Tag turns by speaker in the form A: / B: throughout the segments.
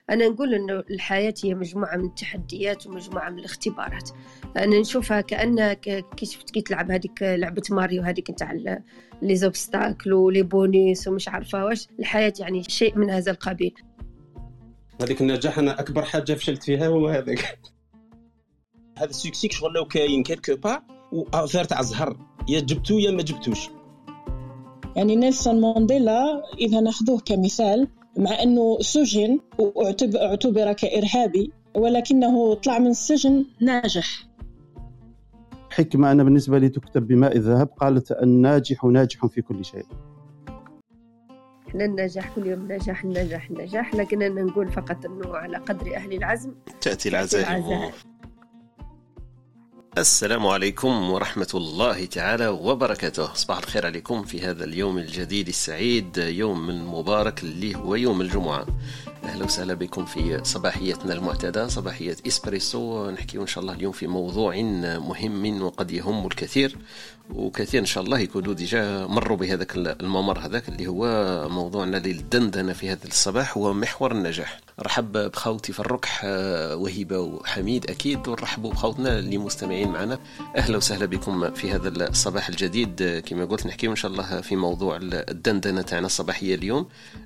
A: أنا نقول إنه الحياة هي مجموعة من التحديات ومجموعة من الاختبارات. أنا نشوفها كأنك كي تلعب هذيك لعبة ماريو هذيك نتاع لي زوبستاكل ولي بونيس ومش عارفة واش. الحياة يعني شيء من هذا القبيل.
B: هذيك النجاح أنا أكبر حاجة فشلت فيها هو هذاك. هذا السكسيك شغل لو كاين كيلكو با وافير تاع الزهر، يا جبتو يا ما جبتوش.
C: يعني نيلسون مانديلا إذا نأخذوه كمثال، مع أنه سجن واعتبر كإرهابي، ولكنه طلع من السجن ناجح.
D: حكمة أنا بالنسبة لي تكتب بماء الذهب، قالت الناجح ناجح في كل شيء.
A: احنا النجاح كل يوم النجاح، لكن أنا نقول فقط أنه على قدر أهل العزم
E: تأتي العزائم. السلام عليكم ورحمة الله تعالى وبركاته. صباح الخير عليكم في هذا اليوم الجديد السعيد، يوم المبارك اللي هو يوم الجمعة. أهلا وسهلا بكم في صباحيتنا المعتادة، صباحية إسبريسو. نحكي إن شاء الله اليوم في موضوع مهم وقد يهم الكثير، وكثير إن شاء الله يكونوا ديجا مروا بهذاك الممر هذاك اللي هو موضوعنا للدندنة في هذا الصباح، هو محور النجاح. رحب بخوتي في الركح وهبة وحميد أكيد، ونرحبوا بخوتنا اللي مستمعين معنا. أهلا وسهلا بكم في هذا الصباح الجديد. كما قلت نحكي إن شاء الله في موضوع الدندنة تاعنا الصباحية اليوم.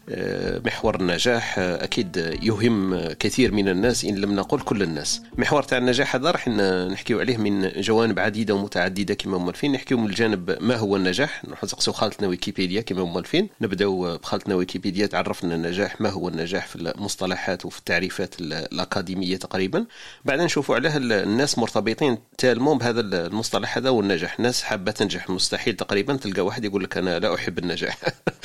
E: محور النجاح أكيد يهم كثير من الناس، إن لم نقل كل الناس. محور تاع النجاح هذا راح نحكيو عليه من جوانب عديدة ومتعددة كما مولفين. نحكيو من الجانب ما هو النجاح، نروح نسقسو خالتنا ويكيبيديا كما مولفين. نبداو بخالتنا ويكيبيديا تعرفنا النجاح، ما هو النجاح في المصطلحات وفي التعريفات الأكاديمية تقريبا. بعدين نشوفوا عليه الناس مرتبطين تالمون بهذا المصطلح هذا والنجاح. ناس حابة تنجح، مستحيل تقريبا تلقى واحد يقول لك أنا لا أحب النجاح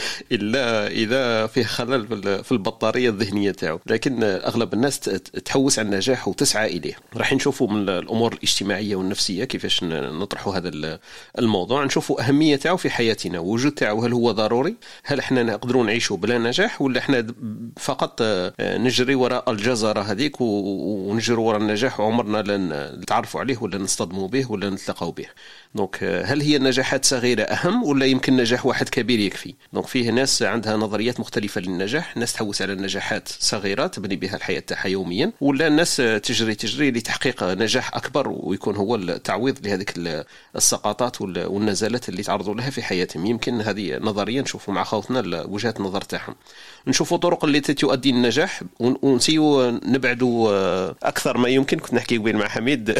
E: إلا إذا فيه خلل في البطارية الذهنية تاعو. لكن أغلب الناس تحوس على النجاح وتسعى إليه. راح نشوفوا من الأمور الاجتماعية والنفسية كيفاش نطرحوا هذا الموضوع، نشوفوا أهمية تاعو في حياتنا، وجود تاعو هل هو ضروري، هل احنا نقدرون نعيشوا بلا نجاح، ولا احنا فقط نجري وراء الجزرة هذيك ونجري وراء النجاح وعمرنا لن نتعرفوا عليه ولا نصطدموا به ولا نتلقوا به. دونك هل هي النجاحات صغيرة أهم ولا يمكن نجاح واحد كبير يكفي؟ دونك فيه ناس عندها نظريات مختلفة للنجاح، ناس تحوس على النجاحات صغيرة تبني بها الحياة تاعها يوميا، ولا الناس تجري لتحقيق نجاح أكبر ويكون هو التعويض لهذه السقطات والنزالات اللي تعرضوا لها في حياتهم. يمكن هذه نظريا نشوفوا مع خوتنا وجهات النظر تاعهم، نشوفوا طرق اللي تؤدي النجاح، ونسيو نبعدوا أكثر ما يمكن. كنت نحكي قبل مع حميد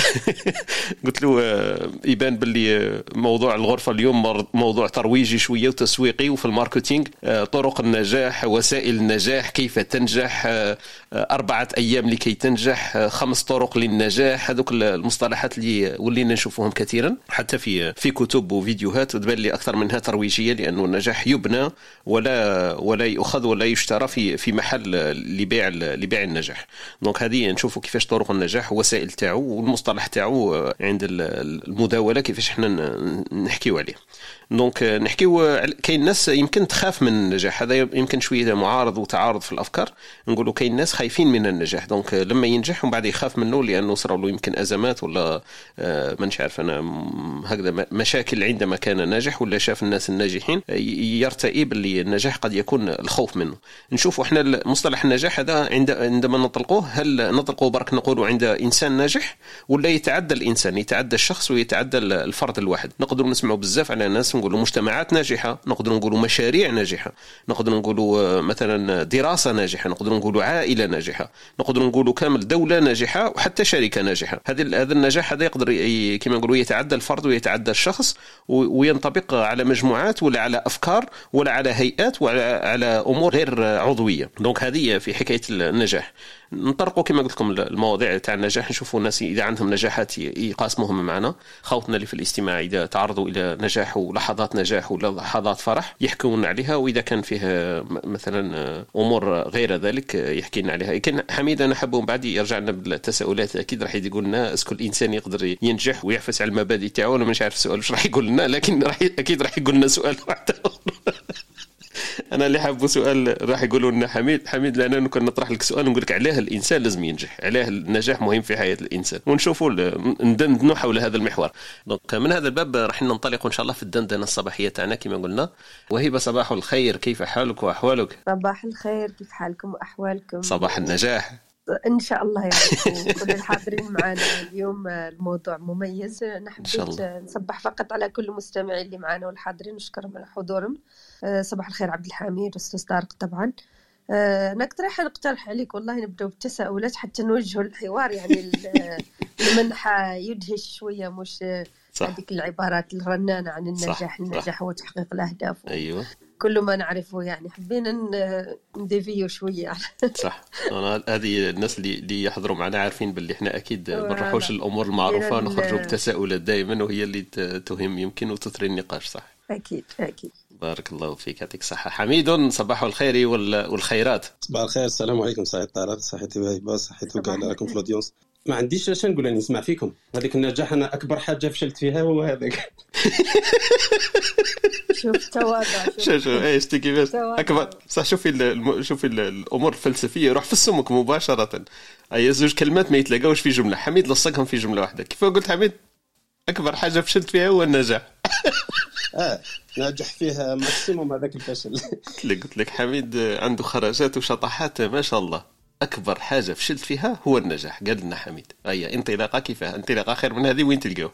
E: قلت له يبان باللي موضوع الغرفة اليوم موضوع ترويجي شوية وتسويقي، وفي الماركتينج طرق النجاح، وسائل النجاح، كيف تنجح، 4 أيام لكي تنجح، 5 طرق للنجاح. هذوك المصطلحات اللي ولينا نشوفهم كثيرا حتى في كتب وفيديوهات، وتبان لي أكثر منها ترويجية، لأنه النجاح يبنى ولا يؤخذ ولا يشترى في محل لبيع النجاح. دونك هذه نشوفوا كيفاش طرق النجاح ووسائل تاعو والمصطلح تاعو عند المداولة كيفاش احنا نحكيو عليه. دونك نحكيو كاين ناس يمكن تخاف من النجاح، هذا يمكن شويه معارض وتعارض في الافكار. نقولوا كاين ناس خايفين من النجاح، دونك لما ينجح ومن بعد يخاف منه لانه صار له يمكن ازمات ولا مانيش عارف انا هكذا مشاكل عندما كان ناجح، ولا شاف الناس الناجحين يرتئي باللي النجاح قد يكون الخوف منه. نشوفوا احنا مصطلح النجاح هذا عندما نطلقوه، هل نطلقوه برك نقولوا عند انسان ناجح، ولا يتعدى الانسان، يتعدى الشخص ويتعدى الفرد الواحد؟ نقدر نسمعوا بزاف على ناس نقولوا مجتمعات ناجحة، نقدر نقولوا مشاريع ناجحة، نقدر نقولوا مثلا دراسة ناجحة، نقدر نقولوا عائلة ناجحة، نقدر نقولوا كامل دولة ناجحة، وحتى شركة ناجحة. هذا النجاح هذا يقدر كما نقولوا يتعدى الفرد ويتعدى الشخص، وينطبق على مجموعات ولا على أفكار ولا على هيئات ولا على أمور غير عضوية. دونك هذه في حكاية النجاح. نطرقوا كما قلت لكم المواضيع تاع النجاح، نشوفوا الناس إذا عندهم نجاحات يقاسموهم معنا. خوتنا اللي في الاستماع إذا تعرضوا إلى نجاح ولحظات نجاح ولحظات فرح يحكون عليها، وإذا كان فيها مثلا أمور غير ذلك يحكينا عليها. لكن حميد أنا حابه بعد يرجع لنا بالتساؤلات، أكيد راح يقول لنا اسكو الإنسان يقدر ينجح ويحفز على المبادئ تاعو. أنا مش عارف السؤال وش راح يقول لنا، لكن أكيد راح يقول لنا سؤال واحد انا اللي حابه سؤال راح يقولوا لنا حميد لان كنا نطرح لك سؤال نقول لك علاه الانسان لازم ينجح، علاه النجاح مهم في حياه الانسان، ونشوفوا ندندنوا حول هذا المحور. دونك من هذا الباب راح ننطلق ان شاء الله في الدندنه الصباحيه تاعنا كما قلنا. وهبه صباح الخير، كيف حالك واحوالك؟
A: صباح الخير، كيف حالكم واحوالكم؟
E: صباح النجاح
A: ان شاء الله يا رب. كل الحاضرين معنا اليوم الموضوع مميز. انا حبيت نصبح فقط على كل المستمعين اللي معنا والحاضرين، نشكرهم على حضورهم. صباح الخير عبد الحميد واستاذ طارق. طبعا نقترح عليك والله نبداو بالتساؤلات حتى نوجهوا الحوار، يعني لمن يدهش شويه، مش هذيك العبارات الرنانه عن النجاح. النجاح هو تحقيق الاهداف.
E: ايوه
A: كل ما نعرفه، يعني حبينا نديفيو شويه.
E: صح. انا هذه الناس اللي يحضروا معنا عارفين باللي احنا اكيد ما نروحوش الامور المعروفه، نخرجوا بتساؤلات دائما وهي اللي تهم يمكن وتثري النقاش. صح
A: اكيد.
E: بارك الله فيك، يعطيك الصحه. حميد صباح الخير والخيرات.
B: صباح الخير، السلام عليكم. صحيح طارق، صحتي وهبه، صحتك لكم في الاودينس. ما عنديش اش نقول، اني نسمع فيكم. هذيك النجاح انا اكبر حاجه فشلت فيها هو هذاك.
A: شوف تواضع،
E: شوف ايش كيفاش اكبر. صح. شوفي الامور الفلسفيه، روح في السمك مباشره. اي زوج كلمات ما يتلاقاوش في جمله، حميد لصقهم في جمله واحده. كيف قلت حميد؟ اكبر حاجه فشلت فيها هو النجاح.
B: ناجح فيها ماكسيموم هذاك الفشل.
E: قلت لك حميد عنده خرجات وشطحات ما شاء الله. أكبر حاجة فشلت فيها هو النجاح، قال لنا حميد. أي انطلاقة كيفاه؟ انطلاقة خير من هذه وين تلقاه؟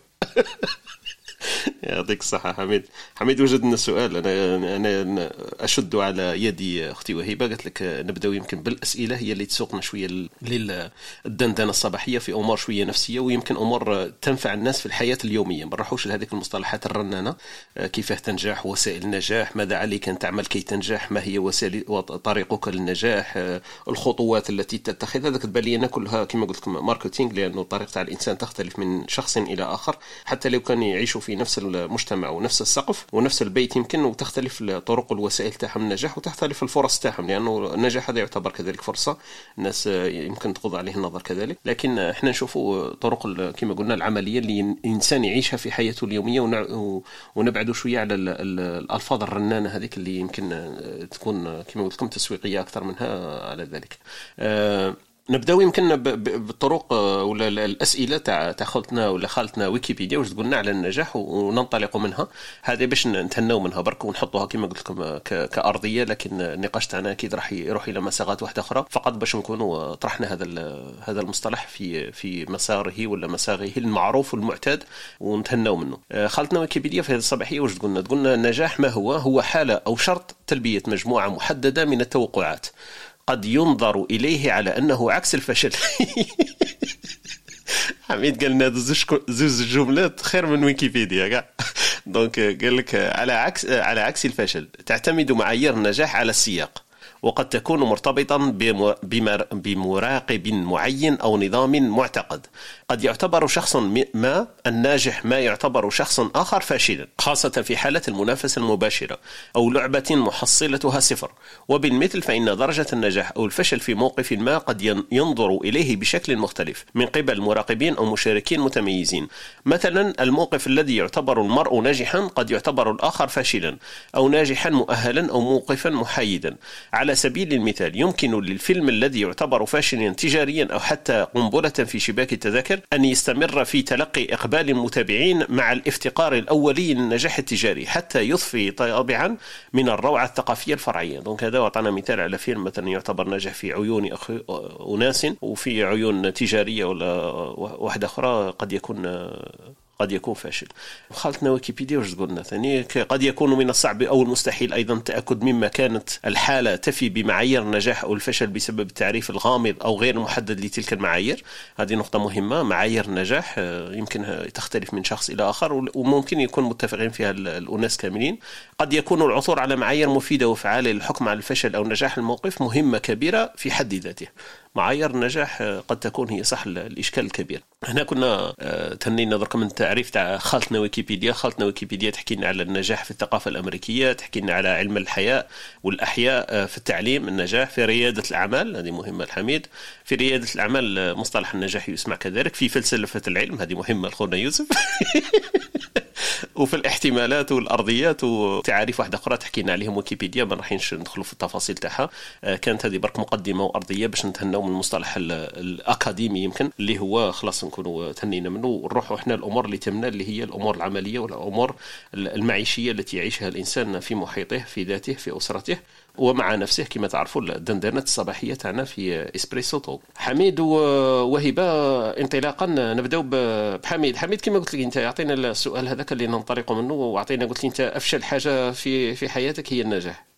E: يعطيك الصحة حميد وجدنا السؤال. أنا أشد على يدي أختي وهبة، قلت لك نبدأ يمكن بالأسئلة هي اللي تسوقنا شوية للدندنة الصباحية في أمور شوية نفسية، ويمكن أمور تنفع الناس في الحياة اليومية. ما نروحوش لهذه المصطلحات الرنانة. كيف تنجح، وسائل النجاح، ماذا عليك أن تعمل كي تنجح، ما هي وسائل وطريقك للنجاح، الخطوات التي تتخذ. هذا تبان لي أنا كلها كما قلت لكم ماركتينج، لأنه طريقة الإنسان تختلف من شخص إلى آخر، حتى لو كان يعيشوا في نفس المجتمع ونفس السقف ونفس البيت يمكن، وتختلف الطرق والوسائل تاعهم النجاح، وتختلف الفرص تاعهم، لأنه النجاح هذا يعتبر كذلك فرصة. الناس يمكن تغض عليه النظر كذلك، لكن احنا نشوفوا طرق كما قلنا العملية اللي الإنسان يعيشها في حياته اليومية، ونبعدوا شوية على الألفاظ الرنانة هذيك اللي يمكن تكون كما قلت لكم تسويقية أكثر منها على ذلك. نبداو يمكن بالطرق ولا الاسئله تاع خالتنا ولا خالتنا ويكيبيديا واش تقولنا على النجاح، وننطلق منها. هذه باش نتهناو منها برك ونحطوها كما قلت لكم كارضيه، لكن النقاش تاعنا اكيد راح يروح الى مساغات واحده اخرى، فقط باش نكونوا طرحنا هذا المصطلح في مساره ولا مساغه المعروف والمعتاد ونتهناو منه. خالتنا ويكيبيديا في هذه الصباحيه واش تقولنا النجاح ما هو حاله او شرط تلبيه مجموعه محدده من التوقعات قد ينظر إليه على أنه عكس الفشل. حميد قال لنا زوز جملات خير من ويكيبيديا. دونك قال لك على عكس الفشل تعتمد معايير النجاح على السياق، وقد تكون مرتبطا بمراقب معين أو نظام معتقد. قد يعتبر شخص ما الناجح ما يعتبر شخص آخر فاشلا، خاصة في حالة المنافسة المباشرة أو لعبة محصلتها 0. وبالمثل فإن درجة النجاح أو الفشل في موقف ما قد ينظر إليه بشكل مختلف من قبل مراقبين أو مشاركين متميزين. مثلا الموقف الذي يعتبر المرء ناجحا قد يعتبر الآخر فاشلا أو ناجحا مؤهلا أو موقفا محايدا. على سبيل المثال يمكن للفيلم الذي يعتبر فاشلا تجاريا أو حتى قنبلة في شباك التذاكر أن يستمر في تلقي إقبال المتابعين مع الافتقار الأولي للنجاح التجاري حتى يضفي طابعا من الروعة الثقافية الفرعية. دونك هذا وعطانا مثال على فيلم مثلا يعتبر ناجح في عيون أناس، وفي عيون تجارية ولا واحدة أخرى قد يكون فاشل. خالتنا ويكيبيديا وش تقولنا ثاني؟ قد يكون من الصعب أو المستحيل أيضا التأكد مما كانت الحالة تفي بمعايير النجاح أو الفشل بسبب التعريف الغامض أو غير محدد لتلك المعايير. هذه نقطة مهمة. معايير النجاح يمكن تختلف من شخص إلى آخر، وممكن يكون متفقين فيها الأناس كاملين. قد يكون العثور على معايير مفيدة وفعالة للحكم على الفشل أو نجاح الموقف مهمة كبيرة في حد ذاته. معايير النجاح قد تكون هي صح الإشكال الكبير. هنا كنا تنينا درك من تعريف تاع خالتنا ويكيبيديا تحكي لنا على النجاح في الثقافة الأمريكية، تحكي لنا على علم الحياة والأحياء في التعليم، النجاح في ريادة الأعمال، هذه مهمة الحميد، في ريادة الأعمال مصطلح النجاح يسمع كذلك، في فلسفة العلم، هذه مهمة لخونا يوسف وفي الاحتمالات والأرضيات وتعاريف واحدة أخرى تحكينا عليهم ويكيبيديا، ما راحينش ندخلوا في التفاصيل تاعها. كانت هذه برك مقدمة وأرضية باش نتهنوا من المصطلح الأكاديمي يمكن اللي هو خلاص نكونوا تهنينا منه ونروحوا إحنا الأمور اللي تمنا اللي هي الأمور العملية والأمور المعيشية التي يعيشها الإنسان في محيطه، في ذاته، في أسرته ومع نفسه. كما تعرفوا الدندنات الصباحية تاعنا في إسبريسو توك. حميد ووهبة، انطلاقا نبدأ بحميد. حميد كما قلت لك أنت، أعطينا السؤال هذاك اللي ننطلق منه، وأعطينا قلت لي أنت أفشل حاجة في حياتك هي النجاح.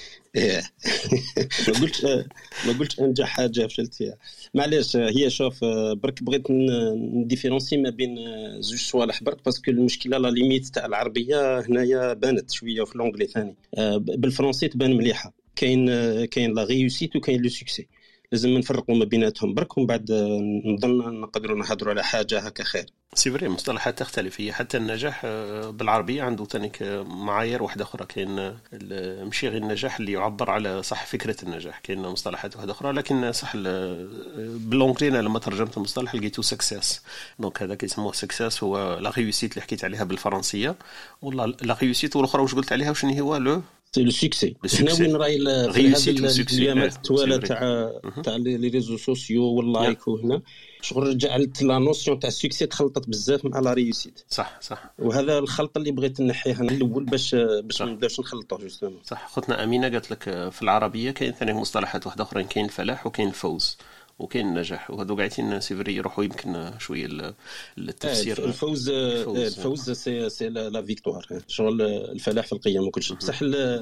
B: ما قلتش انجح حاجه فشلت فيها، معليش. هي شوف برك بغيت نديفيرونسي ما بين زوج صوالح برك، باسكو المشكله لا ليميت تاع العربيه هنايا بانت شويه في لونغلي ثاني. بالفرنسي تبان مليحه، كاين لا ريوسيت وكاين لو سوكسي، لازم نفرقوا ما بيناتهم برك، ومن بعد نظن نقدروا نهضروا على حاجه هكا خير.
E: سي فري مصطلحات تختلف، هي حتى النجاح بالعربيه عنده تانيك معايير واحده اخرى، كاين ماشي غير النجاح اللي يعبر على صح فكره النجاح، كاين مصطلحات واحده اخرى، لكن صح باللونجلي لما ترجمت المصطلح لقيته سكسيس. دونك هذا كيسموه سكسيس هو لا ريوسيت اللي حكيت عليها بالفرنسيه، والله لا ريوسيت والاخرى واش قلت عليها وشنو هو لو
B: سي لو سوكسي. هنا وين راهي الأيامات التوالة تاع لي ريزو سوسيو واللايك، وهنا شغل جعلت لا نوسيون تاع السوكسي تخلطت بزاف مع لا ريوسيت.
E: صح.
B: وهذا الخلط اللي بغيت نحيها من الاول باش ما نبداوش نخلطوه جوستومون.
E: صح. خوتنا امينه قالت لك في العربيه كاين ثاني مصطلحات واحده اخرين، كاين الفلاح وكاين الفوز وكاين النجاح، وهذو قاعدين سيفري يروحوا يمكن شويه التفسير.
B: الفوز سي لا فيكتوار، شغل الفلاح في القيم وكلشي. بصح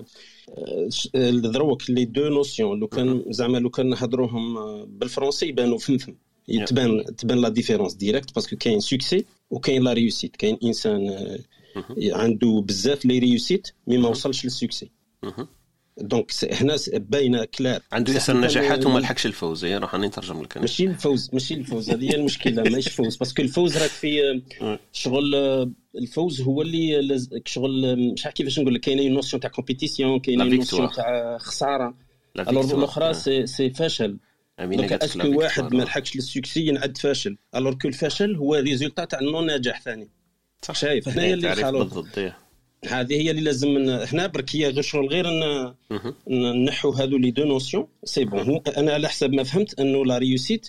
B: دروك لي دو نوسيون لو كان زعما لو كان نهضروهم بالفرنسي يبانوا فمفم، تبان لا ديفيرونس ديريكت، باسكو كاين سوكسي وكاين لا ريوسيت. كاين انسان عنده بزاف لي ريوسيت مي ما وصلش للسوكسي، دونك هنا باينه كلار
E: عنده ياسر نجاحات وما لحقش الفوز. راح نترجم لك
B: ماشي الفوز هذه هي المشكله، ماشي الفوز، باسكو الفوز راك في شغل الفوز هو اللي شغل مش عارف كيفاش نقول لك، كاينه نوسيون تاع كومبيتيسيون، كاينه نوسيون تاع خساره، الوغ الاخرى سي فشل. دونك اسكو واحد ما لحقش للسوكسي ينعد فاشل، الوغ كو الفشل هو ريزولتا تاع النون نجاح ثاني. شايف هنا اللي خالط، هذه هي اللي لازم هنا برك هي غير نحو هذو لي دو نوسيون سي بون. انا على حسب ما فهمت انه لا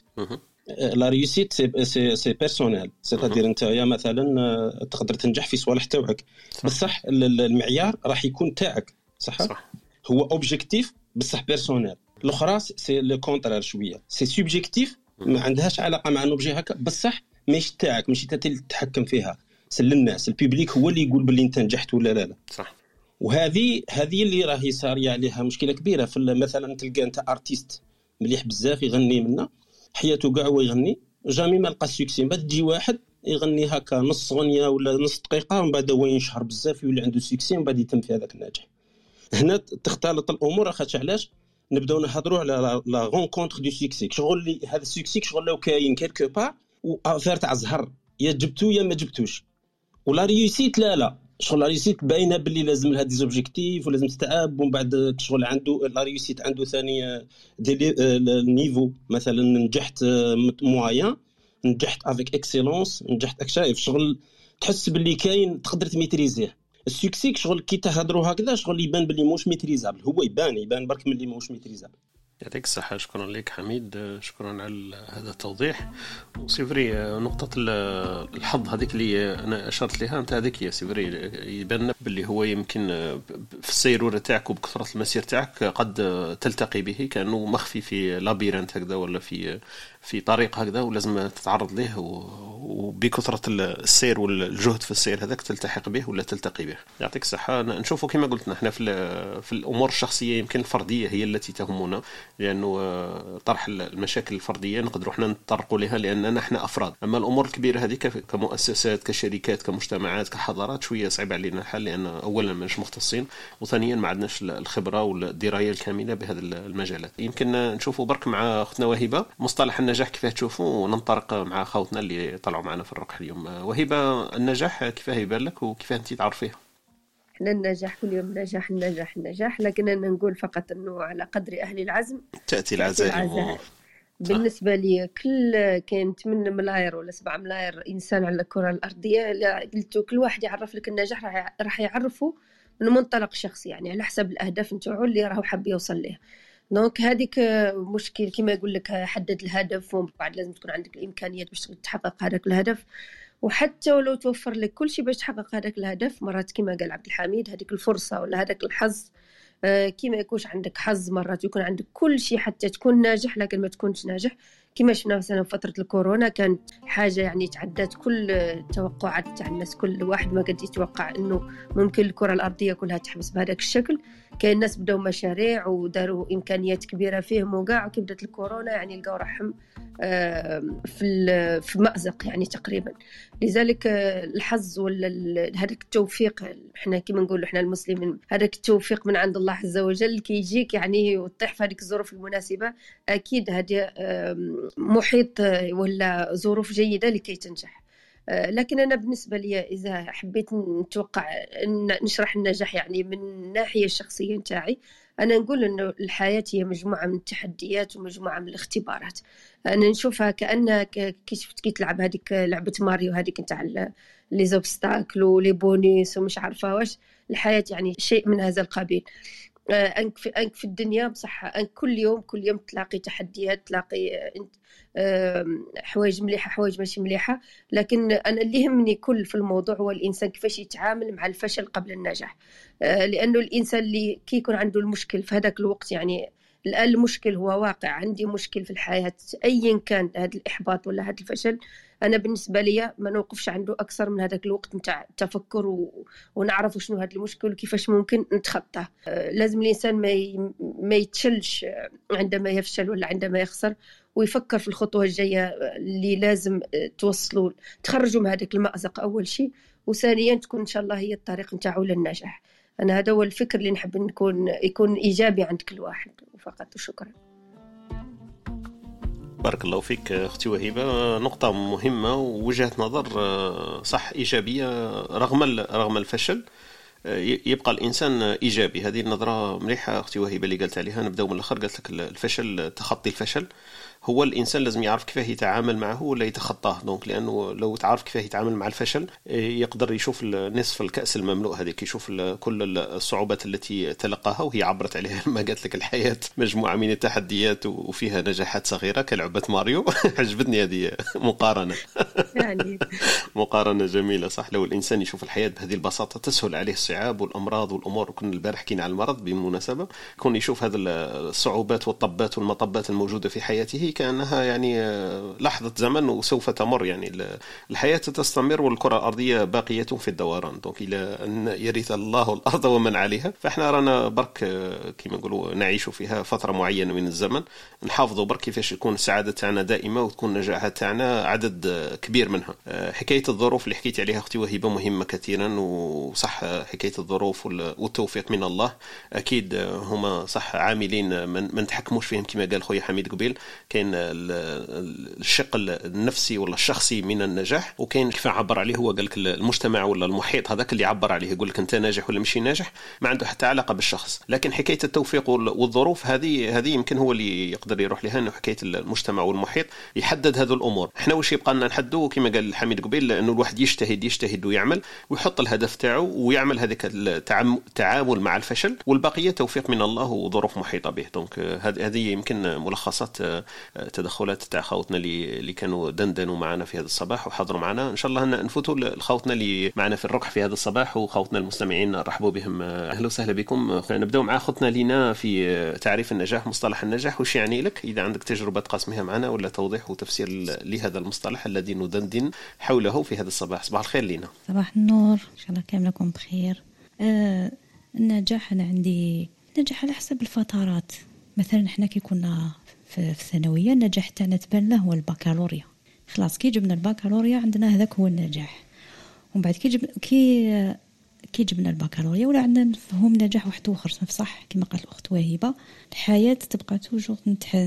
B: ريوسيت سي بيرسونيل، سيتادير انت يا مثلا تقدر تنجح في صوالح تاعك، بصح المعيار راح يكون تاعك، صح. هو اوبجيكتيف بصح بيرسونيل. الاخرى سي لو كونترير شويه، سي سوبجيكتيف ما عندهاش علاقه مع نوبجي هكا، بصح ماشي تاعك، ماشي انت اللي تتحكم فيها، سلم الناس البيبليك هو اللي يقول باللي انت نجحت ولا لا.
E: صح.
B: وهذه اللي راهي صار عليها مشكله كبيره. في مثلا تلقى انت ارتيست مليح بزاف يغني منا حياته كاع ويغني جامي ما لقى السوكسي، بعد تجي واحد يغني هكا نص غنيه ولا نص دقيقه ومن بعد هو ينشهر بزاف ويولي عنده سوكسي ومن بعد يتم في هذاك الناجح. هنا تختلط الامور، خاطش علاش نبداو نهضروا على لا رونكونتر دو سوكسي. شغل هذا السوكسي شغل لو كاين كيلكو با وافير تاع زهر، يا جبتو يا ما جبتوش. ولا ريوسيت لا شغل لا ريوسيت باينه باللي لازم لها دي اوبجيكتيف ولازم تتعب، ومن بعد شغل عنده لا ريوسيت عنده ثاني النيفو، مثلا نجحت موين، نجحت افيك اكسيلونس، نجحت شايف شغل تحس باللي كاين تقدر تميتريزيه. السوكسيك شغل كي تهضروا هكذا شغل يبان باللي موش ميتريزابل، هو يبان برك ملي موش ميتريزابل.
E: يعطيك الصحة. شكرا لك حميد، شكرا على هذا التوضيح. وسيفري نقطة الحظ هذيك اللي أنا أشرت لها أنت، هذيك يا سيفري يبان باللي هو يمكن في السيرورة تاعك وبكثرة المسير تاعك قد تلتقي به كأنه مخفي في لابيرنت هكذا، ولا في في طريق هكذا ولازم تتعرض له وبكثرة السير والجهد في السير هذاك تلتحق به ولا تلتقي به. يعطيك الصحة. نشوفوا كما قلت نحن في الأمور الشخصية يمكن الفردية هي التي تهمنا، لأنه طرح المشاكل الفردية نقدر احنا نتطرقوا لها لأننا احنا أفراد. أما الأمور الكبيرة هذه كمؤسسات كشركات كمجتمعات كحضارات شوية صعب علينا الحل، لأن أولا مش مختصين، وثانيا ما عندناش الخبرة والدراية الكاملة بهذه المجالات. يمكن نشوفوا برك مع أختنا وهبة مصطلح النجاح كيف تشوفوا، وننطلق مع خوتنا اللي طلعوا معنا في الرقح اليوم. وهبة، النجاح كيف يبان لك وكيف أنت تعرفيه؟
A: احنا النجاح كل يوم نجاح، لكن أنا نقول فقط أنه على قدر أهل العزم
E: تأتي العزائم.
A: بالنسبة لي كان 8 ملاير ولا 7 ملاير إنسان على الكرة الأرضية، قلت كل واحد يعرف لك النجاح راح يعرفه من منطلق شخصي، يعني على حسب الأهداف نتاعو اللي راهو حاب يوصل له. دونك هذيك مشكل كما يقول لك حدد الهدف، ومن بعد لازم تكون عندك الإمكانيات باش تحقق هذاك الهدف، وحتى ولو توفر لك كل شيء باش تحقق هذاك الهدف، مرات كما قال عبد الحميد هذيك الفرصة ولا هذاك الحظ، كيما يكونش عندك حظ مرات يكون عندك كل شيء حتى تكون ناجح لكن ما تكونش ناجح. كما شفنا مثلا فترة الكورونا كانت حاجة يعني تعدت كل التوقعات تاع الناس، كل واحد ما قد يتوقع انه ممكن الكرة الأرضية كلها تحبس بهذاك الشكل. كاين الناس بدأوا مشاريع وداروا إمكانيات كبيرة فيهم وقاع، وكي بدأت الكورونا يعني لقاو راحهم في مأزق يعني تقريبا. لذلك الحظ ولا هذاك التوفيق، احنا كما نقول احنا المسلمين هذاك التوفيق من عند الله عز وجل كي يجيك يعني وتطيح في هذيك الظروف المناسبة، أكيد هذه محيط ولا ظروف جيدة لكي تنجح. لكن أنا بالنسبة لي إذا حبيت نتوقع نشرح النجاح يعني من الناحية الشخصية نتاعي، أنا نقول إنه الحياة هي مجموعة من التحديات ومجموعة من الاختبارات. أنا نشوفها كأنها كي تلعب هذيك لعبة ماريو هذيك نتاع لي زوبستاكل ولي بونيس ومش عارفة واش. الحياة يعني شيء من هذا القبيل. أنك في الدنيا بصح أنك كل يوم تلاقي تحديات، تلاقي حوايج مليحة حوايج ماشي مليحة. لكن أنا اللي يهمني كل في الموضوع هو الإنسان كيفاش يتعامل مع الفشل قبل النجاح. لأنه الإنسان اللي كي يكون عنده المشكل في هذاك الوقت، يعني الآن المشكل هو واقع، عندي مشكل في الحياة أيا كان هذا الإحباط ولا هذا الفشل، أنا بالنسبة لي ما نوقفش عنده أكثر من هذاك الوقت نتاع التفكر ونعرف شنو هذا المشكل وكيفاش ممكن نتخطاه. لازم الإنسان ما يتشلش عندما يفشل ولا عندما يخسر، ويفكر في الخطوة الجاية اللي لازم توصلوا تخرجوا من هذاك المأزق أول شيء، وثانيا تكون إن شاء الله هي الطريق نتاعو للنجاح. أنا هذا هو الفكر اللي نحب يكون إيجابي عند كل واحد فقط. وشكرا.
E: بارك الله فيك أختي وهبة. نقطة مهمة ووجهة نظر صح إيجابية. رغم الفشل يبقى الإنسان إيجابي. هذه النظرة مليحة أختي وهبة اللي قلت عليها. نبدأ من الآخر. قلت لك الفشل، تخطي الفشل، هو الإنسان لازم يعرف كيف يتعامل معه ولا يتخطاه. دونك لأنه لو تعرف كيف يتعامل مع الفشل يقدر يشوف نصف الكأس المملوء هذيك، يشوف كل الصعوبات التي تلقاها وهي عبرت عليها. ما قالت لك الحياة مجموعة من التحديات وفيها نجاحات صغيرة كلعبة ماريو. عجبتني هذه مقارنة. يعني مقارنة جميلة صح. لو الإنسان يشوف الحياة بهذه البساطة تسهل عليه الصعاب والأمراض والأمور. كنا البارح حكينا على المرض بالمناسبة، كون يشوف هذه الصعوبات والطبات والمطبات الموجودة في حياته كأنها يعني لحظة زمن وسوف تمر. يعني الحياة تستمر والكرة الأرضية باقية في الدوران. دونك إلى أن يرث الله الأرض ومن عليها. فإحنا رانا برك كما نقولوا نعيش فيها فترة معينة من الزمن، نحافظوا برك كيفاش يكون السعادة تاعنا دائمة وتكون النجاحات تاعنا عدد كبير منها. حكاية الظروف اللي حكيت عليها أختي وهبة مهمة كثيرا، وصح حكاية الظروف والتوفيق من الله أكيد هما صح عاملين ما نتحكموش فيهم. كما قال خويا حميد قبيل، كاين الشق النفسي ولا الشخصي من النجاح، وكاين كيف عبر عليه هو. قال لك المجتمع ولا المحيط هذاك اللي يعبر عليه، يقول لك انت ناجح ولا مش ناجح، ما عنده حتى علاقه بالشخص. لكن حكايه التوفيق والظروف هذه يمكن هو اللي يقدر يروح لها، انه حكايه المجتمع والمحيط يحدد هذه الامور. احنا واش يبقى لنا نحددوا كما قال حميد قبيل، انه الواحد يجتهد ويعمل ويحط الهدف تاعو ويعمل هذيك التعامل مع الفشل، والبقيه توفيق من الله وظروف محيطه به. دونك هذه يمكن ملخصات تدخلات تاع خوتنا اللي كانوا دندنوا معنا في هذا الصباح وحضروا معنا. ان شاء الله نفوتوا لخوتنا اللي معنا في الركح في هذا الصباح، وخوتنا المستمعين رحبوا بهم. اهلا وسهلا بكم. نبداو مع خوتنا لينا في تعريف النجاح، مصطلح النجاح وش يعني لك، اذا عندك تجربه تقاسمها معنا ولا توضيح وتفسير لهذا المصطلح الذي ندندن حوله في هذا الصباح. صباح الخير لينا.
F: صباح النور، ان شاء الله كاملكم بخير. النجاح، انا عندي نجاح على حسب الفترات. مثلا احنا كي كنا في الثانويه النجاح تاعنا تبان له هو البكالوريا. خلاص كي جبنا البكالوريا عندنا هذاك هو النجاح. ومن بعد كي جبنا البكالوريا ولا عندنا نفهم نجاح واحد اخر صح كما قالت الاخت وهبه. الحياه تبقى توجور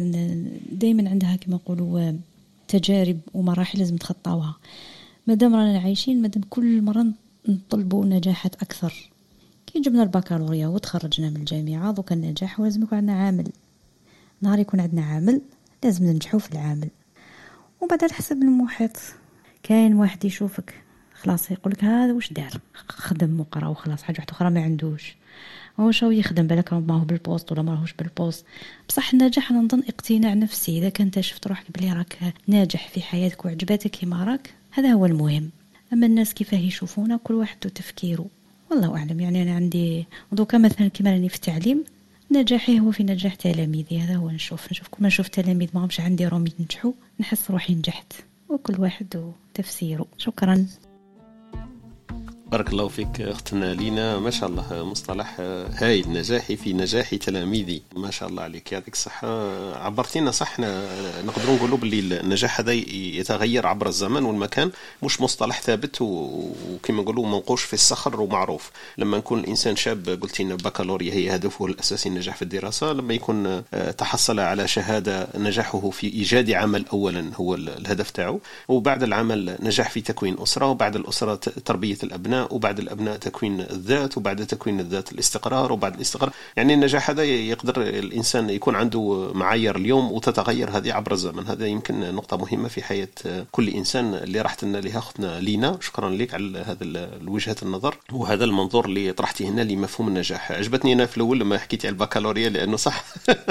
F: دائما عندها كما نقولوا تجارب ومراحل لازم تخطاوها. مادام رانا عايشين، مادام كل مره نطلبوا نجاحات اكثر. كي جبنا البكالوريا وتخرجنا من الجامعه دوك النجاح لازم يكون عندنا عامل. نهار يكون عندنا عامل لازم ننجحوا في العامل. وبعد على حسب المحيط، كاين واحد يشوفك خلاص يقولك هذا واش دار، خدم وقرا وخلاص، حاجه واحده اخرى ما عندوش، هو شو يخدم بالك ما هو بالبوست ولا ما راهوش بالبوست. بصح النجاح انا نظن اقتناع نفسي. اذا كنت شفت روحك بلي راك ناجح في حياتك وعجبتك كيما راك، هذا هو المهم. اما الناس كيفاه يشوفونا كل واحد وتفكيره، والله اعلم. يعني انا عندي دوكا مثلا كيما راني في التعليم، نجاحي هو في نجاح تلاميذي. هذا هو نشوف كل ما نشوف تلاميذ ما همش عندي راهم ينجحوا نحس روحي نجحت، وكل واحد وتفسيره. شكرا.
E: بارك الله فيك اختنا لينا، ما شاء الله مصطلح هاي نجاحي في نجاح تلاميذي، ما شاء الله عليك، يعطيك الصحة. عبرتينا صح. نقدروا نقولوا باللي النجاح هذا يتغير عبر الزمن والمكان، مش مصطلح ثابت وكما نقولوا منقوش في الصخر ومعروف. لما نكون الإنسان شاب قلت لنا بكالوريا هي هدفه الأساسي النجاح في الدراسة، لما يكون تحصل على شهادة نجاحه في إيجاد عمل أولا هو الهدف تاعه، وبعد العمل نجاح في تكوين أسرة، وبعد الأسرة تربية الأبناء، وبعد الأبناء تكوين الذات، وبعد تكوين الذات الاستقرار، وبعد الاستقرار. يعني النجاح هذا يقدر الإنسان يكون عنده معايير اليوم وتتغير هذه عبر الزمن. هذا يمكن نقطة مهمة في حياة كل إنسان اللي راحت لنا لها أختنا لينا. شكرا لك على هذا وجهة النظر وهذا المنظور اللي طرحتيه هنا لمفهوم النجاح. عجبتني أنا في الأول لما حكيتي على البكالوريا، لأنه صح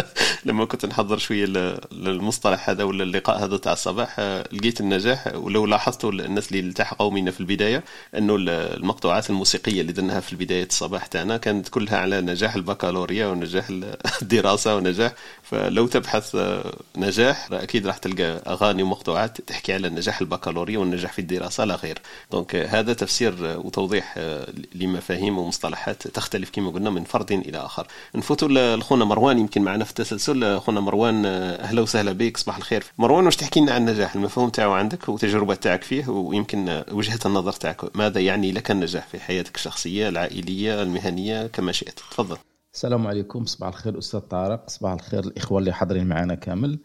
E: لما كنت نحضر شوية للمصطلح هذا ولا اللقاء هذا تاع الصباح، لقيت النجاح. ولو لاحظتوا الناس اللي التحقوا منا في البداية أنه المقطوعات الموسيقية اللي درناها في البداية الصباح تاعنا كانت كلها على نجاح البكالوريا ونجاح الدراسة ونجاح. فلو تبحث نجاح أكيد راح تلقى أغاني ومقطوعات تحكي على نجاح البكالوريا والنجاح في الدراسة لا غير. دونك هذا تفسير وتوضيح لمفاهيم ومصطلحات تختلف كما قلنا من فرد إلى آخر. نفوتوا لأخونا مروان يمكن معنا في التسلسل. أخونا مروان أهلا وسهلا بك، صباح الخير. مروان واش تحكي لنا عن النجاح، المفهوم تاعه عندك وتجربة تاعك فيه، ويمكن وجهة النظر تاعك، ماذا يعني لك النجاح في حياتك الشخصية العائلية المهنية كما شئت. تفضل.
G: السلام عليكم، صباح الخير أستاذ طارق، صباح الخير الإخوة اللي حاضرين معنا كامل.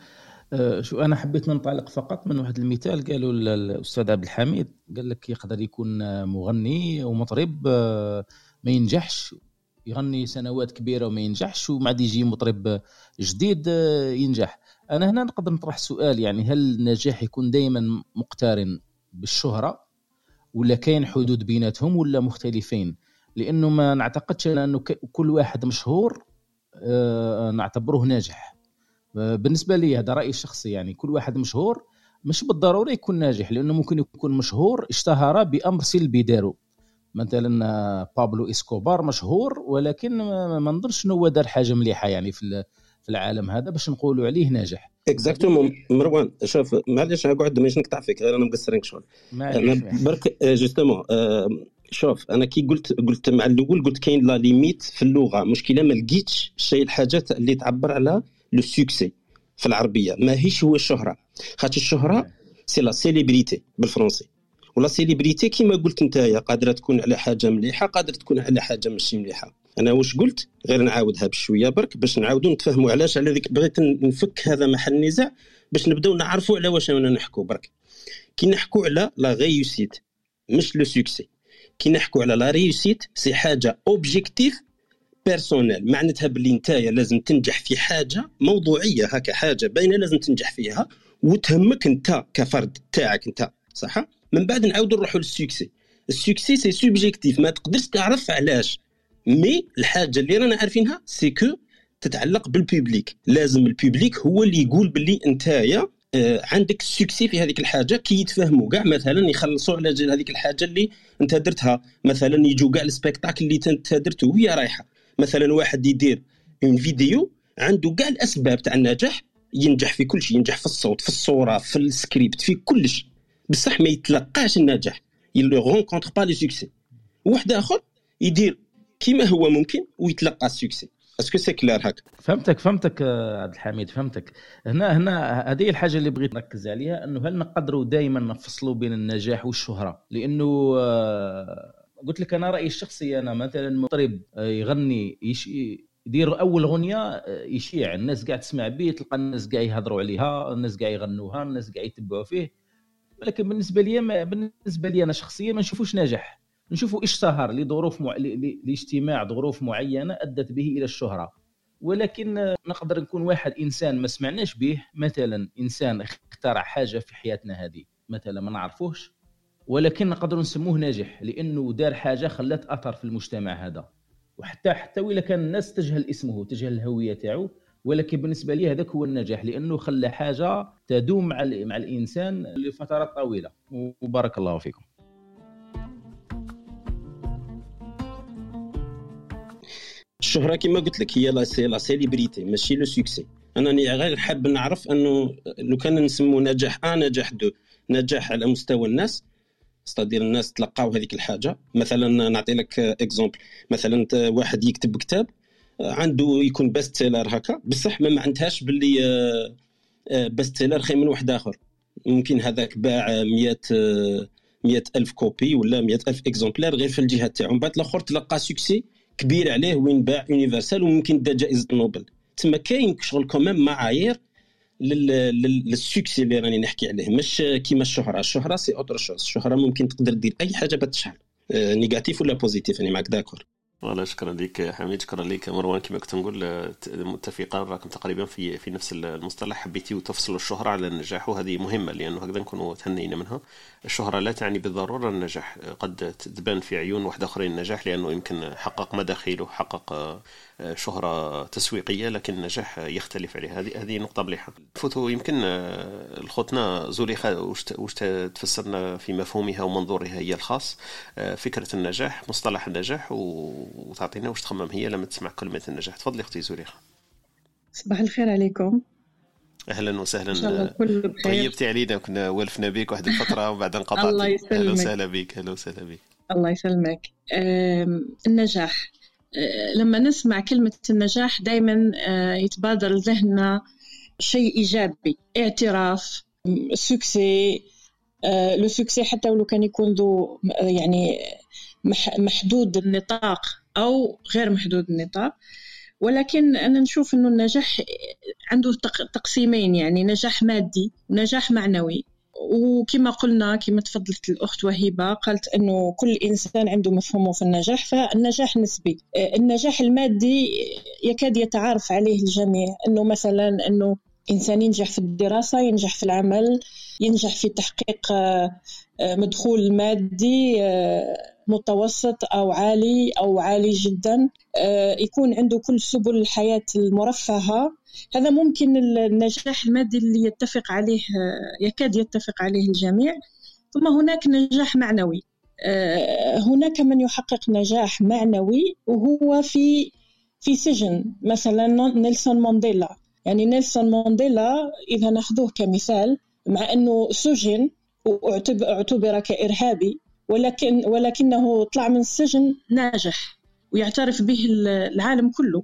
G: شو أنا حبيت ننطلق فقط من واحد المثال قالوا الأستاذ عبد الحميد، قال لك يقدر يكون مغني ومطرب ما ينجحش، يغني سنوات كبيرة وما ينجحش، ومعد يجي مطرب جديد ينجح. أنا هنا نقدر نطرح سؤال، يعني هل النجاح يكون دائما مقترن بالشهرة ولا كاين حدود بيناتهم ولا مختلفين؟ لأنه ما نعتقدش أنه كل واحد مشهور نعتبره ناجح. بالنسبة لي هذا رأيي الشخصي، يعني كل واحد مشهور مش بالضرورة يكون ناجح، لأنه ممكن يكون مشهور اشتهر بأمر سلبي دارو. مثلا بابلو إسكوبار مشهور ولكن ما نظنش أنه دار حاجة مليحة يعني في العالم هذا باش نقولوا عليه ناجح.
B: اكزاكتومون مروان. شوف معليش هقعد ماشي نقطع فيك، غير انا مقصرين شغل. انا برك جوستومون شوف انا كي قلت مع الاول قلت كاين لا ليميت في اللغه، مشكله ما لقيتش شيء الحاجات اللي تعبر على لو سوكسي في العربيه. ما هيش هو الشهره، خاطر الشهره سي لا سيليبريتي بالفرنسي، ولا سيليبريتي كيما قلت نتايا قادره تكون على حاجه مليحه قادره تكون على حاجه ماشي مليحه. انا واش قلت غير نعاودها بشويه برك باش نعاودوا نتفاهموا علاش. على ذيك بغيت نفك هذا محل نزاع باش نبداو نعرفوا على واش انا نحكوا برك. كي نحكوا على لا ريوسيت مش لو سوكسي، كي نحكوا على لا ريوسيت سي حاجه اوبجيكتيف بيرسونيل، معناتها باللي نتايا لازم تنجح في حاجه موضوعيه، هكا حاجه باينه لازم تنجح فيها وتهمك انت كفرد تاعك انت، صح؟ من بعد نعاودوا نروحوا للسوكسي. السوكسي سي سوبجيكتيف، ما تقدرش تعرف علاش، مي الحاجه اللي رانا عارفينها سي كو تتعلق بالبوبليك. لازم البوبليك هو اللي يقول باللي نتايا عندك سوكسي في هذيك الحاجه، كي يتفهموا كاع مثلا يخلصوا على هذيك الحاجه اللي انت درتها. مثلا يجوا كاع السبيكتاكل اللي انت درته وهي رايحه. مثلا واحد يدير اون فيديو عنده كاع الاسباب تاع النجاح، ينجح في كل شيء، ينجح في الصوت، في الصوره، في السكريبت، في كل شيء، بصح ما يتلقاش النجاح، يلو رونكونتر با لي سوكسي. واحد اخر يدير كيما هو ممكن ويتلقى السوكسي. اسكو سي كلار هكا؟
G: فهمتك عبد الحميد، فهمتك. هنا هذه الحاجه اللي بغيت نركز عليها، انه هل نقدروا دائما نفصلوا بين النجاح والشهره؟ لانه قلت لك انا رايي الشخصي، انا مثلا مطرب يغني يدير اول اغنيه يشيع، الناس قاعد تسمع به، تلقى الناس قاعد يهضروا عليها، الناس قاعد يغنوها، الناس قاعد يتبعوا فيه. ولكن بالنسبه لي انا شخصيا ما نشوفوش ناجح، نشوفوا اشتهر لظروف لاجتماع ظروف معينه ادت به الى الشهره. ولكن نقدر نكون واحد انسان ما سمعناش به، مثلا انسان اخترع حاجه في حياتنا هذه مثلا ما نعرفوش، ولكن نقدر نسموه ناجح لانه دار حاجه خلت اثر في المجتمع هذا. وحتى ولا كان الناس تجهل اسمه، تجهل الهويه تاعو، ولكن بالنسبه لي هذاك هو النجاح، لانه خلى حاجه تدوم مع الانسان لفترات طويله. وبارك الله فيكم.
B: الشهرة كما قلت لك هي لا سيليبريتي ماشي لو سوكسي. انا غير حاب نعرف انه لو كان نسمو نجاح نجاح دو نجاح على مستوى الناس، استدير الناس تلقاو هذيك الحاجه. مثلا نعطي لك اكزامبل، مثلا واحد يكتب كتاب عنده يكون بيست سيلر هكا، بصح ما معناتهاش باللي بيست سيلر خير من واحد اخر. ممكن هذاك باع 100,000 كوبي ولا 100,000 اكزامبلار غير في الجهه تاعو، من بعد الاخر تلقى سوكسي كبير عليه وين باع يونيفرسال وممكن دا جائزة نوبل. تما كاين شغل كمان معايير للسوكسي اللي راني نحكي عليه، مش كيما الشهرة سي اوتر شوز. الشهرة ممكن تقدر دير اي حاجه بتشهر، نيجاتيف ولا بوزيتيف. انا معك داكور.
E: والله شكرا لك حميد، شكرا لك مروان. كما كنت نقول متفقين راكم تقريبا في نفس المصطلح. حبيتي وتفصلوا الشهرة على النجاح، وهذه مهمة لأنه هكذا نكونوا تهنينا منها. الشهرة لا تعني بالضرورة النجاح، قد تبان في عيون واحد آخرين النجاح لأنه يمكن حقق مداخيله، حقق شهرة تسويقية، لكن النجاح يختلف عليه. هذه نقطة مليحة. فوتو يمكن الخوتنا زليخة وش تفسرنا في مفهومها ومنظورها هي الخاص فكرة النجاح، مصطلح النجاح، وتعطينا وش تخمم هي لما تسمع كلمة النجاح. تفضلي أختي زليخة.
C: صباح الخير عليكم.
E: أهلا وسهلا. طيبتي علينا، كنا ولفنا بك واحد الفترة وبعد انقطعت.
C: الله يسلمك.
E: أهلا وسهلا بك.
C: الله يسلمك. النجاح، لما نسمع كلمة النجاح دايما يتبادر لذهننا شيء إيجابي، اعتراف، سوكسي. لو سوكسي حتى ولو كان يكون ذو يعني محدود النطاق أو غير محدود النطاق، ولكن أنا نشوف أنه النجاح عنده تقسيمين، يعني نجاح مادي ونجاح معنوي. وكما قلنا، كما تفضلت الأخت وهبة قالت أنه كل إنسان عنده مفهومه في النجاح، فالنجاح نسبي. النجاح المادي يكاد يتعارف عليه الجميع، أنه مثلا أنه إنسان ينجح في الدراسة، ينجح في العمل، ينجح في تحقيق مدخول مادي متوسط أو عالي أو عالي جدا، يكون عنده كل سبل الحياة المرفهة. هذا ممكن النجاح المادي اللي يتفق عليه، يكاد يتفق عليه الجميع. ثم هناك نجاح معنوي. هناك من يحقق نجاح معنوي وهو في سجن، مثلا نيلسون مانديلا. يعني نيلسون مانديلا إذا نأخذه كمثال، مع أنه سجن واعتبر كإرهابي، ولكنه طلع من السجن ناجح ويعترف به العالم كله.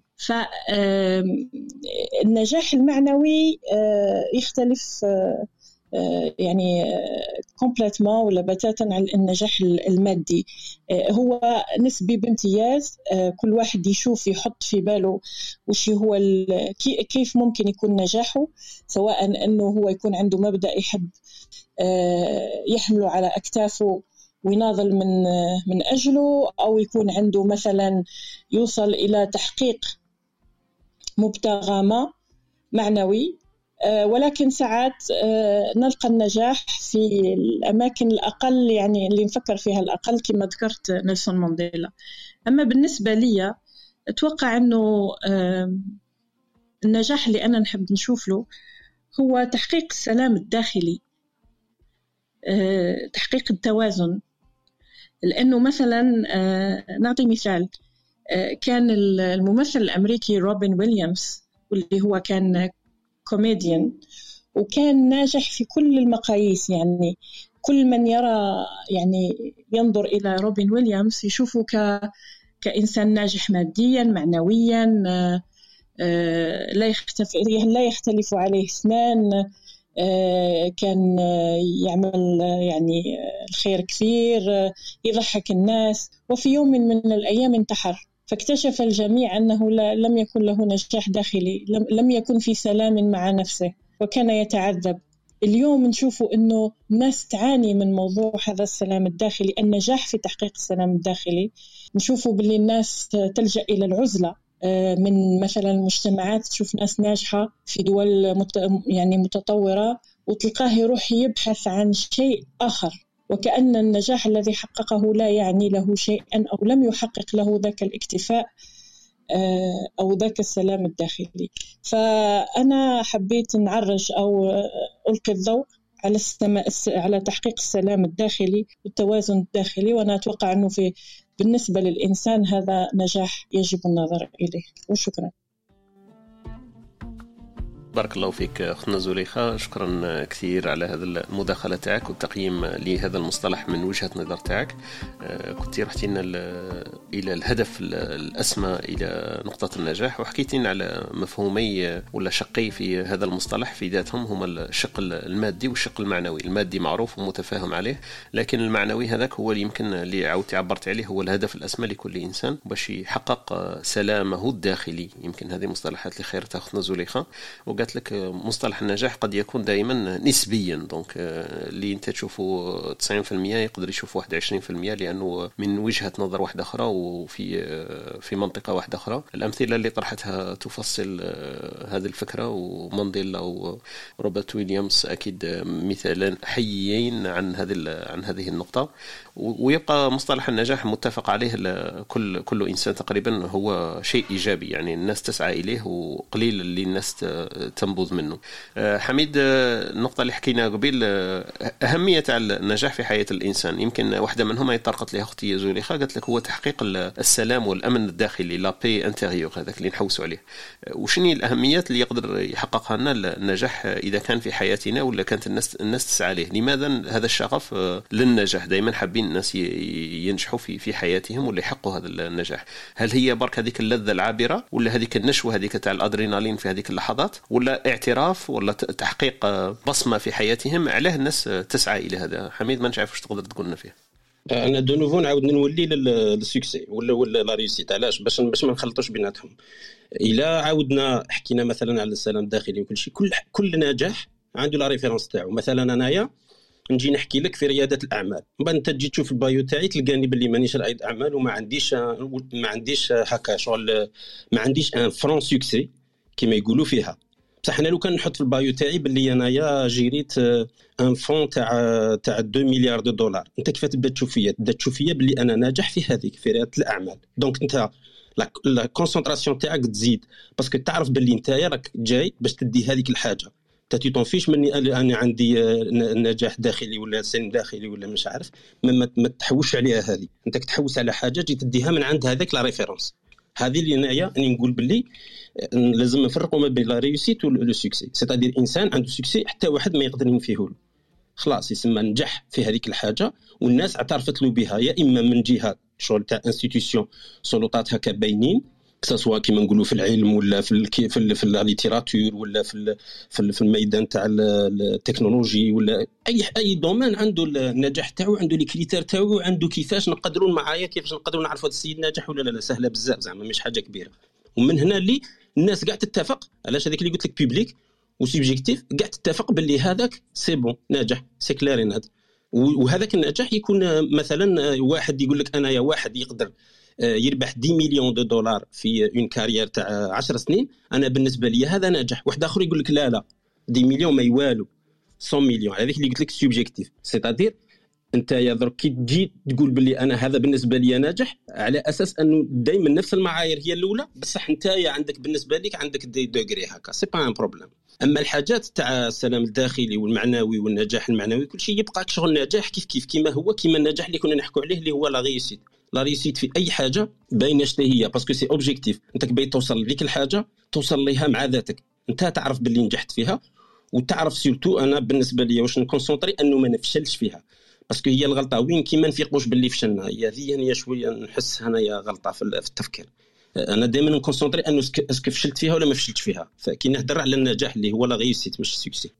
C: فالنجاح المعنوي يختلف يعني كومبليتمون ولا بتاتا عن النجاح المادي. هو نسبي بامتياز، كل واحد يحط في باله وش هو كيف ممكن يكون نجاحه، سواء أنه هو يكون عنده مبدأ يحب يحمله على أكتافه ويناضل من أجله، أو يكون عنده مثلا يوصل إلى تحقيق مبتغى ما معنوي. ولكن ساعات نلقى النجاح في الأماكن الأقل، يعني اللي نفكر فيها الأقل، كما ذكرت نيلسون مانديلا. أما بالنسبة لي أتوقع أنه النجاح اللي أنا نحب نشوف له هو تحقيق السلام الداخلي، تحقيق التوازن. لأنه مثلا نعطي مثال، كان الممثل الأمريكي روبن ويليامز واللي هو كان كوميديان وكان ناجح في كل المقاييس، يعني كل من يرى يعني ينظر إلى روبن ويليامز يشوفه كإنسان ناجح ماديا معنويا، لا يختلف عليه اثنان، كان يعمل يعني الخير كثير، يضحك الناس، وفي يوم من الأيام انتحر. فاكتشف الجميع أنه لم يكن له نجاح داخلي، لم يكن في سلام مع نفسه وكان يتعذب. اليوم نشوفوا أنه الناس تعاني من موضوع هذا السلام الداخلي، النجاح في تحقيق السلام الداخلي. نشوفوا باللي الناس تلجأ إلى العزلة، من مثلا المجتمعات تشوف ناس ناجحة في دول يعني متطورة وتلقاه يروح يبحث عن شيء آخر، وكأن النجاح الذي حققه لا يعني له شيئا أو لم يحقق له ذاك الاكتفاء أو ذاك السلام الداخلي. فأنا حبيت نعرج أو ألقي الضوء على تحقيق السلام الداخلي والتوازن الداخلي، وأنا أتوقع أنه بالنسبة للإنسان هذا نجاح يجب النظر إليه. وشكرا.
E: بارك الله فيك أختنا زليخة، شكرا كثير على هذا المداخلة تاعك والتقييم لهذا المصطلح من وجهة نظر تاعك. كنت رحتي لنا إلى الهدف الأسمى، إلى نقطة النجاح، وحكيتي لنا على مفهومي ولا شقي في هذا المصطلح في ذاتهم، هما الشق المادي والشق المعنوي. المادي معروف ومتفاهم عليه، لكن المعنوي هذاك هو اللي يمكن اللي عاودتي عبرت عليه هو الهدف الأسمى لكل إنسان باش يحقق سلامه الداخلي. يمكن هذه مصطلحات اللي خيرتها أختنا زليخة. قالت لك مصطلح النجاح قد يكون دائما نسبيا، دونك اللي انت تشوفه 90% يقدر يشوفه 21%، لانه من وجهة نظر واحدة اخرى وفي منطقة واحدة اخرى. الامثلة اللي طرحتها تفصل هذه الفكرة، ومانديلا وروبرت ويليامز اكيد مثالين حيين عن هذه النقطة. ويبقى مصطلح النجاح متفق عليه كل انسان تقريبا هو شيء ايجابي، يعني الناس تسعى اليه وقليل اللي الناس تنبذ منه. حميد، النقطة اللي حكينا قبل أهمية النجاح في حياة الإنسان، يمكن واحدة منهم طرقت لها أختي زليخة، قالت لك هو تحقيق السلام والأمن الداخلي، لا بي انتيريور، هذاك اللي نحوسوا عليه. وشني الأهميات اللي يقدر يحققها لنا النجاح إذا كان في حياتنا ولا كانت الناس تسعى له؟ لماذا هذا الشغف للنجاح؟ دائما حابين الناس ينجحوا في حياتهم ولا يحققوا هذا النجاح. هل هي برك هذيك اللذة العابرة، ولا هذيك النشوة هذيك تاع الأدرينالين في هذيك اللحظات، ولا اعتراف، ولا تحقيق بصمة في حياتهم؟ علاه الناس تسعى إلى هذا؟ حميد، ما نعرف واش تقدر تقول لنا فيه.
B: انا دو نوفو نعاود نولي للسكسي ولا لا ريوسيت. علاش؟ باش ما نخلطوش بيناتهم. الا عاودنا حكينا مثلا على السلام الداخلي وكل شيء، كل نجاح عنده لا ريفيرونس تاعو. مثلا انايا نجي نحكي لك في رياده الاعمال، بعد انت تجي تشوف البايو تاعي تلقاني باللي مانيش رائد اعمال وما عنديش هكا شغل، ما عنديش ان فرون سكسي كما يقولوا فيها. بصح انا لو كان نحط في البايو تاعي باللي انايا جيريت ان فون تاع 2 مليار دولار، انت كيف تبدا تشوف فيا؟ تبدا تشوف فيا باللي انا ناجح في هذيك في رياده الاعمال. دونك انت لا كونسنتراسيون تاعك تزيد، باسكو تعرف باللي انت راك جاي باش تدي هذيك الحاجه. انت تنفيش مني انا عندي نجاح داخلي ولا سلم داخلي ولا مش عارف، ما تحوش عليها. هذه انت تحوس على حاجه جي تديها من عند هذاك لا ريفيرونس. هذه اللي انايا نقول باللي لازم نفرقوا ما بين لا ريوسيت ولو سكسي. سيتادير انسان عنده سكسي حتى واحد ما يقدر ينفيه له، خلاص يسمى نجح في هذيك الحاجه والناس اعترفت له بها، يا اما من جهه شغل تاع انستيتيوشن سلطات هكا باينين، سواء كما نقولوا في العلم ولا في الليتيراتور ولا في الميدان تاع التكنولوجي ولا اي دومين، عنده النجاح تاعو، عنده لي كريتير تاعو، عنده كيفاش نقدروا معايا كيفاش نقدروا نعرفوا هذا السيد ناجح ولا لا. سهله بزاف زعما مش حاجه كبيره. ومن هنا اللي الناس قاعد تتفق علاش هذاك اللي قلت لك بوبليك وسوبجيكتيف، قاعد تتفق باللي هذاك سي بون ناجح سي كلارين هذا. وهذاك النجاح يكون مثلا واحد يقول لك انا يا واحد يقدر يربح 10 مليون دولار في اون كارير تاع 10 سنين، انا بالنسبه لي هذا نجاح. واحد اخر يقول لك لا 10 مليون ما يوالو 100 مليون، هذيك اللي قلت لك سوبجيكتيف. سيتادير انت يا درك كي تجي تقول باللي انا هذا بالنسبه لي ناجح على اساس انه دائما نفس المعايير هي الاولى، بصح انت عندك بالنسبه لك عندك دي دوغري هكا، سي با ان بروبليم. اما الحاجات تاع السلام الداخلي والمعنوي والنجاح المعنوي كل شيء يبقى شغل نجاح كيف كيما هو، كيما النجاح اللي كنا نحكوا عليه اللي هو لا ريوسيت. لا ريوسيت في اي حاجه باينه شنو هي، باسكو سي اوبجيكتيف، انت كبي توصل لديك الحاجه توصل ليها مع ذاتك، انت تعرف باللي نجحت فيها وتعرف سيرتو. انا بالنسبه لي واش نكونسونطري انه ما نفشلش فيها، باسكو هي الغلطه وين كيما نفيقوش باللي فشلنا، هي شويه نحس هنايا غلطه في التفكير. انا دائما نكونسونطري انه اسكو فشلت فيها ولا ما فشلتش فيها، فكي نهضر على النجاح اللي هو لا ريوسيت مش سوكسي.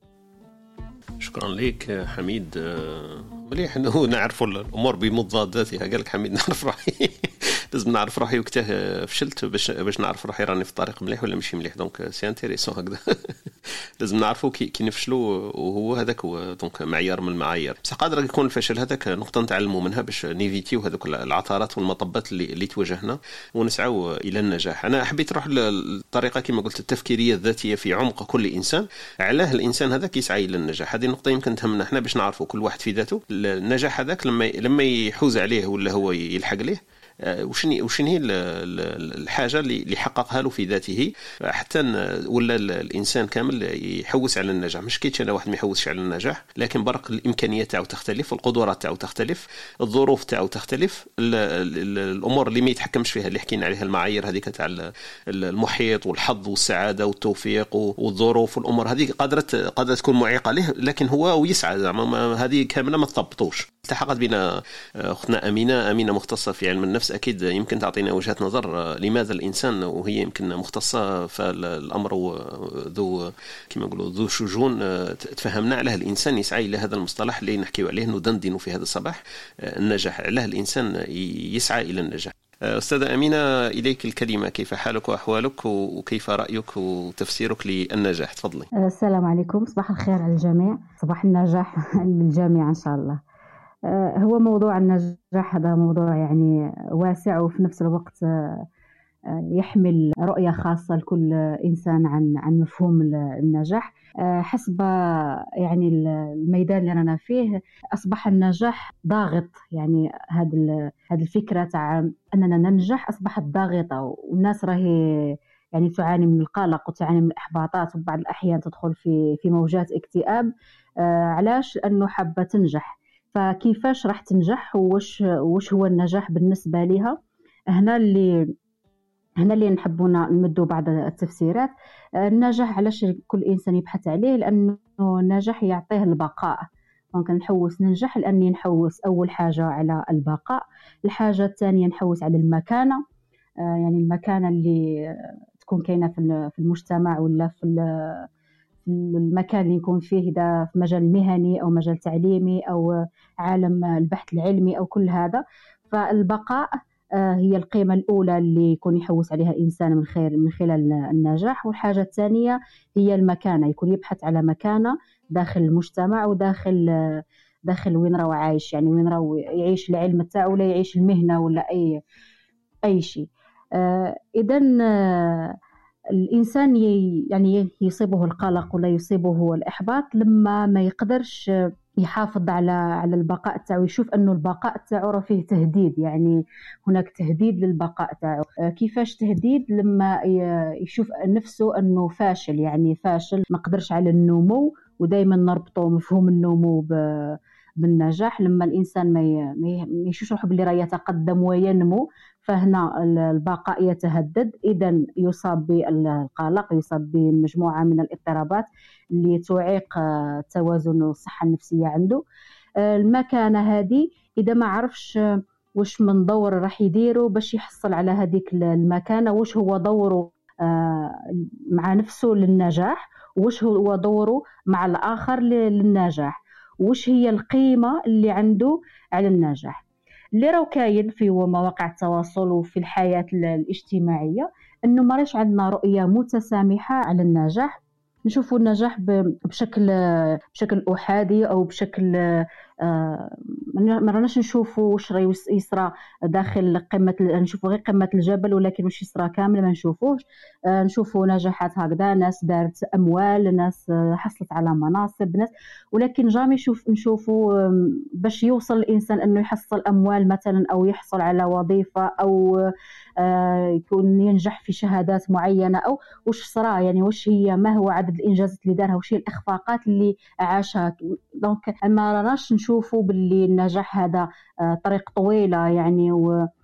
E: شكرا لك حميد. مليح انه نعرفوا الامور بمضاداتها. قال لك حميد نعرف روحي لازم نعرف روحي وقتها فشلت باش نعرف روحي راني في الطريق مليح ولا ماشي مليح. دونك سي انتريسون هكذا لازم نعرفوا كي نفشلوا، وهو هذاك هو دونك معيار من المعايير. بس قادر يكون الفشل هذاك نقطه نتعلموا منها باش نيفيتيو هذوك العثرات والمطبات اللي تواجهنا ونسعوا الى النجاح. انا حبيت نروح للطريقه كما قلت التفكيريه الذاتيه في عمق كل انسان. علاه الانسان هذا يسعى الى النجاح؟ هذه النقطه يمكن تهمنا احنا باش نعرفوا كل واحد في ذاته النجاح هذاك لما يحوز عليه ولا هو يلحق ليه، وشنو هي الحاجه اللي حققها له في ذاته حتى ولا الانسان كامل يحوس على النجاح. مش كيتش انا واحد ما يحوسش على النجاح، لكن برك الامكانيات تاعو تختلف، القدرات تاعو تختلف، الظروف تاعو تختلف، الامور اللي ما يتحكمش فيها اللي حكينا عليها، المعايير هذيك تاع المحيط والحظ والسعاده والتوفيق والظروف والامور هذه قادره تكون معيقه له، لكن هو ويسعى زعما هذه كامله ما تضبطوش. التحقت بنا اختنا امينه مختصه في علم النفس، اكيد يمكن تعطينا وجهه نظر لماذا الانسان، وهي يمكن مختصه في الامر ذو كما نقولوا ذو شجون، تفهمنا على الانسان يسعى الى هذا المصطلح اللي نحكيو عليه ندندن في هذا الصباح، النجاح. علاه الانسان يسعى الى النجاح. أستاذة أمينة إليك الكلمة، كيف حالك وأحوالك وكيف رأيك وتفسيرك للنجاح؟ تفضلي.
H: السلام عليكم، صباح الخير على الجميع، صباح النجاح للجميع إن شاء الله. هو موضوع النجاح هذا موضوع يعني واسع، وفي نفس الوقت يحمل رؤية خاصة لكل إنسان عن مفهوم النجاح حسب يعني الميدان اللي أنا فيه. أصبح النجاح ضاغط، يعني هذه الفكرة تاع أننا ننجح أصبحت ضاغطة، والناس راهي يعني تعاني من القلق وتعاني من الإحباطات، وبعض الأحيان تدخل في موجات اكتئاب. علاش؟ لأنه حابة تنجح. فكيفاش راح تنجح وش هو النجاح بالنسبة لها؟ هنا اللي نحبونا نمدوا بعض التفسيرات. النجاح علاش كل إنسان يبحث عليه؟ لأنه النجاح يعطيه البقاء. ممكن نحوس ننجح لأني نحوس أول حاجة على البقاء، الحاجة الثانية نحوس على المكانة، يعني المكانة اللي تكون كاينة في المجتمع ولا في المكان اللي نكون فيه، إذا في مجال مهني أو مجال تعليمي أو عالم البحث العلمي أو كل هذا. فالبقاء هي القيمة الأولى اللي يكون يحوس عليها إنسان من خلال النجاح. والحاجة الثانية هي المكانة، يكون يبحث على مكانة داخل المجتمع وداخل وين راهو عايش، يعني وين راهو يعيش العلم تاعو ولا يعيش المهنة ولا أي شيء. إذن الإنسان يعني يصيبه القلق ولا يصيبه الإحباط لما ما يقدرش يحافظ على البقاء تاعو، يشوف أنه البقاء تاعو راه فيه تهديد، يعني هناك تهديد للبقاء تاعو. كيفاش تهديد؟ لما يشوف نفسه أنه فاشل، يعني فاشل ما قدرش على النمو. ودايما نربطه مفهوم النمو بالنجاح. لما الإنسان ما يشوفش روحه باللي راه يتقدم وينمو، فهنا البقاء يتهدد. إذن يصاب بالقلق، يصاب بمجموعة من الاضطرابات اللي تعيق توازن الصحة النفسية عنده. المكانة هذه إذا ما عرفش وش من دور راح يديره باش يحصل على هذيك المكانة، وش هو دوره مع نفسه للنجاح، وش هو دوره مع الآخر للنجاح، وش هي القيمة اللي عنده على النجاح. اللي راهو كاين في مواقع التواصل وفي الحياة الاجتماعية أنه ما راش عندنا رؤية متسامحة على النجاح. نشوفوا النجاح بشكل أحادي أو بشكل ما راناش نشوفوا واش راه يصرى داخل قمة، نشوفوا غير قمة الجبل ولكن واش يصرى كامل ما نشوفوش. نشوفوا نجاحات هكذا، ناس دارت أموال، ناس حصلت على مناصب، ناس، ولكن جامي نشوفوا باش يوصل الإنسان أنه يحصل أموال مثلا أو يحصل على وظيفة أو يكون ينجح في شهادات معينة أو واش صرا، يعني واش هي، ما هو عدد الإنجازات اللي دارها، واش هي الإخفاقات اللي عاشها. دونك ما راناش نشوفوا باللي النجاح هذا طريق طويلة يعني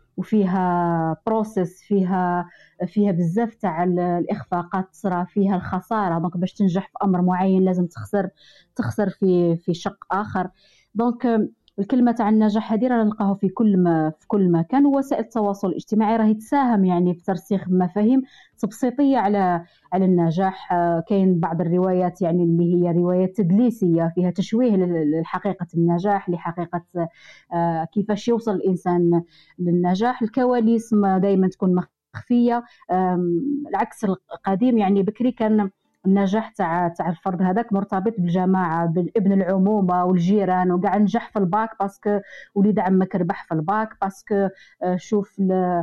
H: وفيها بروسيس، فيها بزاف تاع الإخفاقات تصرا، فيها الخسارة. دونك باش تنجح في أمر معين لازم تخسر في شق آخر. دونك الكلمة تاع النجاح هذه راه نلقاها في كل مكان، ووسائل التواصل الاجتماعي راهي تساهم يعني في ترسيخ مفاهيم تبسيطية على النجاح. كاين بعض الروايات يعني اللي هي روايات تدليسية فيها تشويه لحقيقة النجاح، لحقيقة كيفاش يوصل الإنسان للنجاح. الكواليس دائما تكون مخفية، العكس القديم. يعني بكري كان النجاح تاع الفرد هذاك مرتبط بالجماعه، بالابن العمومه والجيران، وقاعد نجح في الباك باسكو وليد عمك ربح في الباك، باسكو شوف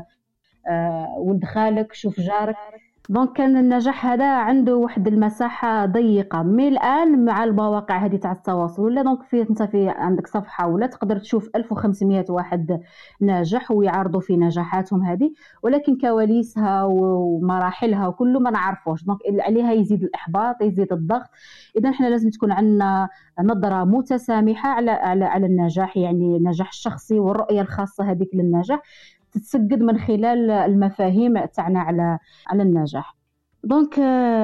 H: ولد خالك، شوف جارك. دونك كان النجاح هذا عنده واحد المساحه ضيقه. مي الان مع المواقع هذه تاع التواصل ولا دونك انت في عندك صفحه ولا تقدر تشوف 1500 واحد ناجح ويعرضوا في نجاحاتهم هذه، ولكن كواليسها ومراحلها وكله ما نعرفوش. دونك عليها يزيد الاحباط، يزيد الضغط. اذا احنا لازم تكون عندنا نظره متسامحه على النجاح، يعني النجاح الشخصي والرؤيه الخاصه هذيك للنجاح تتسجد من خلال المفاهيم تاعنا على النجاح. دونك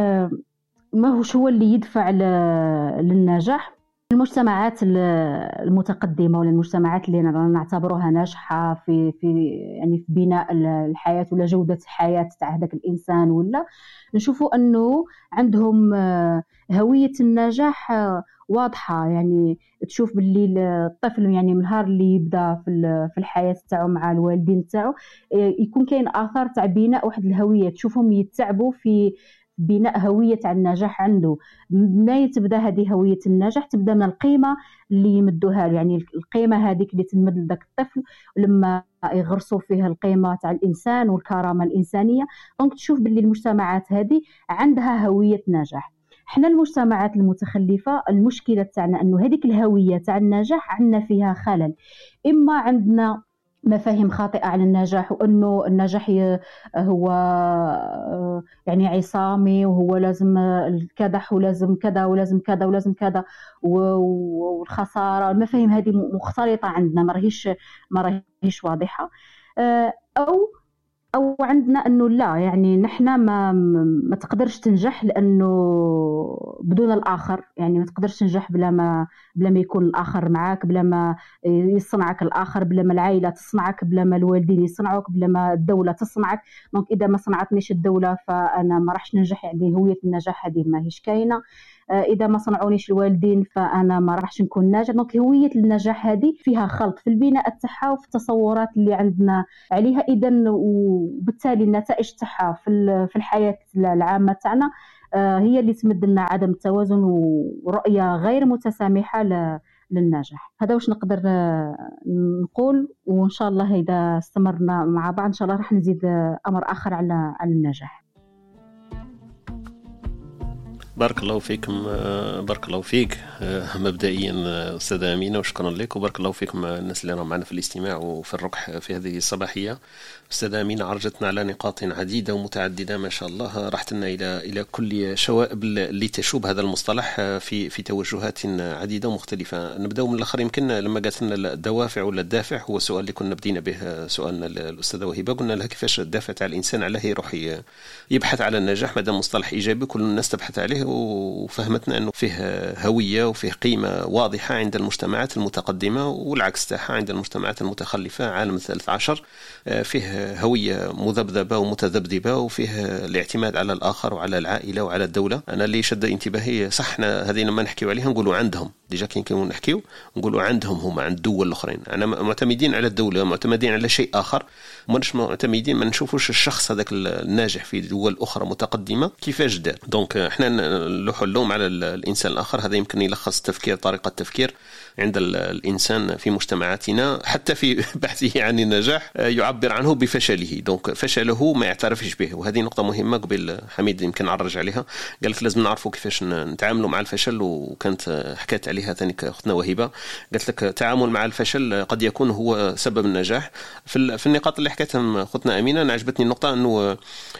H: ما هو اللي يدفع للنجاح؟ المجتمعات المتقدمه ولا المجتمعات اللي نعتبروها ناجحه في يعني في بناء الحياه ولا جوده الحياه تاع هذاك الانسان، ولا نشوفوا انه عندهم هويه النجاح واضحه. يعني تشوف باللي الطفل يعني من نهار اللي يبدا في الحياه تاعو مع الوالدين تاعو يكون كاين اثار تاع بناء واحد الهويه، تشوفهم يتعبوا في بناء هوية تاع النجاح عنده. منين تبدا هذه هوية النجاح؟ تبدا من القيمة اللي يمدوها، يعني القيمة هذيك اللي تمد لذاك الطفل لما يغرسوا فيها القيمة تاع الإنسان والكرامة الإنسانية. دونك تشوف باللي المجتمعات هذه عندها هوية نجاح. احنا المجتمعات المتخلفة المشكلة تاعنا انه هذيك الهوية تاع النجاح عندنا فيها خلل. اما عندنا مفاهيم خاطئة عن النجاح، وأنه النجاح هو يعني عصامي وهو لازم الكدح ولازم كذا ولازم كذا ولازم كذا، والخسارة. المفاهيم هذه مختلطة عندنا، ما راهيش واضحة. أو عندنا أنه لا، يعني نحنا ما تقدرش تنجح لأنه بدون الآخر، يعني ما تقدرش تنجح بلا ما يكون الآخر معاك، بلا ما يصنعك الآخر، بلا ما العائلة تصنعك، بلا ما الوالدين يصنعوك، بلا ما الدولة تصنعك. دونك إذا ما صنعتنيش الدولة فأنا ما راحش ننجح، يعني هوية النجاح هذه ما هيش كاينة. إذا ما صنعونيش الوالدين فأنا ما راحش نكون ناجح. دونك هوية النجاح هذه فيها خلط في البناء تاعها وفي التصورات اللي عندنا عليها. إذا وبالتالي النتائج تاعها في الحياة العامة تاعنا هي اللي تمد لنا عدم التوازن ورؤية غير متسامحة للنجاح. هذا واش نقدر نقول، وإن شاء الله إذا استمرنا مع بعض إن شاء الله راح نزيد أمر آخر على النجاح.
E: بارك الله فيكم، بارك الله فيك مبدئيا أستاذة أمينة، وشكرا لك، وبارك الله فيكم الناس اللي راهم معنا في الاستماع وفي الركح في هذه الصباحية. أستاذة أمينة عرجتنا على نقاط عديدة ومتعددة ما شاء الله، رحتنا إلى كل شوائب اللي تشوب هذا المصطلح في توجهات عديدة ومختلفة. نبدأ من الآخر. يمكن لما قالت لنا الدوافع ولا الدافع، هو سؤال اللي كنا بدينا به سؤالنا الأستاذة وهبة، قلنا لها كيفاش الدافع تاع الإنسان على يروح يبحث على النجاح، ماذا مصطلح إيجابي كل الناس تبحث عليه، وفهمتنا أنه فيه هوية وفيه قيمة واضحة عند المجتمعات المتقدمة، والعكس تاعها عند المجتمعات المتخلفة عالم الثالث عشر، فيه هوية مذبذبة ومتذبذبة، وفيه الاعتماد على الآخر وعلى العائلة وعلى الدولة. أنا اللي شد انتباهي صحنا هذه لما نحكي عليها نقولوا عندهم، ديجا كي نكونوا نحكيو نقولوا عندهم هما عند الدول الاخرين، انا معتمدين على الدوله، معتمدين على شيء اخر، مش معتمدين ما نشوفوش الشخص هذاك الناجح في دول اخرى متقدمه كيفاش دار. دونك احنا نلوحوا اللوم على الانسان الاخر. هذا يمكن يلخص التفكير، طريقه التفكير عند الانسان في مجتمعاتنا، حتى في بحثه عن النجاح يعبر عنه بفشله. دونك فشله ما يعترفش به، وهذه نقطه مهمه. قبل حميد يمكن عرج عليها، قال لك لازم نعرفوا كيفاش نتعاملوا مع الفشل، وكانت حكت عليها ثاني اختنا وهبه، قالت لك التعامل مع الفشل قد يكون هو سبب النجاح. في النقاط اللي حكتهم اختنا امينه انا عجبتني النقطه انه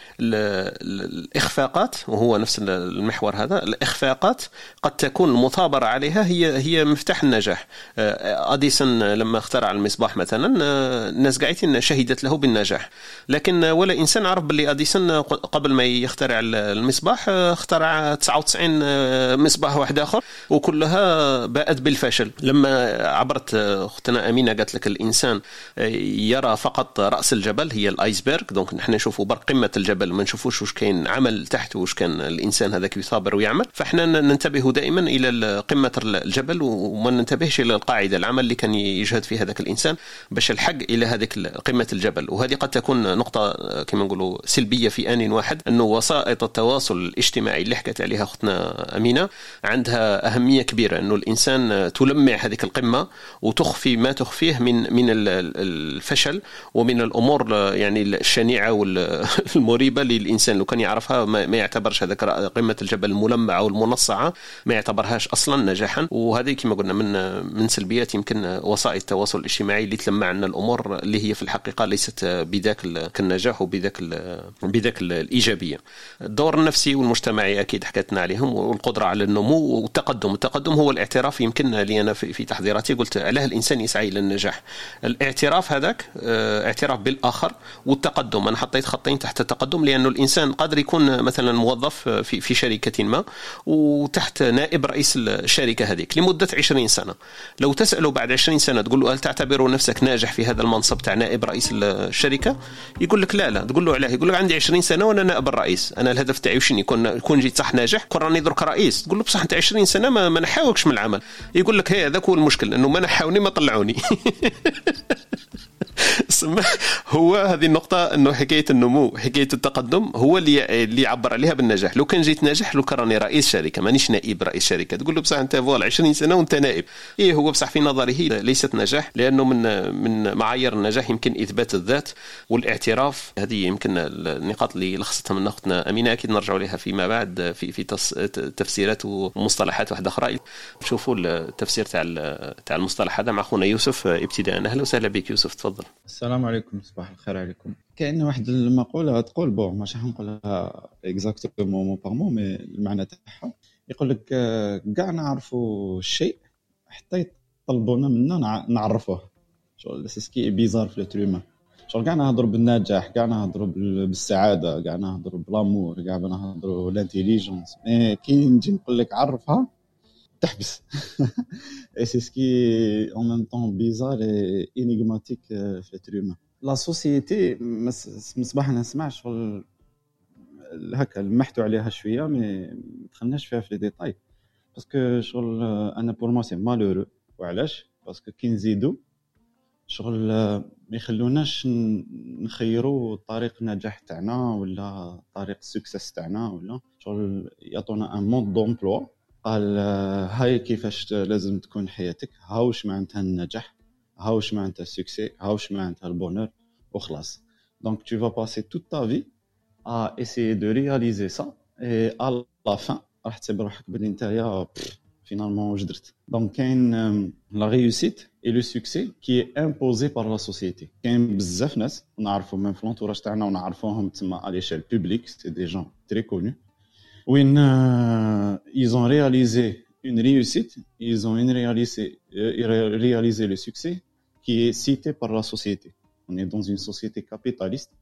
E: الإخفاقات، وهو نفس المحور هذا، الإخفاقات قد تكون المثابرة عليها هي مفتاح النجاح. أديسون لما اخترع المصباح مثلا الناس قاعدين شهدت له بالنجاح، لكن ولا إنسان عرف باللي أديسون قبل ما يخترع المصباح اخترع 99 مصباح واحد آخر وكلها باءت بالفشل. لما عبرت أختنا أمينة قالت لك الإنسان يرى فقط رأس الجبل، هي الآيسبرغ، دونك نحن نشوفوا برق قمة الجبل ما نشوفوش واش كاين عمل تحت، واش كان الانسان هذاك يصابر ويعمل. فاحنا ننتبه دائما الى قمه الجبل وما ننتبهش الى القاعده، العمل اللي كان يجهد فيه هذاك الانسان باش الحق الى هذيك قمه الجبل. وهذه قد تكون نقطه كما نقولوا سلبيه في ان واحد، انه وسائط التواصل الاجتماعي اللي حكت عليها اختنا امينه عندها اهميه كبيره، انه الانسان تلمع هذيك القمه وتخفي ما تخفيه من الفشل ومن الامور يعني الشنيعه والمريبه للانسان. لو كان يعرفها ما يعتبرش هذاك قمه الجبل الملمعه والمنصعه، ما يعتبرهاش اصلا نجاحا. وهذه كما قلنا من سلبيات يمكن وسائل التواصل الاجتماعي اللي تلمع عنا الامور اللي هي في الحقيقه ليست بذاك النجاح وبذاك الايجابيه. الدور النفسي والمجتمعي اكيد حكيتنا عليهم، والقدره على النمو والتقدم. التقدم هو الاعتراف. يمكن لي انا في تحضيراتي قلت علاه الانسان يسعى الى النجاح، الاعتراف هذاك اعتراف بالاخر والتقدم. انا حطيت خطين تحت التقدم، لانه الانسان قادر يكون مثلا موظف في شركه ما وتحت نائب رئيس الشركه هذيك لمده 20 سنه. لو تساله بعد 20 سنه تقول له هل تعتبر نفسك ناجح في هذا المنصب تاع نائب رئيس الشركه؟ يقول لك لا. تقول له علاه؟ يقول لك عندي 20 سنه وانا نائب الرئيس، انا الهدف تاعي واش يكون جيت صح ناجح، كون راني درك رئيس. تقول له بصح انت 20 سنه ما نحاوكش من العمل. يقول لك هذاك هو المشكل، انه ما نحاوني ما طلعوني. هو هذه النقطة، أنه حكاية النمو حكاية التقدم هو اللي يعبر عليها بالنجاح. لو كان جيت ناجح، لو كان راني رئيس شركة مانيش نائب رئيس شركة، تقول له بصح أنت فوال 20 سنة وأنت نائب. هو بصح في نظره ليست نجاح، لأنه من معايير النجاح يمكن إثبات الذات والاعتراف. هذه يمكن النقاط اللي لخصتها من أختنا أمينة، أكيد نرجع لها فيما بعد في تفسيرات ومصطلحات واحدة أخرى. نشوفوا التفسير تاع المصطلح هذا مع أخونا يوسف ابتداء. أهلا وسهلا بك يوسف، تفضل.
I: السلام عليكم، صباح الخير عليكم. كاين واحد المقولة تقول ماشي حنقولها اكزاكتومون مو باغ مو، مي المعنى تاعها يقول لك كاع نعرفوا الشيء حتى يطلبونا منا نعرفوه. شغل سكي بيزار في التروما، شغل كاع نهضروا بالنجاح، كاع نهضروا بالسعادة، كاع نهضروا بالامور، كاع نهضروا بالانتيليجنس، مي كي نجي نقول لك عرفها تحبس. et c'est ce qui est en même temps bizarre et énigmatique في التروما. لا سوسيتي مصباح نسمع شغل هكا لمحتوا عليها شويه، مي دخلناش فيها في لي ديتاي باسكو شغل انا بور مو سي مالورو. وعلاش؟ باسكو كي نزيدو شغل ما يخلوناش نخيروا طريق النجاح تاعنا ولا طريق السكسس تاعنا، ولا شغل يعطونا ان مود دومبلوا. قال هاي كيفاش لازم تكون حياتك، هاوش معناتها النجاح، هاوش معناتها السكسي، هاوش معناتها البونور، وخلاص. دونك tu vas passer toute ta vie à essayer de réaliser ça et à la fin راح تحسب روحك بلي نتايا finalement واش درت. دونك كاين la réussite et le succès qui est imposé par la société. كاين بزاف ناس نعرفوا من في لونتوراج تاعنا ونعرفوهم تما à l'échelle publique, c'est des gens très connus. When ils ont réalisé une réussite, ils ont réalisé le succès qui est cité par la société. On est dans une société capitaliste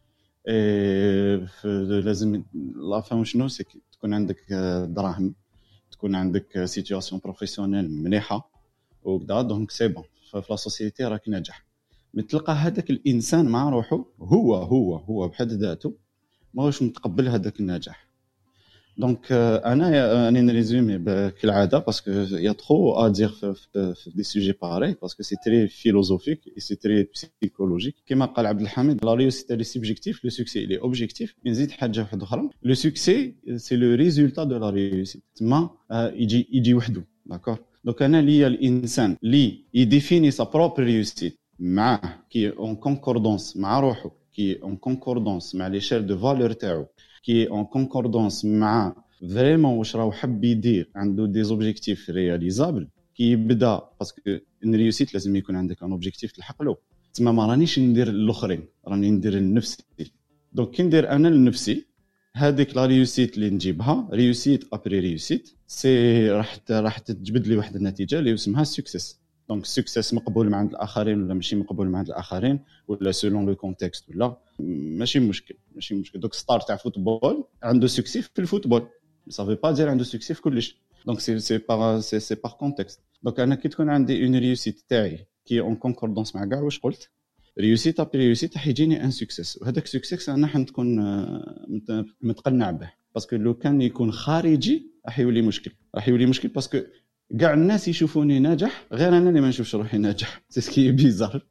I: et لازم la fin شنو c'est تكون عندك دراهم، تكون عندك situation professionnelle مليحة وكذا، دونك سي بون في لا سوسيتي راك ناجح. متلقى هذاك الانسان مع روحه هو بحد ذاته ماهوش متقبل هذاك النجاح. دونك انا راني نريزومي كالعاده باسكو يا ترو ا دير في دي سوجي باري باسكو سي تري فيلوزوفيك اي سي تري بسيكولوجيك كما قال عبد الحميد لا ريوسيت لي سوبجيكتيف لو سوكسي لي اوبجيكتيف. نزيد حاجه واحده اخرى لو سوكسي سي لو ريزولتا دو لا ريوسيت تما يجي وحده داكور. دونك انا ليا الانسان لي يديفيني سا بروبر ريوسيت معاه كي اون كونكوردونس مع روحه كي اون كونكوردونس مع لي شيل دو فالور تاعو كي اون كونكوردونس مع فريمون واش راهو حب يدير عنده دي زوبجيكتيف رياليزابل كي يبدا باسكو ان ريوسيت لازم يكون عندك ان اوبجيكتيف تلحق له. تما ما رانيش ندير للاخرين راني ندير لنفسي. دونك كي ندير انا لنفسي هذيك لا ريوسيت اللي نجيبها ريوسيت ابري ريوسيت سي راح تجبد لي واحد النتيجه اللي اسمها سكسس. دونك سكسس مقبول مع عند الاخرين ولا ماشي مقبول مع عند الاخرين ولا سولون لو كونتكست ولا ماشي مشكل. دونك ستار تاع فوتبول عنده سكسي في الفوتبول ça veut pas dire عنده سكسي في كلش. دونك سي بار كونتكست. دونك انا كي تكون عندي اون ريوسيت تاعي كي اون كونكوردونس مع كاع واش قلت ريوسيت ابري ريوسيت راح يجيني ان سكسس وهذاك سكسس انا حنكون متقنع به باسكو لو كان يكون خارجي راح يولي مشكل باسكو كاع الناس يشوفوني ناجح غير انا اللي ما نشوفش روحي ناجح سي سكي بيزار.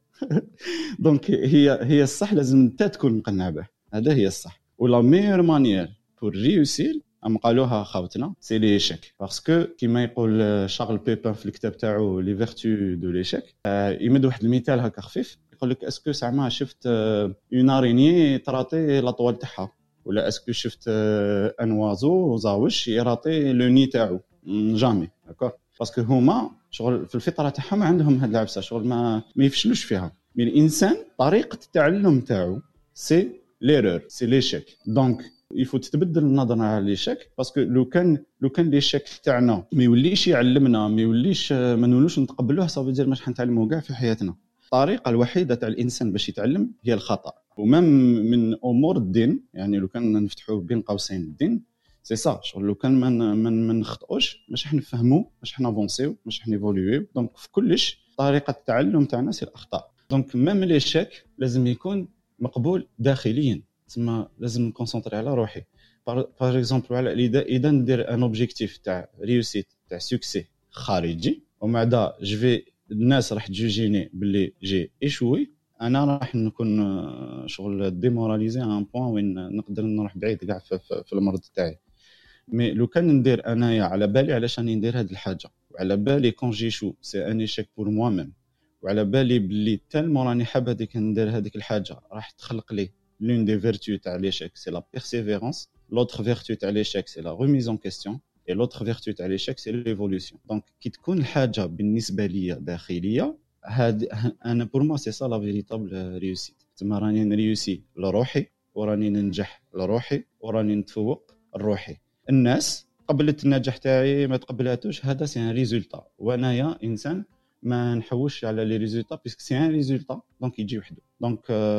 I: دونك هي الصح لازم انت تكون مقنع به هذا هي الصح. ولا ميور مانيير بور ريوسير ام قالوها خاوتنا سي لي شيك باسكو كيما يقول شارل بيبان في الكتاب تاعو لي فيرتو دو لي شيك يمد واحد المثال هكا خفيف يقول لك اسكو زعما شفت اون اريني تراطي لاطوال تاعها ولا اسكو شفت ان وازو زاوش يراطي لو ني تاعو جامي داكور باسكو هما شغل في الفطره تاعهم عندهم هاد العبسه شغل ما يفشلوش فيها. من الانسان طريقه التعلم تاعو سي ليرور سي ليشيك. دونك يفوت تتبدل النظره على ليشيك باسكو لو كان ليشيك تاعنا ما يوليش يعلمنا ما يوليش ما نولوش نتقبلوه صافي دير ماش حنتعلموا كاع في حياتنا. الطريقه الوحيده تاع الانسان باش يتعلم هي الخطا. ومن من امور الدين يعني لو كان نفتحوا بين قوسين الدين سي سا شغل لو كان ما نخطئوش مش حنفهموا مش حنافونسيو مش حنيفوليو. دونك في كلش طريقه التعلم تاعنا سي الاخطاء. دونك ميم ليشيك لازم يكون مقبول داخليا تسمى لازم نكونسونطري على روحي بار اكزومبل على اذا ندير ان اوبجيكتيف تاع ريوسيت تاع سوكسي خارجي ومع دا جوي الناس راح تجوجيني باللي جي ايشوي انا راح نكون شغل ديموراليزي ان بوين وين نقدر نروح بعيد كاع في المرض تاعي. مي لو كان ندير انايا على بالي علاش راني ندير هاد الحاجه وعلى بالي كون جي شو سي اني شيك بور موا ميم وعلى بالي بلي تالمو راني حاب هذيك ندير هذيك الحاجه راح تخلق لي l'une des vertus تاع l'échec c'est la persévérance l'autre vertu تاع l'échec c'est la remise en question et l'autre vertu تاع l'échec c'est l'évolution. donc كي تكون الحاجه بالنسبه لي داخليه هاد انا بور موا سي سا لا فيريتابل ريوسيت. تما راني نريوسي لروحي وراني ننجح لروحي وراني نتفوق لروحي. الناس قبلت النجاح تاعي ما تقبلاتوش هذا سي ان ريزولتا وانايا انسان ما نحوش على لي ريزولتا باسكو سي ان ريزولتا دونك يجي وحده. دونك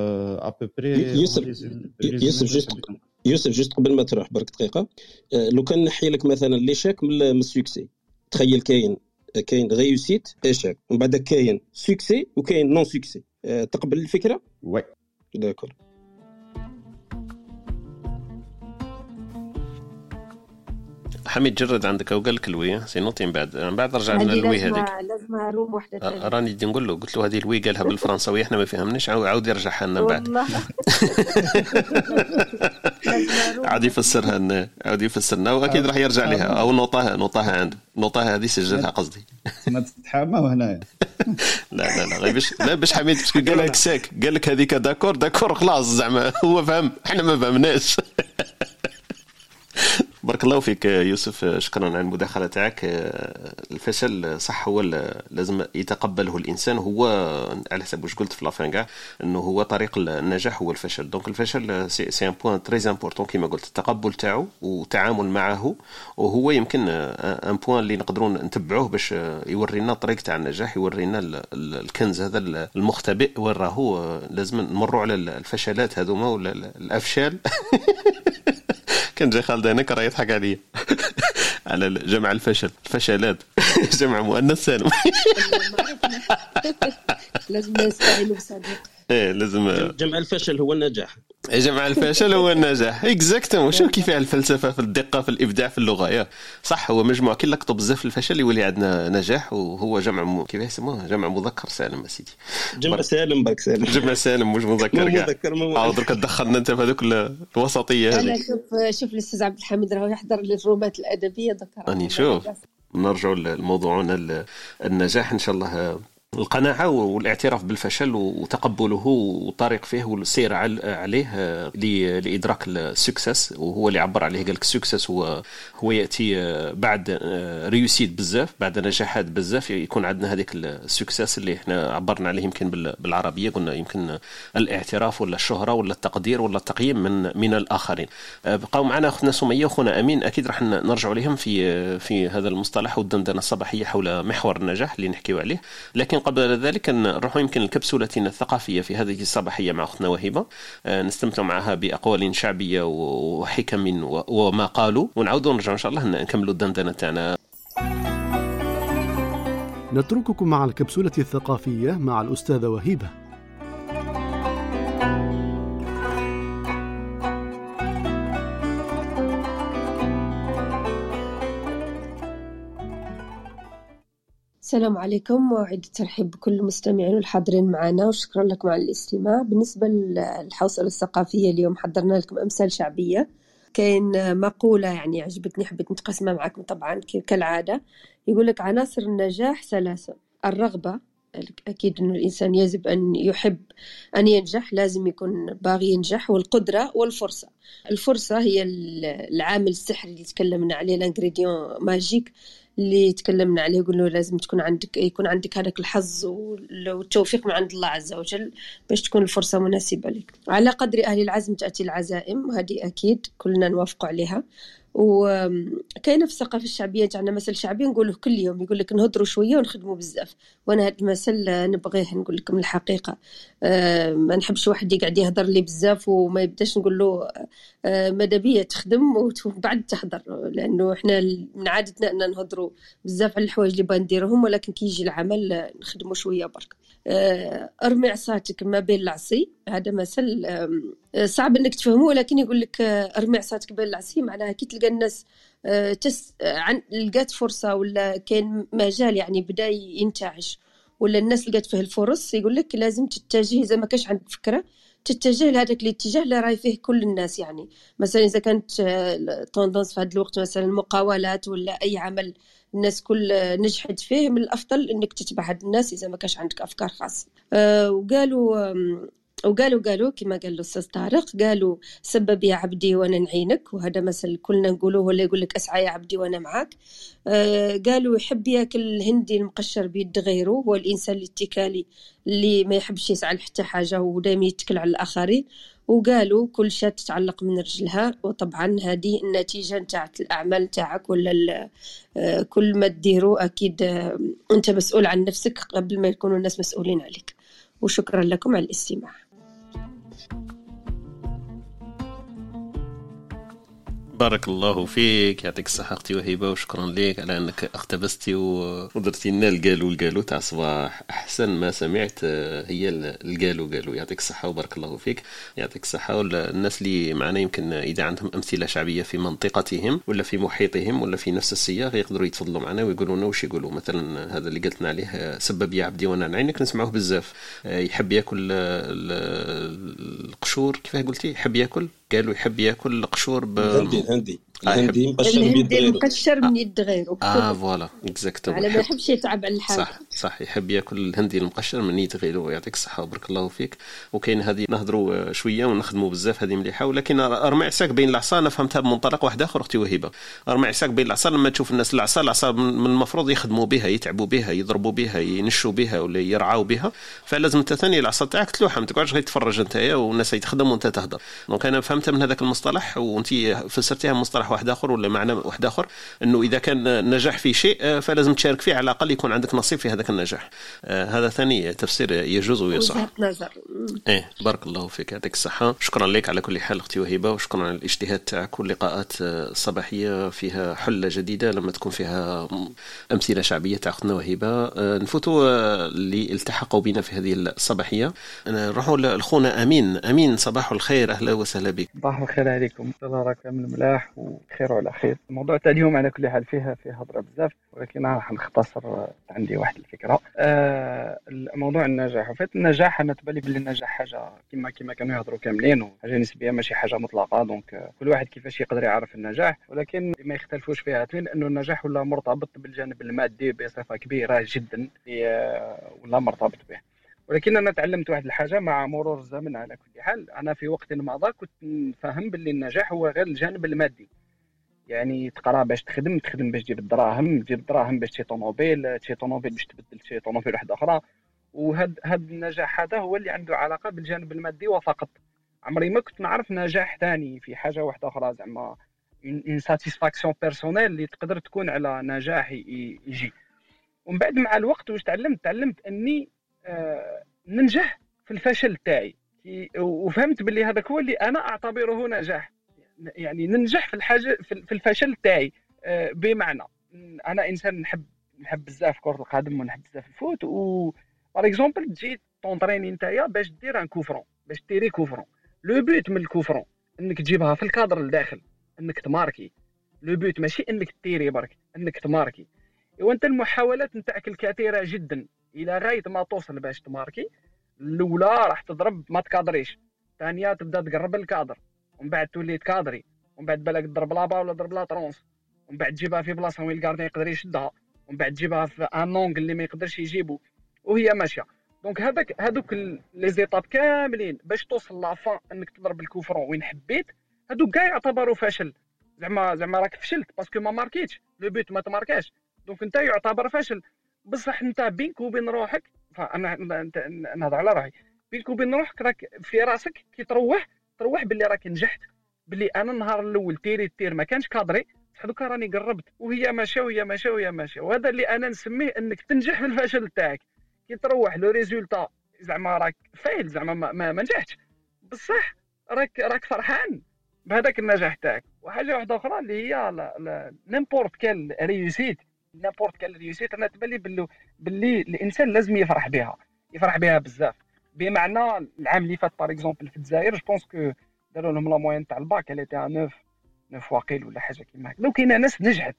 I: ا بو بري
B: يوسف جوست قبل ما تروح برك دقيقه لو كان نحي لك مثلا ليشاك من السوكسي تخيل كاين ريوسيت ايشاك ومن بعد كاين سوكسي وكاين نون سوكسي تقبل الفكره؟
I: وي
B: داكور.
E: حميد جرد عندك او قال لك الوي سينوتي من بعد رجع لنا الوي هذيك
A: لازم روم وحده ثانيه
E: راني بدي نقول له قلت له هذه الوي قالها بالفرنساويه احنا ما فهمناش عاود يرجعها لنا بعد عاد يفسرها لنا واكيد راح يرجع لها او نوطاها عنده نوطاها هذه سجلها قصدي
I: ما تتحامى هنايا
E: لا غير باش حميد قال لك ساك قال لك هذيك داكور خلاص زعما هو فهم احنا ما فهمناش. بارك الله فيك يوسف شكرا على المداخله تاعك. الفشل صح هو لازم يتقبله الانسان هو على حسب واش قلت في لافين انه هو طريق النجاح هو الفشل. دونك الفشل سي ان بوين تري امبورطون كيما قلت التقبل تاعو والتعامل معه وهو يمكن ان بوين اللي نقدرون نتبعوه باش يورينا الطريق تاع النجاح يورينا الكنز هذا المختبئ وين راهو لازم نمروا على الفشلات هذوما ولا الافشال كان جاي خالد هناك راه يضحك عليا على جمع الفشلات جمع مؤنث سالم
A: لازم نستعين بصديق
E: لازم
B: جمع الفشل هو النجاح.
E: جمع الفشل هو النجاح اكزاكتومون. شوف كيف الفلسفه في الدقه في الابداع في اللغه صح. هو مجموع كي لقطوا بزاف الفشل يولي عندنا نجاح، وهو جمع كيف يسموه جمع مذكر سالم اسيدي.
B: جمع سالم باك سالم،
E: جمع سالم مش مذكر كاع. عاود درك دخلنا انت في هذوك الوسطيه هذه.
A: شوف الاستاذ عبد الحميد راهو يحضر الرومات الادبيه ذكر
E: اني شوف. نرجعوا لموضوعنا النجاح ان شاء الله. القناعة والاعتراف بالفشل وتقبله والطريق فيه والسير عليه لإدراك السكسس، وهو اللي عبر عليه قالك السكسس هو يأتي بعد ريوسيت بزاف، بعد نجاحات بزاف يكون عندنا هذيك السكسس اللي احنا عبرنا عليه يمكن بالعربية قلنا يمكن الاعتراف ولا الشهرة ولا التقدير ولا التقييم من الآخرين. بقاو معنا أختنا سمية وأخونا أمين، أكيد راح نرجع لهم في هذا المصطلح والدندنة الصباحية حول محور النجاح اللي نحكيو عليه. لكن قبل ذلك نروح يمكن الكبسولتنا الثقافية في هذه الصباحية مع أختنا وهبة، نستمتع معها بأقوال شعبية وحكم وما قالوا، ونعود ونرجع إن شاء الله نكمل الدندنة تاعنا.
J: نترككم مع الكبسولة الثقافية مع الأستاذة وهبة.
A: السلام عليكم، وأعيد الترحيب بكل المستمعين والحاضرين معنا، وشكرا لكم على الاستماع. بالنسبة للحوصلة الثقافية اليوم حضرنا لكم أمثال شعبية. كاين مقولة يعني عجبتني حبيت نتقسمها معكم طبعا كالعادة. يقول لك عناصر النجاح 3: الرغبة، أكيد أنه الإنسان يجب أن يحب أن ينجح، لازم يكون باغي ينجح، والقدرة والفرصة. الفرصة هي العامل السحري اللي تكلمنا عليه، الانغريديون ماجيك اللي تكلمنا عليه، يقولوا لازم يكون عندك هذاك الحظ والتوفيق من عند الله عز وجل باش تكون الفرصة مناسبة لك. على قدر أهل العزم تأتي العزائم، وهذه أكيد كلنا نوافق عليها. وكاينه في الثقافه الشعبيه تاعنا مثل شعبي نقوله كل يوم، يقول لك نهضروا شويه ونخدموا بزاف. وانا هذا المثل نبغيه نقول لكم الحقيقه. ما نحبش واحد يقعد يهضر لي بزاف وما يبداش نقول له ماذا بيا تخدم وبعد تهضر، لانه احنا من عادتنا ان نهضروا بزاف على الحوايج اللي بنديرهم، ولكن كي يجي العمل نخدموا شويه برك. ارمي عصاتك ما بين العصي، هذا مثل صعب انك تفهمه، ولكن يقول لك ارمي عصاتك بين العصي، معناها كي تلقى الناس لقات فرصه ولا كان مجال يعني بدا ينتعش ولا الناس لقات فيه الفرص، يقول لك لازم تتجه، اذا ما كاش عندك فكره تتجه لهذاك الاتجاه اللي راي فيه كل الناس. يعني مثلا اذا كانت توندونس في هذا الوقت مثلا المقاولات ولا اي عمل الناس كل نجحت فيه، من الافضل انك تتبع هاد الناس اذا ما كاش عندك افكار خاصه. وقالوا كما قال الاستاذ طارق، قالوا سبب يا عبدي وانا نعينك، وهذا مثل كلنا نقوله، ولا يقول لك اسعى يا عبدي وانا معك. قالوا يحب ياكل الهندي المقشر بيد غيره، هو الانسان الاتكالي اللي ما يحبش يسعى لحتى حاجه ودائما يتكل على الاخرين. وقالوا كل شيء تتعلق من رجلها، وطبعا هذه النتيجه نتاع الاعمال تاعك ولا كل ما تديروا اكيد انت مسؤول عن نفسك قبل ما يكونوا الناس مسؤولين عليك. وشكرا لكم على الاستماع.
E: بارك الله فيك، يعطيك الصحة أختي وهبة، وشكرا لك على أنك اقتبستي ودرتي لنا القالوا تاع صباح. أحسن ما سمعت هي القالوا. يعطيك الصحة وبارك الله فيك، يعطيك الصحة. والناس اللي معنا يمكن إذا عندهم أمثلة شعبية في منطقتهم ولا في محيطهم ولا في نفس السياق يقدروا يتفضلوا معنا ويقولوا لنا وش يقولوا. مثلا هذا اللي قلتنا عليه سبب يا عبدي وانا نعينك، نسمعوه بزاف. يحب ياكل القشور، كيف قلتي؟ يحب ياكل، قالوا يحب ياكل القشور
B: الهندي مقشر
A: من يد غيره.
E: فوالا اكزاكتومون،
A: على ما يحبش يتعب على الحاجه.
E: صح يحب ياكل الهندي المقشر من يد غيره. يعطيك الصحه وبارك الله فيك. وكاين هذه نهضروا شويه ونخدموا بزاف، هذه مليحه. ولكن ارمي عساك بين العصا انا فهمتها بمنطلق واحد اخر اختي وهبه. ارمي عساك بين العصا، لما تشوف الناس العصا من المفروض يخدموا بها، يتعبوا بها، يضربوا بها، ينشوا بها ولا يرعاوا بها، فلازم انت ثاني العصا تاعك تلوحها، ما تقعدش غير تتفرج انت والناس يتخدموا وانت تهضر. دونك انا فهمتها من هذاك المصطلح، وانت فسرتيها مصطلح مصطلح واحد اخر ولا معنى واحد اخر، انه اذا كان نجاح في شيء فلازم تشارك فيه، على الاقل يكون عندك نصيب في هذاك النجاح. هذا ثاني تفسير يجوز ويصح. بارك الله فيك، يعطيك الصحه. شكرا لك على كل حال اختي وهبه، وشكرا على الاجتهاد تاعك واللقاءات الصباحيه فيها حله جديده لما تكون فيها امثله شعبيه تاع اختنا وهبه. نفوتوا اللي التحقوا بنا في هذه الصباحيه، نروحوا لاخونا امين. صباح الخير، اهلا وسهلا بك.
K: صباح الخير عليكم، الله راك من ملاح وخير وعلى خير. الموضوع تاع اليوم على كل حال فيه هضره بزاف، ولكن راح نختصر. عندي واحد الفكره. موضوع النجاح، وفات النجاح انا تبالي بلي النجاح حاجه كما كانوا يهضروا كاملين، وحاجه نسبيه ماشي حاجه مطلقه. دونك كل واحد كيفاش يقدر يعرف النجاح، ولكن ما يختلفوش فيها اثنين انه النجاح ولا مرتبط بالجانب المادي بصفه كبيره جدا، ولا مرتبط به. ولكن انا تعلمت واحد الحاجه مع مرور الزمن. على كل حال انا في وقت مضى كنت نفهم باللي النجاح هو غير الجانب المادي، يعني تقرا باش تخدم باش تجيب الدراهم باش تشري طوموبيل باش تبدل شي طوموبيل واحده اخرى. وهذا النجاح هذا هو اللي عنده علاقه بالجانب المادي وفقط. عمري ما كنت نعرف نجاح ثاني في حاجه واحده اخرى، زعما ان ساتيسفاكسيون بيرسونيل اللي تقدر تكون على نجاح يجي. ومن بعد مع الوقت واش تعلمت اني ننجح في الفشل تاعي، وفهمت باللي هذاك هو اللي انا اعتبره نجاح. يعني ننجح في الحاجه في الفشل تاعي. بمعنى انا انسان نحب بزاف كره القدم ونحب بزاف الفوت، و باغ اكزومبل تجي طونطريني نتايا باش دير ان كوفرون، باش تيري كوفرون. لو بوت من الكوفرون انك تجيبها في الكادر لداخل، انك تماركي. لو بوت ماشي انك تيري برك، انك تماركي. وانت المحاولات نتاعك الكثيره جدا الى غايه ما توصل باش تماركي. الاولى راح تضرب ما تكادريش، الثانيه تبدا تقرب الكادر، ومن بعد تولي تكادري، ومن بعد بالك تضرب لابا ولا تضرب لا ترونس، ومن بعد تجيبها في بلاصه وين الكاردين يقدر يشدها، ومن بعد تجيبها في ان اونغل اللي ما يقدرش يجيبو، وهي ماشيه. دونك هذوك لي زيتاب كاملين باش توصل لافان انك تضرب الكوفرون وين حبيت، هذوك كاع يعتبروا فشل. زعما راك فشلت باسكو ما ماركيتش لو بوت، ما تماركاش، دونك انت يعتبر فشل. بصح انت بينك وبين روحك، فانا نهضر على روحي، بينك وبين روحك راك في راسك كي تروح باللي راك نجحت، باللي انا النهار الاول التير ما كانش كادري، بصح دوكا راني قربت وهي ماشيه. وهذا اللي انا نسميه انك تنجح في الفشل تاعك. كي تروح لو ريزولتا زعما راك فايل، زعما ما نجحتش، بصح راك فرحان بهذاك النجاح تاعك. وحاجه واحده اخرى اللي هي نيمبورت كال ريوسيت انا تبان باللي الانسان لازم يفرح بها بزاف. بمعنى العام اللي فات باغ اكزومبل في الجزائر جو بونس كو داروا لهم لا موين تاع الباك اللي تاع 9 واقيل ولا حاجه كيما هكا. لو كاينه ناس نجحت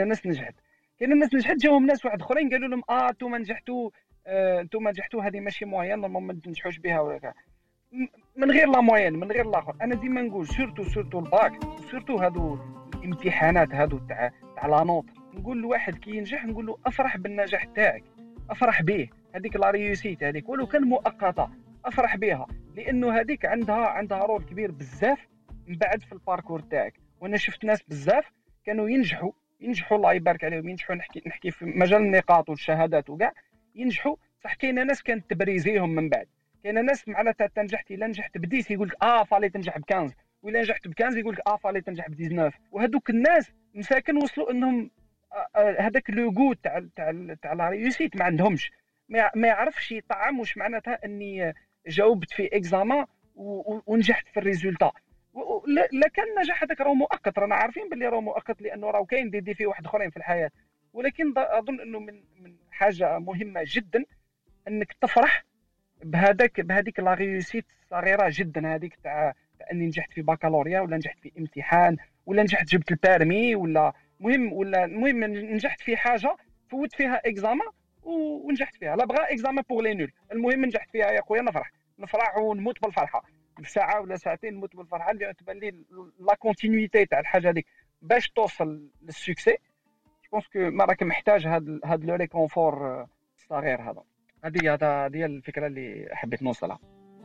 K: جاهم ناس واحد اخرين قالوا لهم انتم نجحتوا هذه ماشي موين، نورمالمون ما تنجحوش بها ولا من غير لا موين، من غير الاخر. انا ديما نقول سورتو الباك، سورتو هادو الامتحانات هادو تاع لا نوت، نقول لواحد كي ينجح نقول له افرح بالنجاح تاعك، افرح به، هذيك لا ريوسيت هذيك ولو كان مؤقته افرح بها، لانه هذيك عندها رول كبير بزاف من بعد في الباركور تاعك. وانا شفت ناس بزاف كانوا ينجحوا الله يبارك عليهم، ينجحوا. نحكي في مجال النقاط والشهادات وكاع ينجحوا، صح كاينه ناس كانت تبريزيهم من بعد، كاينه ناس معناتها تنجحت الا نجحت ب10 يقول لك فالي تنجح ب15، ولا نجحت ب15 يقول لك فالي تنجح ب19. وهذوك الناس مساكن وصلوا انهم هذاك لو غو تاع لا ريوسيت ما عندهمش، ما يعرفش يطعم واش معناتها اني جاوبت في اكزامان ونجحت في الريزولتا. لا كان النجاح هذاك راه مؤقت، رانا عارفين باللي راه مؤقت، لانه راه كاين دي في واحد اخرين في الحياه. ولكن اظن انه من حاجه مهمه جدا انك تفرح بهذيك لا ريوسيت صغيره جدا، هذيك تاع اني نجحت في بكالوريا، ولا نجحت في امتحان، ولا نجحت جبت البارمي، ولا المهم نجحت في حاجه فوت فيها اكزامان ونجحت فيها. لا بغا اكزامان بوغ لي نول، المهم نجحت فيها يا خويا، نفرح ونموت بالفرحه، بساعه ولا ساعتين نموت بالفرحه. اللي تبان لي لا كونتينيتي تاع الحاجه هذيك باش توصل للسوكسي. جو بونس كو ما راك محتاج هاد لو ريكونفور الصغير هذا. هذه الفكره اللي حبيت نوصلها.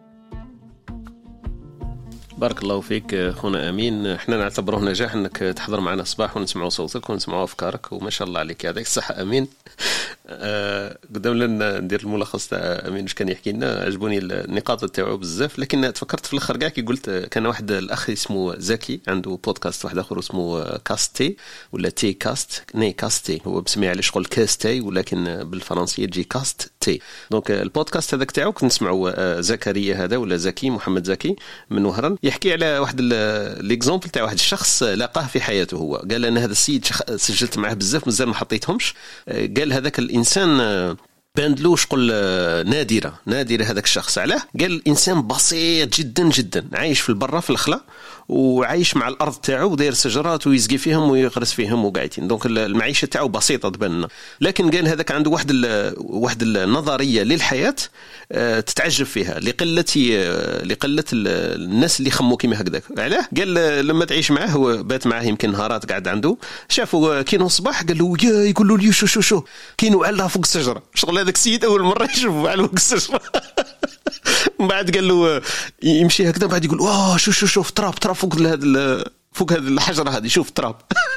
E: بارك الله فيك خونا امين. احنا نعتبره نجاح انك تحضر معنا الصباح ونسمعوا صوتك ونسمعوا افكارك، وما شاء الله عليك، يعطيك الصحه امين. قدام لنا ندير الملخص تاع امين واش كان يحكي لنا. عجبوني النقاط تاعو بزاف، لكن تفكرت في الاخر كاع كي قلت كان واحد الاخ اسمه زكي عنده بودكاست واحد اخر اسمه كاستي ولا تي كاست ني كاستي، هو بسميه على شغل كاستي ولكن بالفرنسيه تجي كاست تي. دونك البودكاست هذاك تاعو كنت نسمعوا زكريا هذا ولا زكي محمد زكي من وهران يحكي على واحد ليكزامبل تاع واحد الشخص لقاه في حياته. هو قال ان هذا السيد سجلت معه بزاف مازال ما حطيتهمش. قال هذاك الانسان باندلو شغل نادرة هذاك الشخص. علاه؟ قال الانسان بسيط جدا جدا، عايش في البرة في الخلا وعايش مع الارض تاعو وداير شجرات ويسقي فيهم ويغرس فيهم وقاعدين. دونك المعيشه تاعو بسيطه تبان، لكن قال هذاك عنده واحد النظريه للحياه تتعجب فيها لقله الناس اللي خموا كيما هكذاك. علاه؟ قال لما تعيش معاه، هو بات معاه يمكن نهارات قاعد عنده، شافوا كينو الصباح قال له يقول له لي شو كينو على فوق الشجره. شغل هذاك السيد اول مره يشوفه على فوق الشجره. من بعد قال له يمشي هكذا، بعد يقول واه شوف تراب فوق هذه الحجره هذه، شوف تراب.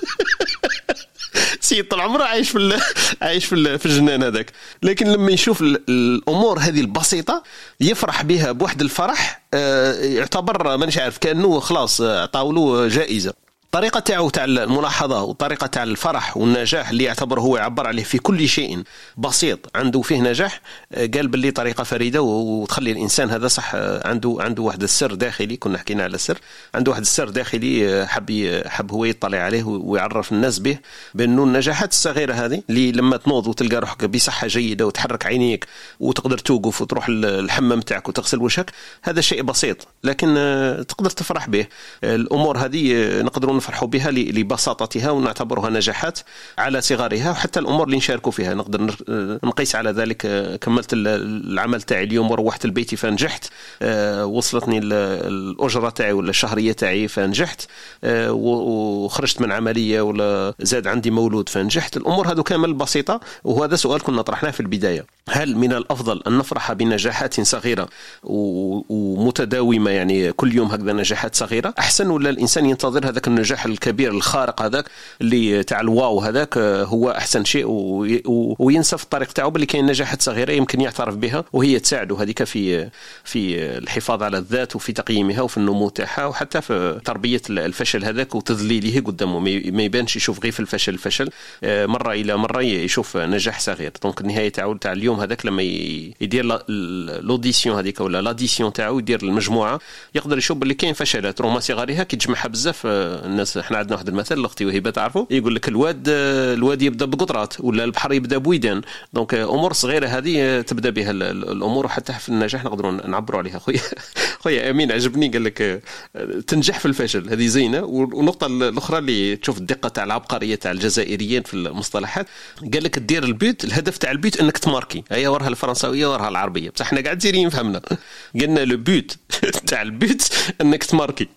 E: سيد طول عمره عايش في الجنان هذاك، لكن لما يشوف الامور هذه البسيطه يفرح بها بواحد الفرح يعتبر مانيش عارف كانه خلاص عطاو له جائزه. الطريقه تاعو تاع الملاحظه والطريقه تاع الفرح والنجاح اللي يعتبر هو يعبر عليه في كل شيء بسيط عنده فيه نجاح، قال باللي طريقه فريده وتخلي الانسان هذا صح عنده واحد السر داخلي. كنا حكينا على السر، عنده واحد السر داخلي حب هو يطلع عليه ويعرف الناس به، بانه النجاحات الصغيره هذه اللي لما تنوض وتلقى روحك بصحه جيده وتحرك عينيك وتقدر توقف وتروح الحمام تاعك وتغسل وجهك، هذا شيء بسيط لكن تقدر تفرح به. الامور هذه نقدر نفرحوا بها لبساطتها ونعتبرها نجاحات على صغارها، وحتى الأمور اللي نشاركوا فيها نقدر نقيس على ذلك. كملت العمل تاعي اليوم وروحت البيت فنجحت، وصلتني الأجرة تاعي ولا الشهرية تاعي فنجحت، وخرجت من عملية ولا زاد عندي مولود فنجحت. الأمور هذو كامل بسيطة، وهذا سؤال كنا طرحناه في البداية: هل من الأفضل أن نفرح بنجاحات صغيرة ومتداومة، يعني كل يوم هكذا نجاحات صغيرة أحسن، ولا الإنسان ينتظر هذاك النجاح الكبير الخارق هذاك اللي تاع الواو هذاك هو أحسن شيء، وينسى في الطريق تاعو باللي كاين نجاحات صغيرة يمكن يعترف بها وهي تساعده هذيك في الحفاظ على الذات وفي تقييمها وفي النمو تاعها، وحتى في تربية الفشل هذاك وتذليله قدامه، ما يبانش يشوف غير في الفشل مرة إلى مرة يشوف نجاح صغير. دونك النهاية تاع اليوم هذاك لما يدير لوديسيون هذيك ولا لاديسيون تاعو، يدير المجموعة، يقدر يشوف باللي كاين فشلات رغم صغارها كي تجمعها بزاف. الناس احنا عندنا واحد المثل الاختي وهبه تعرفوا، يقول لك الواد يبدا بقطرات ولا البحر يبدا بويدان. دونك امور صغيره هذه تبدا بها الامور، وحتى في النجاح نقدروا نعبروا عليها. خويا امين عجبني، قال لك تنجح في الفشل، هذه زينه. والنقطه الاخرى اللي تشوف الدقه تاع العبقريه تاع الجزائريين في المصطلحات، قال لك دير البيت، الهدف تاع البيت انك تماركي. هي وراها الفرنساويه وراها العربيه، بصح احنا قاعد زيرين فهمنا. قلنا لو بيت تاع البيت انك تماركي.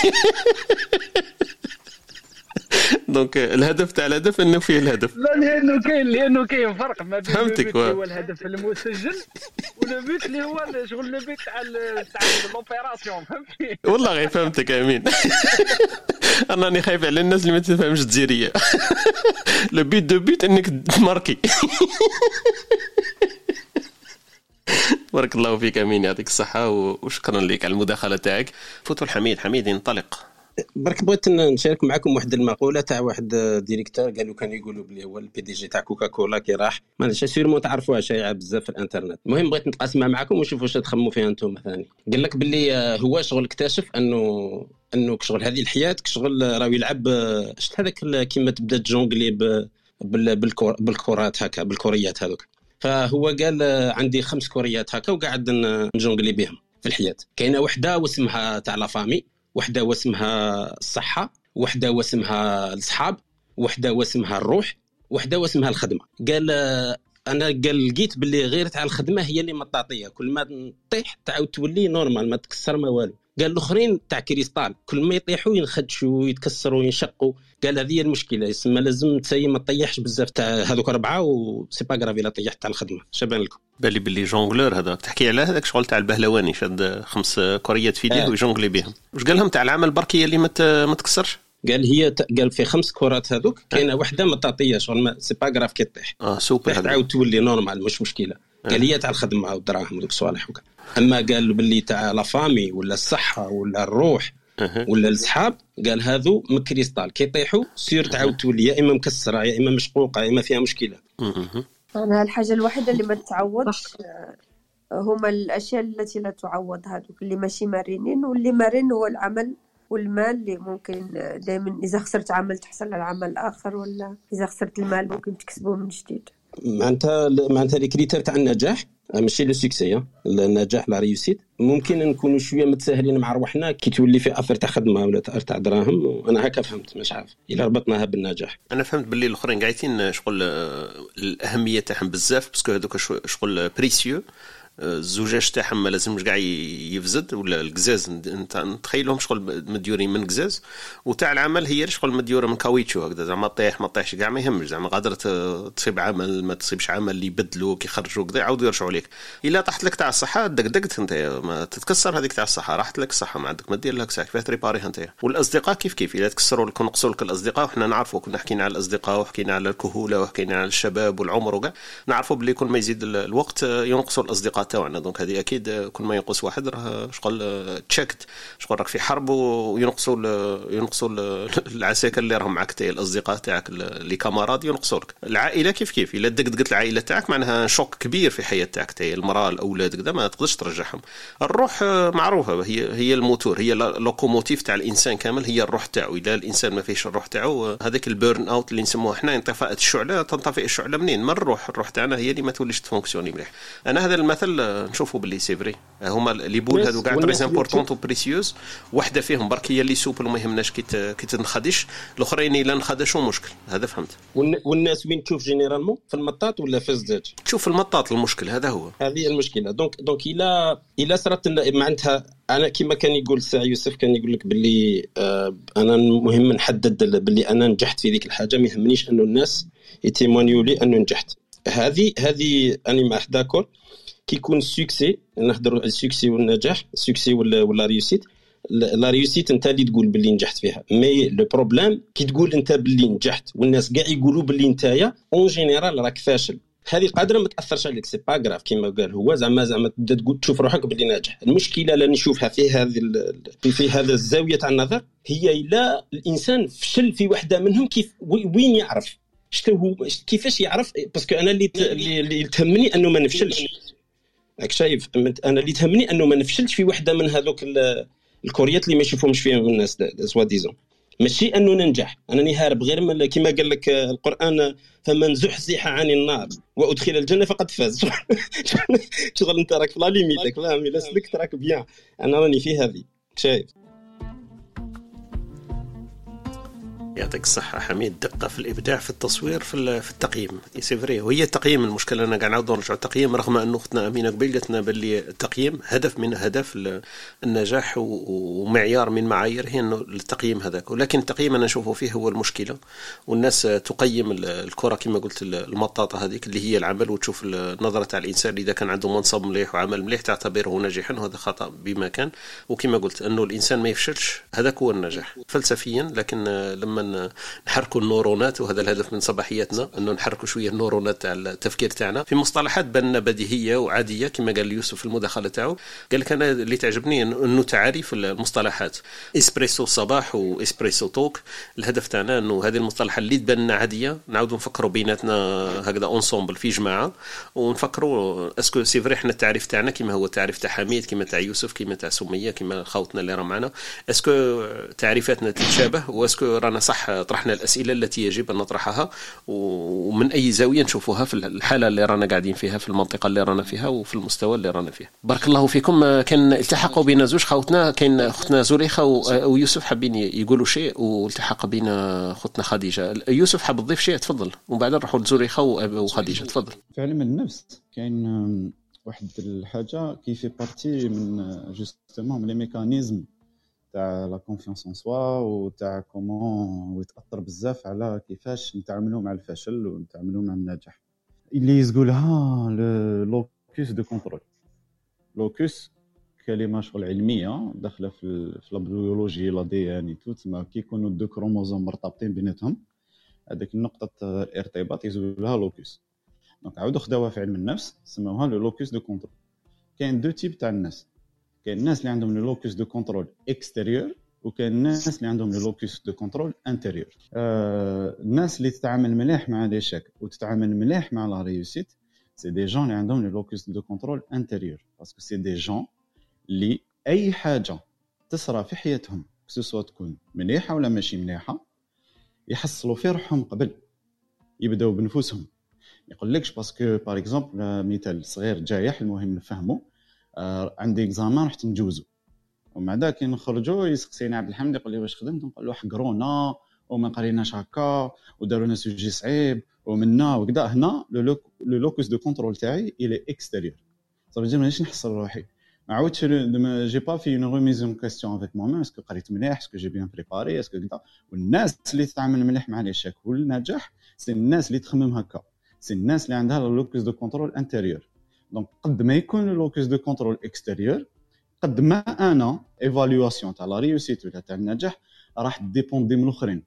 E: دونك الهدف تاع الهدف انه فيه الهدف.
K: لا لانه كاين فرق ما بين البيت اللي هو الهدف المسجل والبيت اللي هو شغل البيت تاع لوبيراسيون، فهمتي؟
E: والله غير فهمتك امين. انني خايف على الناس اللي ما تفهمش الجزائريه. البيت دو بيت انك تماركي. بارك الله فيك امين، يعطيك الصحه وشكرا لك على المداخله تاعك. فوتوا حميد ينطلق.
B: برك بغيت نشارك معكم واحد المقوله تاع واحد ديريكتور قالوا كان يقولوا بلي هو البي دي جي تاع كوكاكولا كي راح، مانيش سيرمون تعرفوها، شائعه بزاف في الانترنت. المهم بغيت نتقاسمها معكم ونشوفوا واش تخمموا فيها انتم. ثاني قال لك بلي هو شغل اكتشف انه شغل هذه الحياه شغل راه يلعب شفت هذاك كيما تبدا تجونغلي بالكرات هكا، بالكوريات هذوك. فهو قال عندي 5 كوريات هكا وقاعد نجونغلي بهم في الحياه. كاينه وحده واسمها تاع لا فامي، وحده واسمها الصحه، وحده واسمها الصحاب، وحده واسمها الروح، وحده واسمها الخدمه. قال انا لقيت باللي غير تاع الخدمه هي اللي مطاطيه، كل ما تطيح تعاود تولي نورمال ما تكسر ما والو. قال الاخرين تاع كريستال كل ما يطيحوا ينخدشوا يتكسروا ينشقوا. قال هذه هي المشكله، يسمى لازم تسي ما تطيحش بزاف تاع هذوك 4 وسي با غراف الا طيحت تاع الخدمه. شبان لكم
E: باللي جونغلور هذاك تحكي على هذاك شغل تاع البهلواني، شاد 5 كوريات في يديه ويجونغلي بهم. واش قال لهم تاع العمل بركيه اللي ما تكسرش؟
B: قال في 5 كرات هذوك كاينه واحده مطاطيه شغل سي با غراف كي طيح
E: سوبر
B: تعاود تولي نورمال مش مشكله. قال هي تاع الخدمه والدراهم ودوك الصوالح وكا. اما قال باللي تاع لا فامي ولا الصحه ولا الروح ولا الصحاب قال هذو من كريستال كي يطيحوا سير تعاود تولي يا اما مكسره يا اما مشقوقه يا اما فيها مشكله.
A: انا الحاجه الوحيده اللي ما تعوضش هما الاشياء التي لا تعوض، هذوك اللي ماشي مرنين، واللي مرن هو العمل والمال اللي ممكن دائما اذا خسرت عمل تحصل على عمل اخر، ولا اذا خسرت المال ممكن تكسبه من جديد.
B: معناتها لي كريتير تاع النجاح ماشي لو سوكسي، النجاح لا ريوسيت ممكن نكونوا شويه متساهلين مع روحنا كي تولي في اثر تاع خدمه ولا تاع دراهم. انا هكا فهمت، مش عارف الا ربطناها بالنجاح.
E: انا فهمت باللي الاخرين قاعدين شغل الاهميه تاعهم بزاف باسكو هذوك شغل بريسيو، الزجاج تاعهم ما لازمش كاع يفزد، ولا القزاز نتخيلهم شغل مديورين من قزاز، وتاع العمل هي شغل مديوره من كاويتشو هكذا، زعما طيح ما طيحش كاع ما يهمش، زعما قادر تصيب عمل ما تصيبش عمل اللي يبدلوك يخرجوك كذا يعاودوا يرجعوا لك. الا طاحت لك تاع الصحه دقدقت انت ما تتكسر هذيك تاع الصحه، راحت لك الصحه ما عندك ما دير لك ساعه كيف تريباريها انت. والاصدقاء كيف الا تكسروا لك ونقصوا لك الاصدقاء، وحنا نعرفوا كنا حكينا على الاصدقاء وحكينا على الكهوله وحكينا على الشباب والعمر وكاع، نعرفوا باللي كل ما يزيد الوقت ينقصوا الاصدقاء تاعنا. دونك هذه اكيد كل ما ينقص واحد راه شغل تشيكت، شغل راك في حرب وينقصوا العساكر اللي راهم معك تاع الاصدقاء تاعك اللي كاماراد ينقصوا لك. العائله كيف الا دقت العائله تاعك معناها شوك كبير في حياه تاعك تاع المراه الاولاد كذا ما تقدرش ترجعهم. الروح معروفه هي الموتور، هي اللوكوموتيف تاع الانسان كامل، هي الروح تاعو. اذا الانسان ما فيش الروح تاعو هذاك البيرن اوت اللي نسموه احنا انطفاء الشعله، تنطفئ الشعله منين؟ من الروح تاعنا هي اللي ما توليش تفونكسيوني مليح. انا هذا المثل نشوفه باللي سي فري، هما اللي بول هذو كاع تري امبورطون و بريسيوس، وحده فيهم برك هي اللي سوبل وما يهمناش كي تنخدش، الاخرين الا نخدشوا مشكل. هذا فهمت.
B: والناس وين تشوف جينيرالمون في المطاط ولا في الزجاج؟
E: تشوف المطاط المشكل، هذا هو
B: هذه المشكله. دونك الا صارت معناتها انا كما كان يقول ساعه يوسف كان يقول لك باللي انا مهم نحدد باللي انا نجحت في ذيك الحاجه، ما يهمنيش انه الناس يتيمونيو لي انه نجحت. هذه انا مع داكور كي يكون السوكسي، نهضروا على السوكسي والنجاح، السوكسي ولا ريوسيت. لا ريوسيت انت اللي تقول باللي نجحت فيها، مي لو بروبليم كي تقول انت باللي نجحت والناس كاع يقولوا باللي نتايا اون جينيرال راك فاشل، هذه قادره ما تاثرش عليك، سي با غراف كيما قال هو، زعما تبدا تقول تشوف روحك باللي ناجح. المشكله اللي نشوفها في هذا الزاويه تاع النظر هي الا الانسان فشل في واحده منهم كيف وين يعرف كيفاش يعرف؟ باسكو انا اللي تهمني انه ما نفشلش، راك شايف؟ انا اللي تهمني انه ما نفشلش في واحده من هذوك الكوريات اللي ما يشوفهمش فيهم الناس سوا ديزون، ماشي انه ننجح. انا نهارب غير من كما قال لك القران، فمن زحزح عن النار وادخل الجنه فقد فاز. شغل انت راك في لا ليميتك، فاهم؟ الا سلكت راك بيان. انا راني في هذه، شايف؟
E: يعطيك الصحة حميد. دقة في الإبداع في التصوير في التقييم يسيفري، وهي التقييم المشكلة. أنا قاعد نعاود نرجع التقييم، رغم أن أختنا أمينة قبيل قالت لنا باللي التقييم هدف من أهداف النجاح ومعيار من معايير هي أنه التقييم هذاك، ولكن التقييم أنا أشوفه فيه هو المشكلة. والناس تقيم الكرة كما قلت المطاطة هذيك اللي هي العمل، وتشوف النظرة تاع الإنسان إذا كان عنده منصب مليح وعمل مليح تعتبره ناجحا، وهذا خطأ بما كان. وكما قلت أنه الإنسان ما يفشلش، هذاك هو النجاح فلسفيا. لكن لما نحركوا النورونات، وهذا الهدف من صباحيتنا أنه نحركوا شوية النورونات تاع التفكير تاعنا في مصطلحات بان بديهية وعادية. كما قال يوسف في المداخلة تاعو، قال لك أنا اللي تعجبني أنه تعريف المصطلحات إسبريسو صباح وإسبريسو توك. الهدف تاعنا أنه هذه المصطلحات اللي تبان عادية نعودوا نفكروا بيناتنا هكذا أونسومبل في جماعة، ونفكروا اسكو سي فري احنا التعريف تاعنا كما هو التعريف تاع حميد، كما تاع يوسف، كما تاع سمية، كما خوتنا اللي راه معنا، اسكو تعريفاتنا تتشابه، واسكو رانا صح طرحنا الأسئلة التي يجب أن نطرحها، ومن أي زاوية نشوفوها في الحالة اللي رانا قاعدين فيها، في المنطقة اللي رانا فيها، وفي المستوى اللي رانا فيه. بارك الله فيكم. كان التحقوا بين زوج خوتنا، كاين أختنا زليخة ويوسف حابين يقولوا شيء، والتحق بين أختنا خديجة. يوسف حاب تضيف شيء؟ تفضل، وبعدين نروحوا لزليخة وخديجة. تفضل.
I: في علم النفس كاين واحد الحاجة كيف بارتي من جوستومون من لي ميكانيزم تاع لا كونفيونس ان سوا، وتاع كومون ويتاثر بزاف على كيفاش نتعاملوا مع الفشل ونتعاملوا مع النجاح. اللي يقولها لوكوس دو كونترول، لوكوس كلمه شغل علميه داخله في البيولوجي لا دي ان تو، تما كيكونوا دو كروموزوم مرتبطين بيناتهم، هذيك النقطه الارتباط يزولوا لها لوكوس. دونك عاودوا خداوها في علم النفس سموها لو لوكوس دو كونترول. كاين دو تيب تاع الناس، كاين الناس اللي عندهم لو لوكوس دو كونترول اكستيريور، وكاين الناس اللي عندهم لو لوكوس دو كونترول انتيريور. الناس اللي تتعامل مليح مع ليشاك وتتعامل مليح مع لا ريوسيت سي دي جون اللي عندهم لو لوكوس دو كونترول انتيريور، باسكو سي دي جون اللي اي حاجه تصرى في حياتهم سواء تكون مليحه ولا ماشي مليحه يحصلوا في روحهم قبل يبداو بنفوسهم. يقول لكش باسكو بار اكزومبل مثال صغير جايح المهم نفهمه، عندي اكزامان رحت نجوزو ومع ذاك نخرجوا يسقسيني عبد الحميد يقول لي واش خدمت، نقول له حقرونا وما قريناش هكا وداروا لنا سوجي صعيب ومنا وكذا. هنا لو لوكوس دو كونترول تاعي الى اكستيريور، صافي مانيش نحصل روحي، ما عاودتش جي با في اون ريميز اون كاستيون افيك مو ميم اسكو قريت مليح، اسكو جي بيان بريباري، اسكو كذا. والناس اللي تتعامل مليح مع ليشاك والنجاح سي الناس اللي تخمم هكا، سي الناس اللي عندها لوكوس دو كونترول انتيريور. دونك قد ما يكون لوكوس دو كونترول اكستيريور قد ما انا ايفالواسيون تاع لا ريوسيت ولا تاع النجاح راح ديبوندي من الاخرين.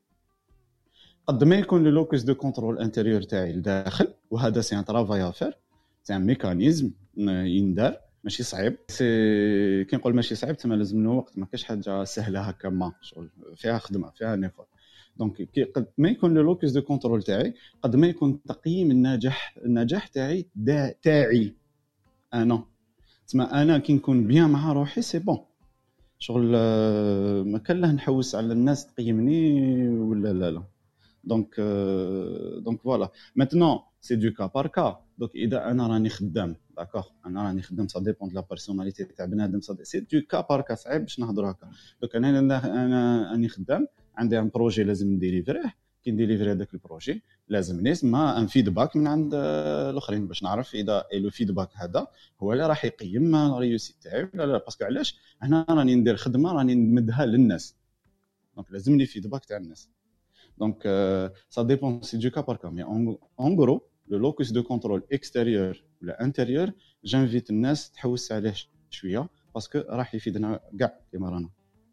I: قد ما يكون لو لوكوس دو كونترول انتيريور تاعي لداخل، وهذا سي ان طرافاي افير، سي ان ميكانيزم يندار ماشي صعيب. سي كي نقول ماشي صعيب تما لازم له وقت، ما كاش حاجه سهله هكا، ما شغل فيها خدمه فيها نيفور. دونك قد ما يكون لو لوكوس دو كونترول تاعي قد ما يكون تقييم النجاح تاعي تاعي انا. تسمى انا كي نكون بيان مع روحي سي بون، شغل ما كان له نحوس على الناس تقيمني ولا لا. دونك فوالا ماتنون سي دو كا بار كا. دونك اذا انا راني خدام داكوغ، انا راني خدام سا ديبون لا بيرسوناليتي تاع بنادم، سي دو كا بار كا صعيب باش نهضر هكا. دونك انا راني خدام عندي ان بروجي لازم نديليفريه، كي نديليفري هذاك البروجي لازم نسمع ان فيدباك من عند الاخرين باش نعرف اذا لو فيدباك هذا هو اللي راح يقيم الريوسيت تاعي ولا لا. باسكو علاش هنا راني ندير خدمه راني نمدها للناس، دونك لازمني فيدباك تاع الناس. دونك سا ديبون سي دو كا بار كا. مي اون غرو لو لوكوس دو كونترول اكستيريور ولا انتيريور جانفيت الناس تحوس عليه شويه باسكو راح يفيدنا كاع كيما رانا.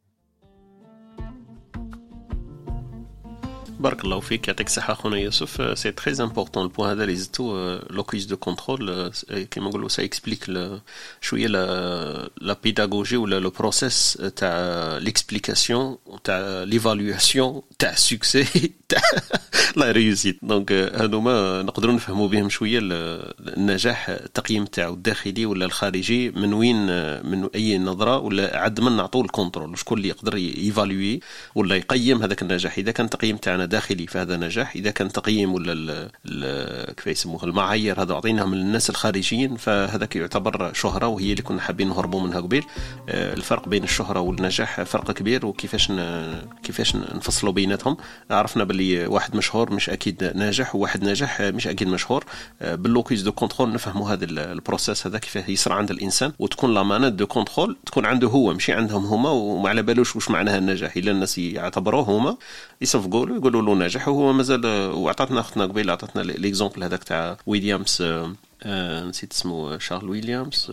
E: بارك الله فيك، يعطيك الصحة خونا يوسف. سي تري امبورطون البوان هذا اللي زدتو، لوكوس دو كونترول كيما نقولوا سا اكسبليك شويه لا بيداغوجي ولا لو بروسيس تاع ليكسبليكاسيون تاع ليفالواسيون تاع السكسي تاع لا ريوسيت. دونك هذوما نقدروا نفهموا بهم شويه النجاح، التقييم تاعو الداخلي ولا الخارجي، من وين من اي نظره ولا عد من نعطوه الكنترول، شكون اللي يقدر يفالوي ولا يقيم هذاك النجاح. اذا كان تقييم تاعنا داخلي فهذا نجاح، اذا كان تقييم ولا كيف يسموه المعايير هذا عطيناهم للناس الخارجيين فهذاك يعتبر شهره، وهي اللي كنا حابين نهربوا منها قبل. الفرق بين الشهره والنجاح فرق كبير، وكيفاش نفصلوا بيناتهم. عرفنا باللي واحد مشهور مش اكيد ناجح، وواحد ناجح مش اكيد مشهور. باللوكيس دو كنترول نفهموا هذا البروسيس هذا كيف يصير عند الانسان، وتكون لامانات دو كنترول تكون عنده هو ماشي عندهم هما، وما على بالوش واش معناها النجاح. الا الناس يعتبروه هما يصفقوا له يقولوا له ناجح وهو مازال. وعطاتنا اختنا قبيل عطاتنا ليكزامبل هذاك تاع ويليامز، نسيت اسمه، شارل ويليامز،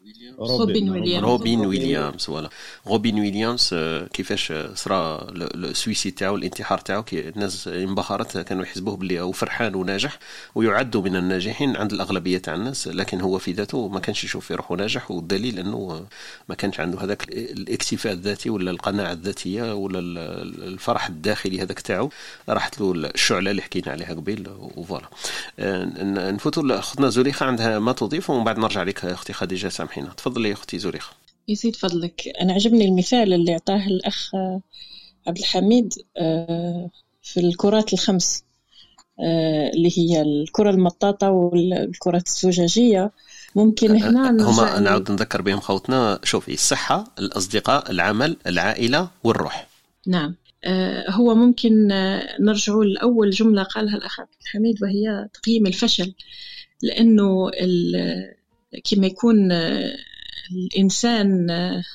E: روبين ويليامز ولا روبين ويليامز. كيفاش صرا السويسي تاعو الانتحار تاعو، كي الناس انبهرت كانوا يحسبوه بلي هو فرحان وناجح ويعدوا من الناجحين عند الأغلبية تاع الناس، لكن هو في ذاته ما كانش يشوف في روحه ناجح. والدليل انه ما كانش عنده هذاك الاكتفاء الذاتي ولا القناعة الذاتية ولا الفرح الداخلي هذاك تاعو. راحت له الشعلة اللي حكينا عليها قبل. وفوالا نفوتوا لاختنا زليخة عندها ما تضيف، ومن بعد نرجع لك اختي خديجة سامحينا. تفضلي يا اختي زليخة.
C: يزيد فضلك. انا عجبني المثال اللي اعطاه الاخ عبد الحميد في الكرات الخمس، اللي هي الكرة المطاطة والكرات الزجاجية. ممكن هنا
E: هما نعود نذكر بهم خوتنا. شوفي، الصحة، الأصدقاء، العمل، العائلة والروح.
C: نعم. هو ممكن نرجعوا لأول جملة قالها الأخ عبد الحميد، وهي تقييم الفشل. لأنه كما يكون الإنسان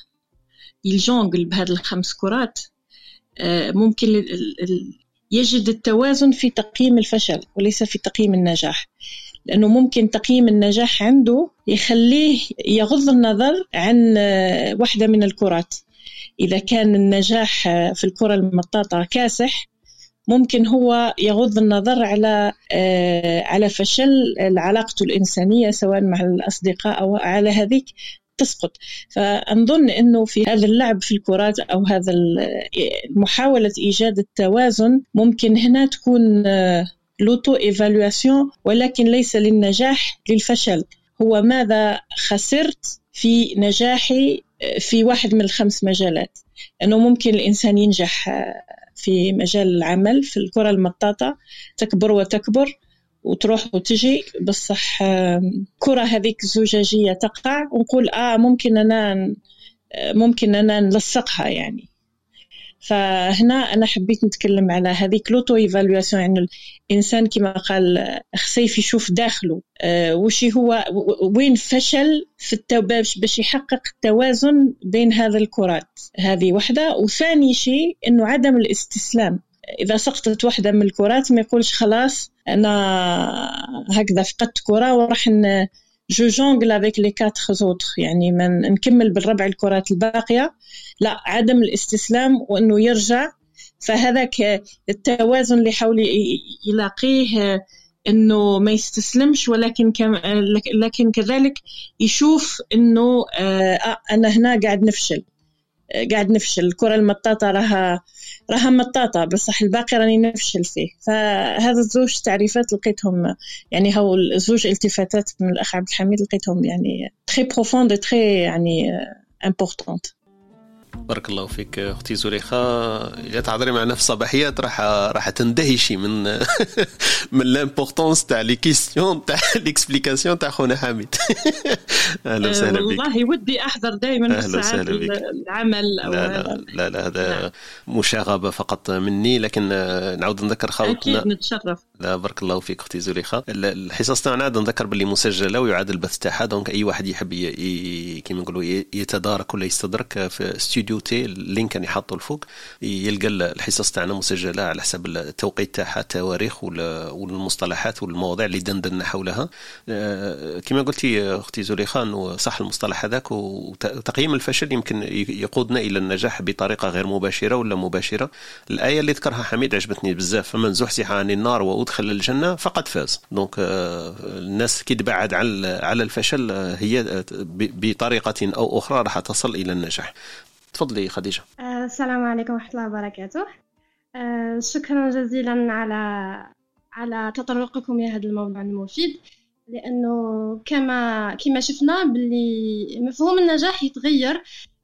C: يلجونغل بهذه الخمس كرات، ممكن يجد التوازن في تقييم الفشل وليس في تقييم النجاح. لأنه ممكن تقييم النجاح عنده يخليه يغض النظر عن واحدة من الكرات. إذا كان النجاح في الكرة المطاطة كاسح، ممكن هو يغض النظر على فشل علاقته الإنسانية سواء مع الأصدقاء أو على هذيك تسقط. فأنظن أنه في هذا اللعب في الكرات أو هذا محاولة إيجاد التوازن ممكن هنا تكون لوتو إيفالواسيون، ولكن ليس للنجاح، للفشل. هو ماذا خسرت في نجاحي في واحد من الخمس مجالات؟ أنه ممكن الإنسان ينجح في مجال العمل في الكرة المطاطة، تكبر وتكبر وتروح وتجي، بصح كرة هذيك زجاجية تقع ونقول ممكن أنا نلصقها يعني. فهنا أنا حبيت نتكلم على هذيك لوتو إيفالواسيون، يعني الإنسان كما قال خسيف يشوف داخله وشي هو وين فشل في باش يحقق التوازن بين هذا الكرات. هذه واحدة. وثاني شيء إنه عدم الاستسلام. إذا سقطت واحدة من الكرات ما يقولش خلاص أنا هكذا فقدت كرة وراح جو جونغل افيك لي 4 زوتر، يعني من نكمل بالربع الكرات الباقية. لا، عدم الاستسلام وأنه يرجع. فهذاك التوازن اللي حاول يلاقيه، أنه ما يستسلمش، لكن كذلك يشوف أنه أنا هنا قاعد نفشل. الكرة المطاطة راها مطاطة، بصح الباقي راني نفشل فيه. فهذا الزوج تعريفات لقيتهم، يعني هو الزوج التفاتات من الأخ عبد الحميد لقيتهم يعني très profonde et très يعني importante.
E: بارك الله فيك اختي زليخه. اذا تحضري معنا في الصباحيات راح تندهشي من من لامبورطونس تاع لي كيستيون تاع ليكسبليكاسيون تاع خونا حميد. اهلا وسهلا بك.
C: والله ودي احضر دائما في ساعات العمل أو
E: لا هذا مشاغبه فقط مني، لكن نعاود نذكر خاوتنا.
C: اكيد نتشرف.
E: لا بارك الله فيك اختي زليخه. الحصص تاعنا نذكر باللي مسجله ويعاد البث تاعها، دونك اي واحد يحب كيما نقولوا يتدارك ولا يستدرك في استوديو تي، اللينك اللي حاطه الفوق يلقى الحصص تاعنا مسجله على حسب التوقيت تاعها، التواريخ والمصطلحات والمواضيع اللي دندنا حولها. كما قلتي اختي زليخه انه صح المصطلح هذاك، وتقييم الفشل يمكن يقودنا الى النجاح بطريقه غير مباشره ولا مباشره. الايه اللي ذكرها حميد عجبتني بزاف، فمن زحزح عن النار وادخل الجنه فقد فاز. دونك الناس كي تبعد على الفشل هي بطريقه او اخرى راح تصل الى النجاح. تفضلي خديجة.
L: السلام عليكم ورحمة الله وبركاته. شكرا جزيلا على تطرقكم لهذا الموضوع المفيد، لأنه كما شفنا باللي مفهوم النجاح يتغير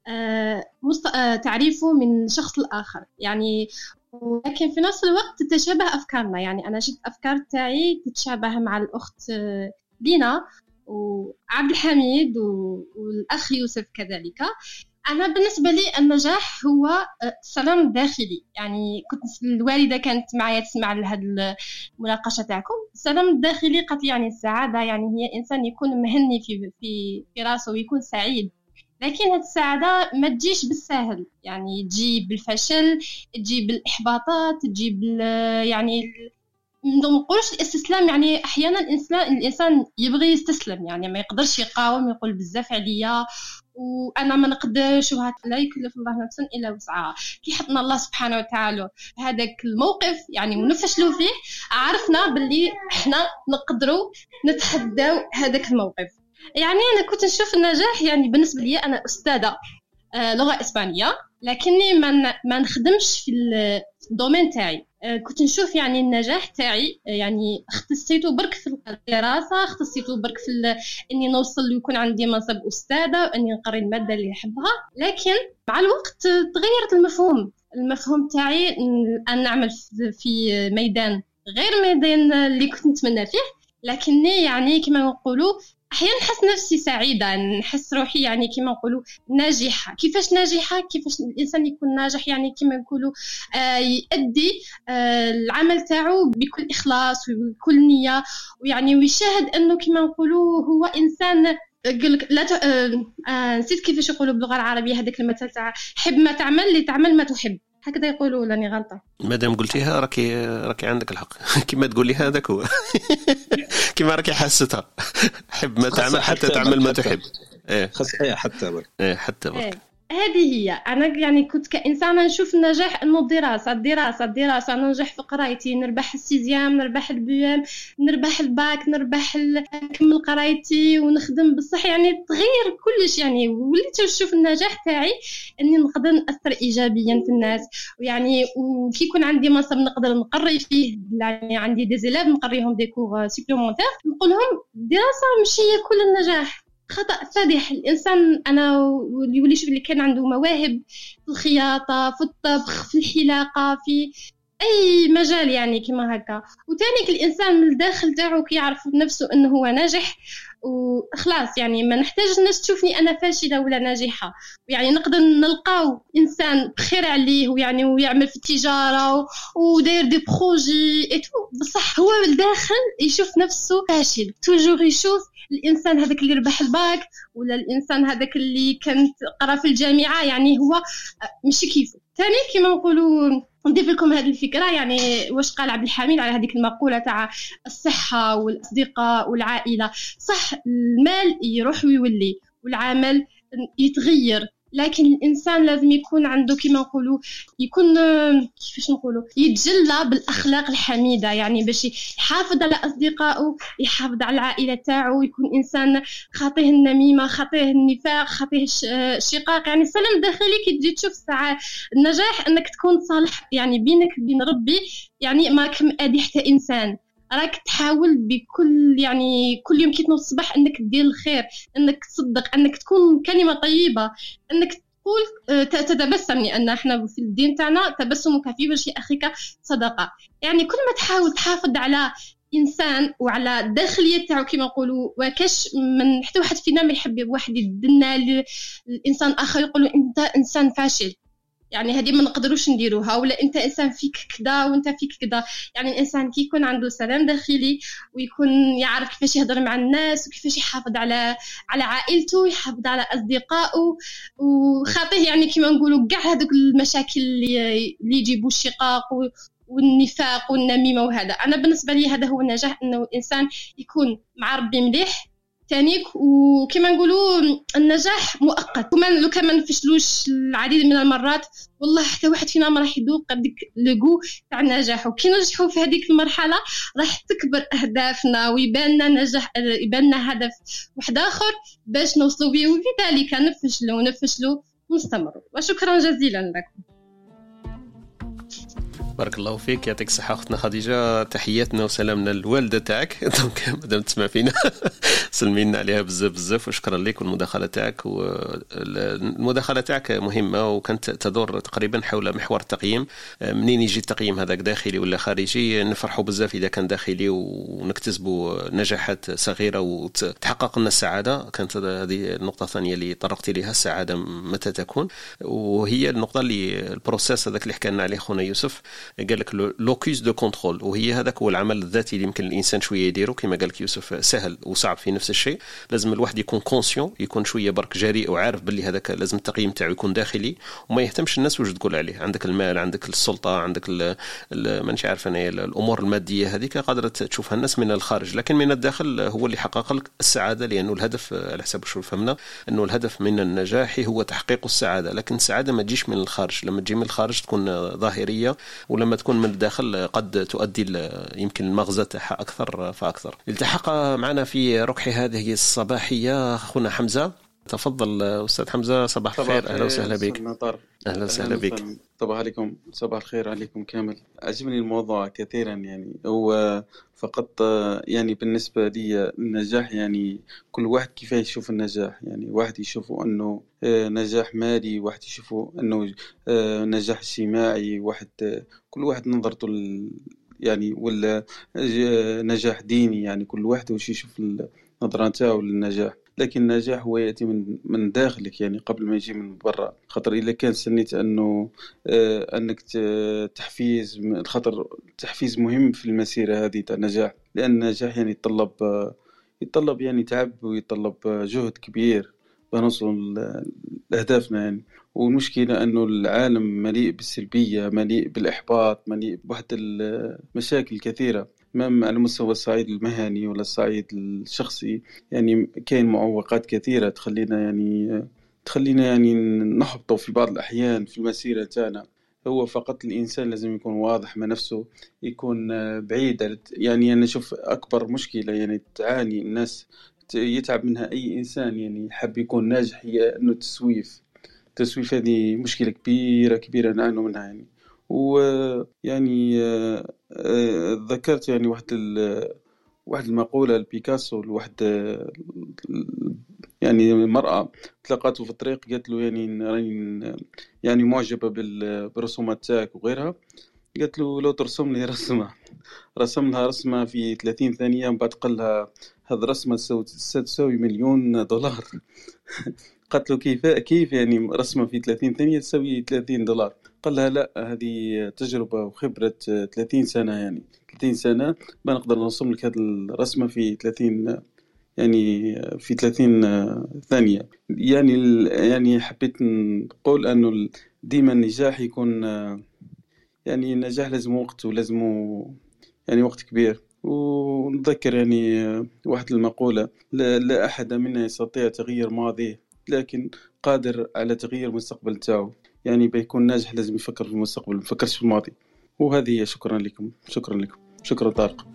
L: تعريفه من شخص لآخر يعني، ولكن في نفس الوقت تتشابه أفكارنا. يعني أنا شفت أفكار تاعي تتشابه مع الأخت دينا وعبد الحميد والأخ يوسف كذلك. أنا بالنسبة لي النجاح هو السلام الداخلي. يعني كنت الوالدة كانت معايا تسمع لهذه المناقشة تاعكم. السلام الداخلي قالت يعني السعادة، يعني هي إنسان يكون مهني في راسه ويكون سعيد. لكن هذه السعادة ما تجيش بالسهل، يعني تجي بالفشل، تجي بالإحباطات، تجي يعني ما نقولش الاستسلام. يعني احيانا الانسان يبغي يستسلم، يعني ما يقدرش يقاوم، يقول بزاف عليا وانا ما نقدرش، لا يكلف الله نفسا الا وسعها. كي حطنا الله سبحانه وتعالى هذاك الموقف يعني ونفشلوا فيه، عرفنا باللي احنا نقدروا نتحداو هذاك الموقف. يعني انا كنت نشوف النجاح، يعني بالنسبه لي انا استاذه لغه اسبانيه، لكني ما نخدمش في الدومين تاعي. كنت نشوف يعني النجاح تاعي يعني اختصيته برك في الدراسة، اختصيته برك في اني نوصل ويكون عندي منصب أستاذة واني نقري المادة اللي نحبها. لكن مع الوقت تغيرت المفهوم تاعي ان نعمل في ميدان غير ميدان اللي كنت نتمنى فيه. لكني يعني كما نقولوا احيانا نحس نفسي سعيده، نحس روحي يعني كما نقولوا ناجحه. كيفاش ناجحه؟ كيفاش الانسان يكون ناجح؟ يعني كما نقولوا يؤدي العمل تاعو بكل اخلاص وبكل نيه، ويعني ويشاهد انه كما نقولوا هو انسان يقولك لا نسيت كيفاش يقولوا باللغه العربيه هذاك المثل تاع حب ما تعمل لتعمل ما تحب. هكذا يقولوا لاني غلطه.
E: مادام قلتيها راكي عندك الحق. كما تقولي هذاك هو. كما راكي حاستها. حب ما تعمل حتى تعمل ما تحب.
B: خاصة حتى
E: برك.
L: هذه هي. أنا يعني كنت كإنسانة نشوف النجاح إنه الدراسة ننجح في قرايتي، نربح السيزيام، نربح البيام، نربح الباك، نكمل قرايتي ونخدم بصح، يعني تغير كلش. يعني وليت نشوف النجاح تاعي إني نقدر نأثر إيجابيا في الناس، ويعني وكي يكون عندي منصب نقدر نقري فيه، يعني عندي دي زيلاف نقريهم دي كور سوبليمونتير، نقول لهم الدراسة مش هي كل النجاح، خطأ فادح. الإنسان أنا يولي يشوف اللي كان عنده مواهب في الخياطة، في الطبخ، في الحلاقة، في أي مجال يعني كما هكا، وتانيك الإنسان من الداخل تاعو كيعرف نفسه أنه هو ناجح وخلاص. يعني ما نحتاج الناس تشوفني أنا فاشلة ولا ناجحة، يعني نقدر نلقاو إنسان بخير عليه ويعني ويعمل في التجارة وداير دي بروجي بصح هو بالداخل يشوف نفسه فاشل. توجور يشوف الإنسان هذاك اللي ربح الباك ولا الإنسان هذاك اللي كانت قرأ في الجامعة، يعني هو مش كيفه. تاني كما نقولوا نضيف لكم هذه الفكرة، يعني واش قال عبد الحميد على هذيك المقولة تاع الصحة والأصدقاء والعائلة. صح، المال يروح ويولي والعمل يتغير، لكن الإنسان لازم يكون عنده كما نقولوا يكون كيفاش نقولوا يتجلى بالأخلاق الحميدة، يعني باش يحافظ على أصدقائه، يحافظ على العائلة تاعو، يكون إنسان خاطيه النميمة، خاطيه النفاق، خاطيه الشقاق. يعني السلام الداخلي كي تجي تشوف ساعة النجاح أنك تكون صالح يعني بينك وبين ربي، يعني ما كم أدي حتى إنسان، راك تحاول بكل يعني كل يوم كي تنوض الصباح انك دير الخير، انك تصدق، انك تكون كلمه طيبه، انك تقول تتبسم، لان احنا في الدين تاعنا تبسمك في وجه اخيك صدقه. يعني كل ما تحاول تحافظ على انسان وعلى الداخليه تاعو كما نقولوا، وكاش من حتى واحد فينا ما يحب واحد يدنا الانسان اخر يقول انت انسان فاشل، يعني هذه ما نقدروش نديروها، ولا انت انسان فيك كذا وانت فيك كذا. يعني الانسان كي يكون عنده سلام داخلي ويكون يعرف كيفاش يهضر مع الناس وكيفاش يحافظ على عائلته، يحافظ على اصدقائه وخاطيه، يعني كما نقولوا كاع هذوك المشاكل اللي يجيبوا الشقاق والنفاق والنميمه. وهذا انا بالنسبه لي هذا هو النجاح، انه الانسان يكون مع ربي مليح تانيك. وكما نقولوا النجاح مؤقت، وما لو كان ما نفشلوش العديد من المرات والله حتى واحد فينا ما راح يذوق هذيك لوغو تاع النجاح. وكي ننجحوا في هذيك المرحله راح تكبر اهدافنا ويبان لنا نجاح، يبان لنا هدف واحد اخر باش نوصلوا به، وبذلك نفشلوا ونستمروا. وشكرا جزيلا لكم.
E: بارك الله فيك، يعطيك الصحة أختنا خديجة. تحياتنا وسلامنا للوالدة تاعك دونك مادام تسمع فينا سلمينا عليها بزاف وشكرا لك. والمداخلة تاعك والمداخلة تاعك مهمة، وكانت تدور تقريبا حول محور التقييم. منين يجي التقييم هذاك داخلي ولا خارجي؟ نفرحوا بزاف إذا كان داخلي ونكتسبوا نجاحات صغيرة وتحقق لنا السعادة. كانت هذه النقطة الثانية اللي طرقت لها، السعادة متى تكون، وهي النقطة اللي البروسيس هذاك اللي حكينا عليه خونا يوسف، قال لك لوكيس دو كنترول، وهي هذاك هو العمل الذاتي اللي يمكن الانسان شويه يديره. كما قال لك يوسف سهل وصعب في نفس الشيء. لازم الواحد يكون كونسيون، يكون شويه برك جريء وعارف باللي هذاك لازم التقييم تاعو يكون داخلي وما يهتمش الناس واش تقول عليه. عندك المال، عندك السلطه، عندك مانيش عارف انا الامور الماديه هذيك قادره تشوفها الناس من الخارج، لكن من الداخل هو اللي حقق لك السعاده. لانه الهدف على حسب شو فهمنا انه الهدف من النجاح هو تحقيق السعاده، لكن السعاده ما تجيش من الخارج. لما تجي من الخارج تكون ظاهريه، ولما تكون من الداخل قد تؤدي يمكن المغزى تاعها اكثر فاكثر. التحق معنا في ركح هذه الصباحيه اخونا حمزه. تفضل استاذ حمزه، صباح الخير، اهلا وسهلا بك. اهلا وسهلا بك.
I: صباح عليكم، صباح الخير عليكم كامل. عجبني الموضوع كثيرا، يعني هو فقط يعني بالنسبه لي النجاح يعني كل واحد كيف يشوف النجاح. يعني واحد يشوفه انه نجاح مالي، واحد يشوفه انه نجاح اجتماعي، كل واحد نظرته يعني ولا نجاح ديني. يعني كل واحد وش يشوف النظرة تاعو للنجاح. لكن النجاح هو يأتي من داخلك، يعني قبل ما يجي من برا. خاطر إذا كان سنيت أنك تحفيز، خاطر تحفيز مهم في المسيرة هذه تاع النجاح، لأن النجاح يعني يتطلب يعني تعب ويتطلب جهد كبير
M: نوصل لأهدافنا يعني. والمشكلة أنه العالم مليء بالسلبية، مليء بالإحباط، مليء بواحد المشاكل كثيرة، ما على مستوى الصعيد المهني ولا الصعيد الشخصي. يعني كاين معوقات كثيرة تخلينا يعني نحبط في بعض الأحيان في المسيرة تاعنا. هو فقط الإنسان لازم يكون واضح مع نفسه، يكون بعيد. يعني أنا أشوف أكبر مشكلة يعني تعاني الناس يتعب منها أي إنسان يعني حب يكون ناجح، هي أنه التسويف هذه مشكلة كبيرة نعانوا منها يعني. ويعني ذكرت يعني واحد المقولة لبيكاسو، لواحد يعني مرأة تلاقاته في الطريق قالت له يعني معجبة بالرسومات تاعك وغيرها. قالت له لو ترسم لي رسم لها رسمة في 30 ثانية، من بعد قال لها هذه الرسمة تساوي $1,000,000. قالت له كيف يعني رسمة في 30 ثانية تساوي $30؟ قال لها لا، هذه تجربة وخبرة 30 سنة، يعني 30 سنة ما نقدر نرسم لك هذه الرسمة في 30 ثانية. يعني حبيت نقول أنه ديما النجاح يكون يعني النجاح لازم وقت، ولازم يعني وقت كبير. ونذكر يعني واحد المقولة، لا أحد منا يستطيع تغيير ماضيه، لكن قادر على تغيير المستقبل تاعو. يعني بيكون ناجح لازم يفكر في المستقبل، ما يفكرش في الماضي. وهذه هي. شكرا لكم. شكرا طارق.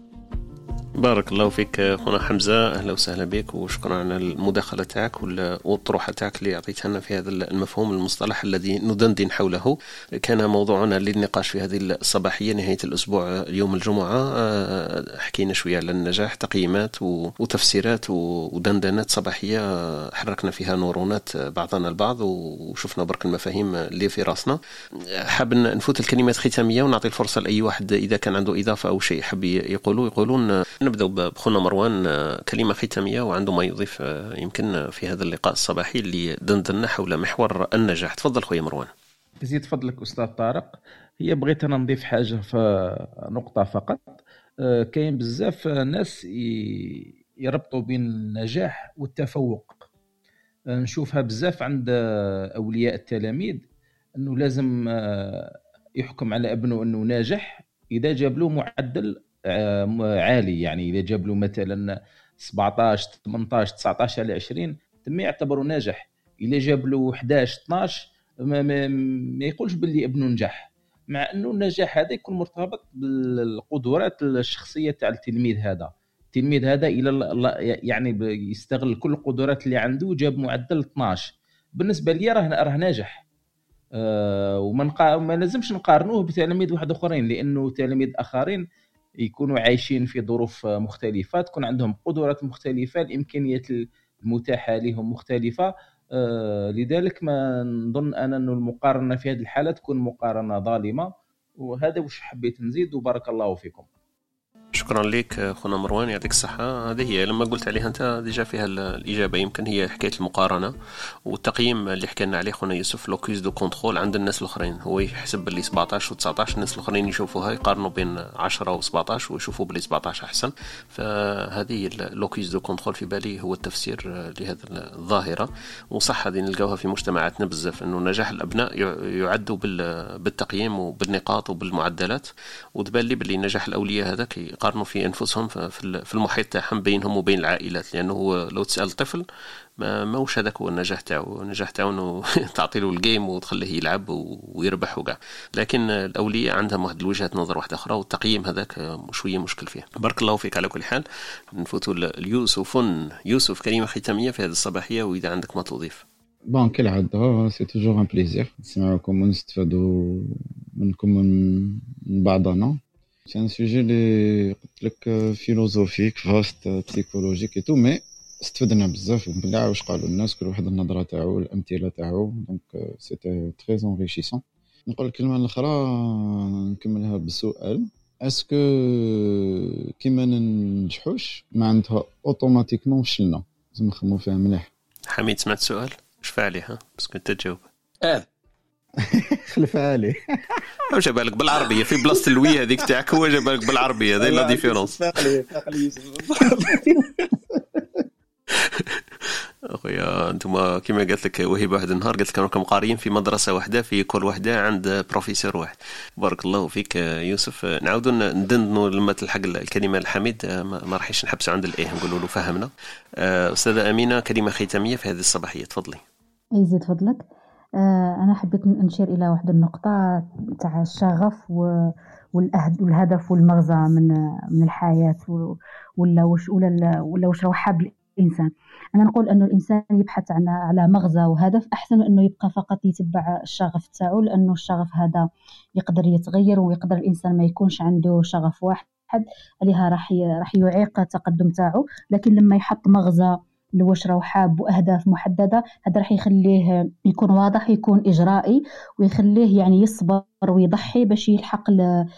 E: بارك الله فيك خونا حمزة، أهلا وسهلا بك، وشكرا على المداخلة تاعك والطروحة تاعك اللي أعطيتها لنا في هذا المفهوم المصطلح الذي ندندن حوله. كان موضوعنا للنقاش في هذه الصباحية نهاية الأسبوع اليوم الجمعة. حكينا شوية على النجاح، تقييمات وتفسيرات ودندنات صباحية حركنا فيها نورونات بعضنا البعض، وشفنا برك المفاهيم اللي في راسنا. حاب نفوت الكلمات ختامية ونعطي الفرصة لأي واحد إذا كان عنده إضافة أو شيء حب يقولون. نبدأ بخونا مروان كلمة ختامية وعنده ما يضيف يمكن في هذا اللقاء الصباحي اللي دندنا حول محور النجاح. تفضل خويا مروان.
G: بزيد فضلك أستاذ طارق. هي بغيت أنا نضيف حاجة في نقطة فقط. كاين بزاف ناس يربطوا بين النجاح والتفوق. نشوفها بزاف عند أولياء التلاميذ، أنه لازم يحكم على ابنه أنه ناجح إذا جاب له معدل عالي. يعني إذا جاب له مثلا 17 18 19 على 20 تم يعتبره ناجح. إذا جاب له 11 12 ما يقولش باللي ابنه نجح، مع أنه النجاح هذا يكون مرتبط بالقدرات الشخصية تاع التلميذ هذا. التلميذ هذا إلى يعني يستغل كل القدرات اللي عنده، جاب معدل 12 بالنسبة لي راه ناجح. وما لازمش نقارنوه بتلاميذ واحد آخرين، لأنه تلاميذ آخرين يكونوا عايشين في ظروف مختلفة، تكون عندهم قدرات مختلفة، الإمكانيات المتاحة لهم مختلفة. لذلك ما نظن أنا أن المقارنة في هذه الحالة تكون مقارنة ظالمة. وهذا وش حبيت نزيد، وبارك الله فيكم.
E: شكرا لك خونا مروان، يعطيك الصحة. هذه هي لما قلت عليها أنت ديجا فيها الإجابة، يمكن هي حكاية المقارنة والتقييم اللي حكينا عليه خونا يوسف، لوكيز دو كونترول عند الناس الآخرين. هو يحسب باللي 17 و19، الناس الآخرين يشوفوها يقارنوا بين 10 و17 ويشوفوا باللي 17 أحسن. فهذه لوكيز دو كونترول في بالي هو التفسير لهذا الظاهرة. وصح هذه نلقاوها في مجتمعاتنا بزاف، أنه نجاح الأبناء يعدوا بالتقييم وبالنقاط وبالمعدلات. وتبان لي باللي نجاح الأولياء هذاك يقارنوا في أنفسهم في المحيط تاعهم بينهم وبين العائلات. لأنه لو تسأل طفل ما وش هذاك هو النجاح تاعو. النجاح تاعو انه تعطي له الجيم وتخليه يلعب ويربح وكاع. لكن الاولياء عندهم واحد الوجهه نظر واحده اخرى، والتقييم هذاك شويه مشكل فيه. بارك الله فيك. على كل حال نفوتوا يوسف كلمه ختاميه في هذه الصباحيه، واذا عندك ما تضيف.
I: بون كالعاده سي توجور ان بليزير نسمعكم ونستفادوا منكم من بعضنا. سي ان سوجي اللي قلت لك فيلوزوفيك فاست بسيكولوجيك تو، مي استفدنا بزاف وبالله واش قالوا الناس، كل واحد النظره تاعو الامثله تاعو، دونك سيتي تري انريشيسون. نقول الكلمه الاخرى نكملها بالسؤال، اسكو كيما ننجحوش معناتها اوتوماتيكمون فشلنا؟ لازم نخمو فيها مليح.
E: حميد سمعت السؤال واش عليه؟ بس كنت تجاوب
D: خلف عليه.
E: واش جابالك بالعربيه في بلاصه الوي هذيك تاعك، هو جابالك بالعربيه، هذه لا ديفيرونس. اخويا انتم كما قالت لك وهبه واحد النهار قالت لك راكم قاريين في مدرسه واحده في كل واحده عند بروفيسور واحد. بارك الله فيك يوسف. نعاودوا ندندنوا لما تلحق الكلمه الحميد ما راحش نحبسوا عند الايه نقولوا له فهمنا. استاذه امينه كلمه ختاميه في هذه الصباحيه تفضلي.
H: يزيد فضلك. انا حبيت نشير الى واحد النقطه تاع الشغف والهدف والمغزى من الحياه ولا واش راه حاب الانسان. انا نقول انه الانسان يبحث على مغزى وهدف احسن من انه يبقى فقط يتبع الشغف تاعو، لانه الشغف هذا يقدر يتغير ويقدر الانسان ما يكونش عنده شغف واحد عليها راح يعيق التقدم تاعو. لكن لما يحط مغزى لواش راه حاب واهداف محدده هذا راح يخليه يكون واضح، يكون اجرائي، ويخليه يعني يصبر ويضحي باش يلحق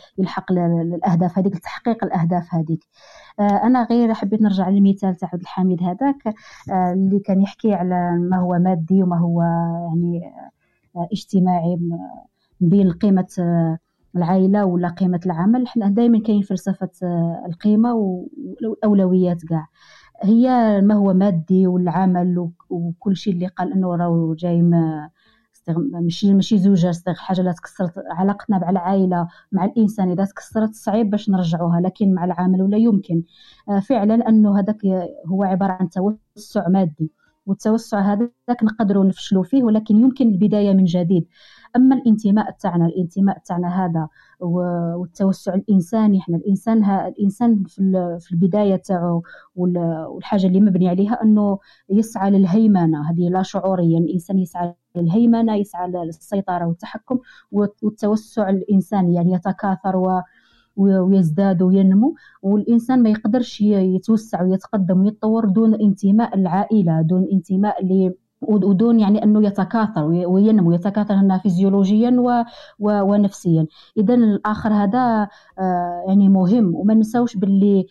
H: الاهداف هذيك، لتحقيق الاهداف هذيك. انا غير حبيت نرجع للمثال تاع عبد الحميد هذاك اللي كان يحكي على ما هو مادي وما هو يعني اجتماعي بين قيمه العائله ولا قيمه العمل. حنا دائما كاين فلسفه القيمه والاولويات كاع، هي ما هو مادي والعمل وكل شيء اللي قال انه راه جاي ماشي زوجه حاجه لا تكسرت علاقتنا مع العائله مع الانسان، اذا تكسرت صعيب باش نرجعوها، لكن مع العمل ولا يمكن فعلا انه هذاك هو عباره عن توسع مادي، والتوسع هذاك نقدروا نفشلوا فيه ولكن يمكن البدايه من جديد. اما الانتماء تاعنا هذا والتوسع الانساني، احنا الانسان في البدايه تاعو والحاجه اللي مبني عليها انه يسعى للهيمنه، هذه لا شعوريا الانسان يسعى للهيمنه، يسعى للسيطره والتحكم والتوسع الانساني، يعني يتكاثر ويزداد وينمو، والإنسان ما يقدرش يتوسع ويتقدم ويتطور دون انتماء العائلة، دون انتماء ودون يعني أنه يتكاثر وينمو، يتكاثر هنا فيزيولوجيا ونفسيا. إذن الآخر هذا يعني مهم، وما نساوش باللي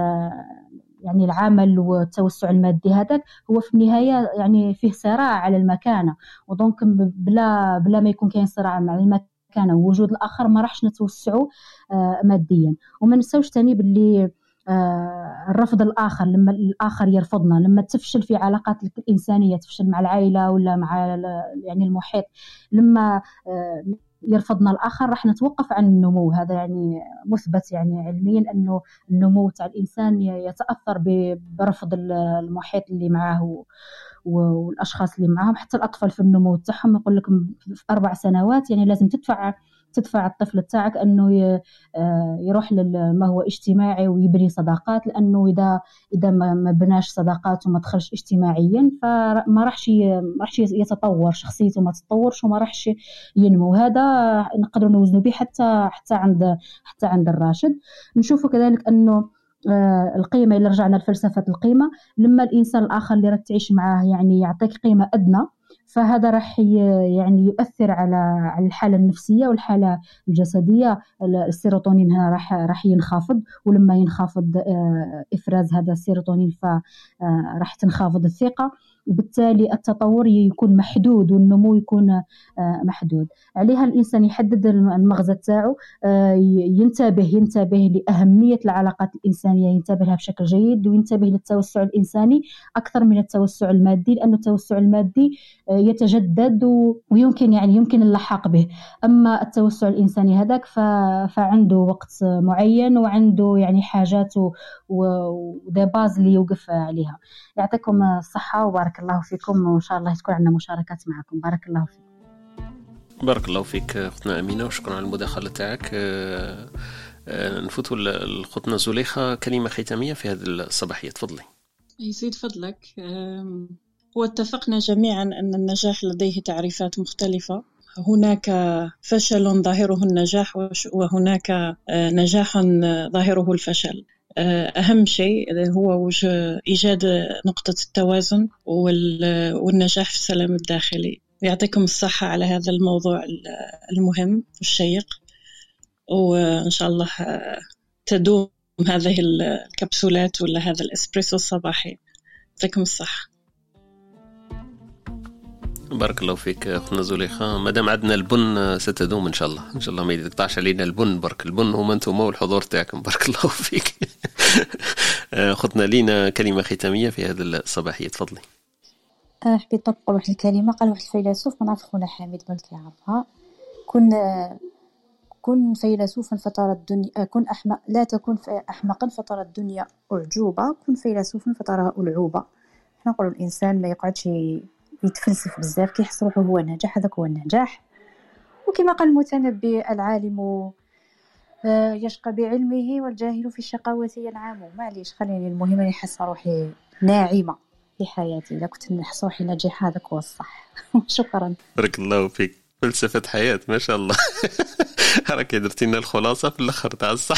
H: يعني العمل والتوسع المادي هذاك هو في النهاية يعني فيه صراع على المكانة، ودونك بلا ما يكون كاين صراع على المكانة كان وجود الآخر ما راحش نتوسعوا ماديا. وما نساوش تاني باللي الرفض الآخر، لما الآخر يرفضنا، لما تفشل في علاقات الإنسانية، تفشل مع العائلة ولا مع يعني المحيط، لما يرفضنا الآخر راح نتوقف عن النمو. هذا يعني مثبت يعني علميا أنه النمو تاع الإنسان يتأثر برفض المحيط اللي معه والاشخاص اللي معهم. حتى الاطفال في النمو تاعهم يقول لك في 4 سنوات يعني لازم تدفع الطفل تاعك انه يروح لما هو اجتماعي ويبني صداقات، لانه اذا ما بناش صداقات وما دخلش اجتماعيا فما راحش يتطور، شخصيته ما تتطورش وما راحش ينمو. هذا نقدر نوزنه به حتى عند الراشد. نشوفوا كذلك انه القيمة، إلا رجعنا لفلسفة القيمة، لما الإنسان الآخر اللي راك تعيش معاه يعني يعطيك قيمة أدنى، فهذا راح يعني يؤثر على الحالة النفسية والحالة الجسدية. السيروتونين هنا راح ينخفض، ولما ينخفض إفراز هذا السيروتونين فراح تنخفض الثقة، وبالتالي التطور يكون محدود والنمو يكون محدود. عليها الإنسان يحدد المغزى تاعو، ينتبه لأهمية العلاقات الإنسانية، ينتبه لها بشكل جيد، وينتبه للتوسع الإنساني أكثر من التوسع المادي، لأن التوسع المادي يتجدد ويمكن اللحاق به. أما التوسع الإنساني هذاك فعنده وقت معين وعنده يعني حاجات ودباز اللي يوقف عليها. يعطيكم الصحة وبارك الله فيكم، وإن شاء الله تكون عندنا مشاركات معكم. بارك الله فيكم.
E: بارك الله فيك أختنا أمينة، وشكرا على المداخلة تاعك. نفوتوا لأختنا زليخة كلمة ختامية في هذه الصباحية، تفضلي.
C: يزيد فضلك. واتفقنا جميعا أن النجاح لديه تعريفات مختلفة. هناك فشل ظاهره النجاح، وهناك نجاح ظاهره الفشل. أهم شيء هو إيجاد نقطة التوازن والنجاح في السلام الداخلي. يعطيكم الصحة على هذا الموضوع المهم والشيق، وإن شاء الله تدوم هذه الكبسولات ولا هذا الإسبريسو الصباحي. يعطيكم الصحة.
E: بارك الله فيك أختنا زليخة. مادام عندنا البن ستدوم إن شاء الله، إن شاء الله ما يقطعش علينا البن. برك البن هما أنتم والحضور تاعكم. بارك الله فيك. أختنا لينا كلمة ختامية في هذه الصباحية، تفضلي.
F: حبيت نقول واحد الكلمة قال واحد الفيلسوف ما نعرف خونا حامد بالك يعرفها، كن فيلسوفا فترى الدنيا كن أحمق لا تكن أحمقا فترى الدنيا أعجوبة، كن فيلسوفا فتراها ألعوبة. حنا نقولوا الإنسان ما يقعدش يتفلسف بزاف كي يحس روحه هو النجاح، هذاك هو النجاح. وكما قال المتنبي العالم يشقى بعلمه والجاهل في الشقاوة ينعم. معليش خليني المهم نحس روحي ناعمة في حياتي، إذا كنت نحس روحي ناجحة هذاك هو الصح. شكرا.
E: بارك الله فيك، فلسفة حياة ما شاء الله. راكي درتي لنا الخلاصة في الآخر تاع الصح.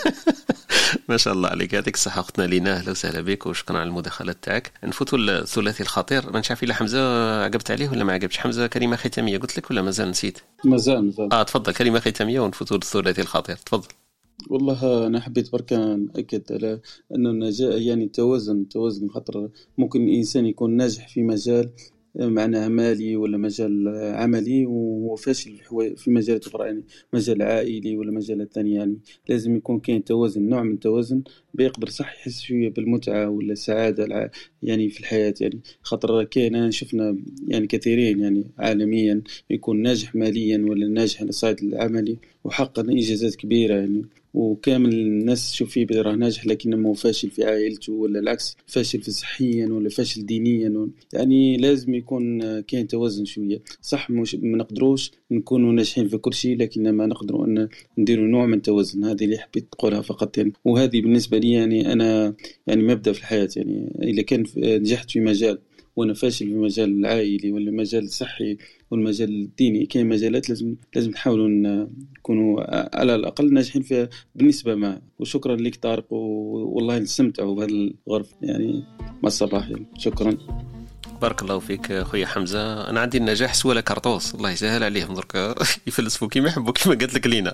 E: ما شاء الله عليك، يعطيك الصحة أختنا لينا، أهلا وسهلا بك وشكرا على المداخلة تاعك. نفوتوا الثلاثي الخطير، ما نعرف إلا حمزة عجبت عليه ولا ما عجبش. حمزة كلمة ختامية قلت لك ولا مازال نسيت؟
M: مازال
E: تفضل كلمة ختامية ونفوتوا الثلاثي الخطير، تفضل.
M: والله أنا حبيت برك نأكد على أن النجاح يعني توازن خاطر ممكن الإنسان يكون ناجح في مجال معناها مالي ولا مجال عملي وهو فاشل في مجالات أخرى، يعني مجال عائلي ولا مجالات ثانية. يعني لازم يكون كاين توازن، نوع من التوازن بيقدر صح يحس شوية بالمتعة ولا السعادة يعني في الحياة. يعني خاطر كاين شفنا يعني كثيرين يعني عالميا يكون ناجح ماليا ولا ناجح على الصعيد العملي وحقق إنجازات كبيرة يعني، وكامل الناس تشوف فيه راه ناجح لكنه فاشل في عائلته ولا العكس، فاشل في صحيا ولا فاشل دينيا. يعني لازم يكون كاين توازن شويه. صح مش ما نقدروش نكونوا ناجحين في كل شيء، لكن ما نقدروا ان نديروا نوع من التوازن. هذه اللي حبيت نقولها فقط يعني. وهذه بالنسبه لي يعني انا يعني مبدا في الحياه. يعني اذا كان نجحت في مجال وانا فاشل في المجال العائلي ولا المجال الصحي والمجال الديني، كاين مجالات لازم نحاولوا نكونوا على الاقل ناجحين فيها بالنسبه ما. وشكرا لك طارق، والله نستمتعوا بهذا الغرف يعني مع الصباح يعني. شكرا.
E: بارك الله فيك خويا حمزه. انا عندي النجاح سواله كرطوس، الله يسهل عليهم درك يفلسفوا كيما يحبوا كيما قلت لك لينا.